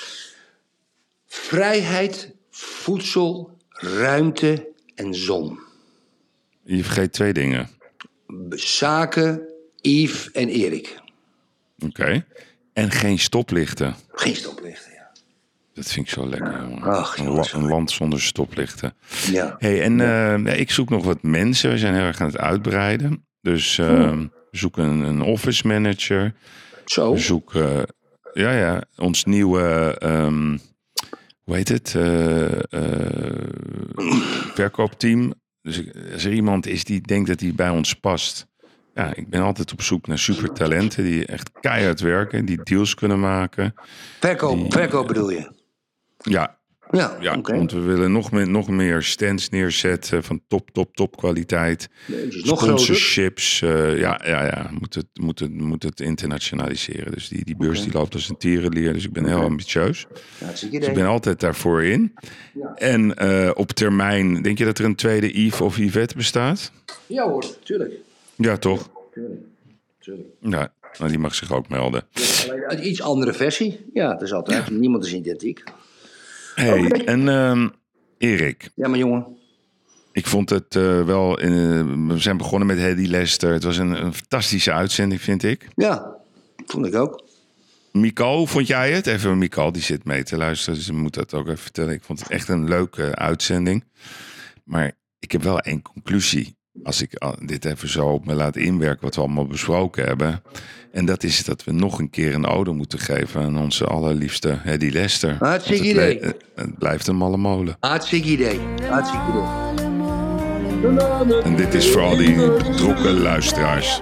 Vrijheid, voedsel, ruimte en zon. Je vergeet twee dingen. Zaken, Yves en Erik. Oké. En geen stoplichten. Geen stoplichten, ja. Dat vind ik zo lekker, jongen. Ach, een, jongens. la- een land zonder stoplichten. Ja. Hey, en eh, ja, ik zoek nog wat mensen. We zijn heel erg aan het uitbreiden. Dus eh, we zoeken een, een office manager. Zo. We zoeken, ja, ja, ons nieuwe, ehm, hoe heet het, eh, eh, verkoopteam. Dus ik- als er iemand is die denkt dat hij bij ons past. Ja, ik ben altijd op zoek naar supertalenten die echt keihard werken, die deals kunnen maken. Verkoop, Die- verkoop bedoel je? Ja, Ja, ja oké. want we willen nog meer, nog meer stands neerzetten van top, top, top kwaliteit. Jezus, nog groter. Sponsorships, eh, ja, ja, ja, moet het, moet het, moet het internationaliseren. Dus die, die beurs die loopt als een tierenlier, dus ik ben heel ambitieus. Hartstikke Dus ik idee. ben altijd daarvoor in. En eh, op termijn, denk je dat er een tweede Yves of Yvette bestaat? Ja hoor, tuurlijk. Ja, toch? Tuurlijk. tuurlijk. Ja, nou, die mag zich ook melden. Alleen een iets andere versie. Ja, dat is altijd. Niemand is identiek. Hey, en ehm, Erik, Ja, maar jongen. ik vond het eh, wel... In, eh, we zijn begonnen met Hedy Lester. Het was een, een fantastische uitzending, vind ik. Ja, vond ik ook. Miko, hoe vond jij het? Even Miko, die zit mee te luisteren, dus ik moet dat ook even vertellen. Ik vond het echt een leuke uitzending. Maar ik heb wel één conclusie. Als ik al- dit even zo op me laat inwerken, wat we allemaal besproken hebben. En dat is dat we nog een keer een ode moeten geven aan onze allerliefste Hedy Lester. Hartstikke Want het idee. le- Het, het blijft een malle molen. Hartstikke idee. Hartstikke idee. En dit is voor al die betrokken luisteraars.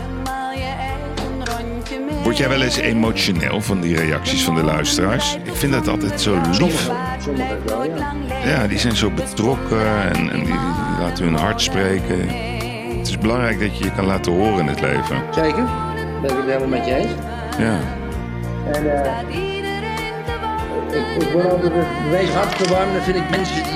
Word jij wel eens emotioneel van die reacties van de luisteraars? Ik vind dat altijd zo lief. Sommigen wel, ja. Ja, die zijn zo betrokken en, en die, die laten hun hart spreken. Het is belangrijk dat je je kan laten horen in het leven. Zeker. Ben ik het helemaal met je eens. Ja. En uh, ik, ik word altijd bewezen hartverwarmd. Dan vind ik mensen die,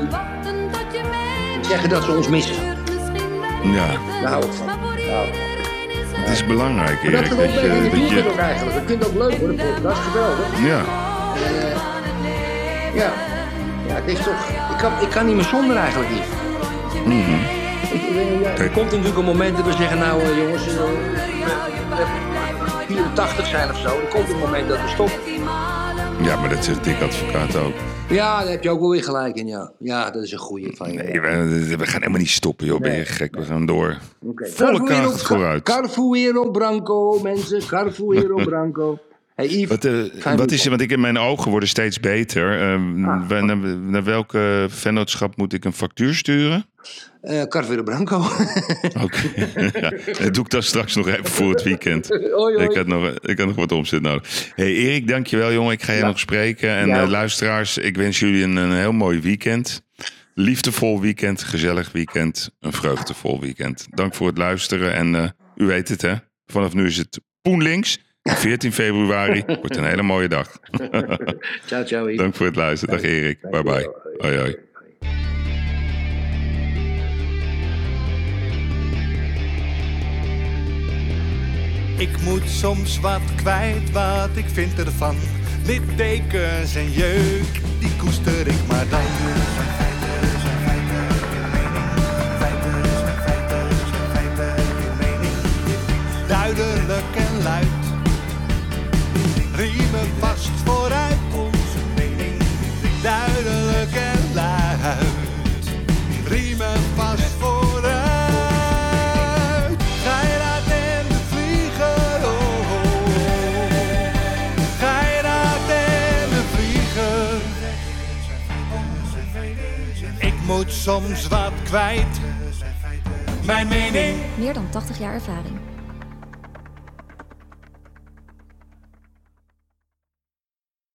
die zeggen dat ze ons missen. Ja. Daar hou ik van. Daar hou ik van. Het is belangrijk, Erik. Dat, dat, dat je, je, dat je... ook eigenlijk. Ik vind het ook leuk hoor, de podcast. Geweldig. Ja. Uh, ja. Ja, het is toch... Ik kan, ik kan niet meer zonder eigenlijk niet. Mm-hmm. Ik, ja, er komt natuurlijk een moment dat we zeggen, nou uh, jongens, uh, we vierentachtig zijn of zo. Er komt een moment dat we stoppen. Ja, maar dat zegt Dick Advocaat ook. Ja, daar heb je ook wel weer gelijk in, ja. Ja, dat is een goeie van je. Nee, we, we gaan helemaal niet stoppen, joh. Ben je gek? We gaan door. Okay. Volle kracht vooruit. Carfuero Branco, mensen. Carfuero Branco. Hey Yves, wat, uh, wat is er? Want ik in mijn ogen worden steeds beter. Uh, ah, naar, naar welke vennootschap moet ik een factuur sturen? Uh, Carfuero Branco. Oké. Okay. Ja, dat doe ik dan straks nog even voor het weekend. Oi, oi. Ik, had nog, ik had nog wat omzet nodig. Hey Erik, dankjewel jongen. Ik ga je ja. nog spreken. En ja. uh, luisteraars, ik wens jullie een, een heel mooi weekend. Liefdevol weekend, gezellig weekend, een vreugdevol weekend. Dank voor het luisteren. En uh, u weet het hè, vanaf nu is het Poenlinks. veertien februari wordt een hele mooie dag. Ciao, ciao. Yves. Dank voor het luisteren. Dag Erik. Bye bye. Hoi hoi. Ik moet soms wat kwijt, wat ik vind ervan. Littekens en jeuk, die koester ik maar dan. Duidelijk en luid, riemen vast vooruit. Onze mening, duidelijk en luid, riemen vast vooruit. Ga je laat in de vliegen, oh, oh. Ga je laat in de vliegen. Ik moet soms wat kwijt, mijn mening. Meer dan tachtig jaar ervaring.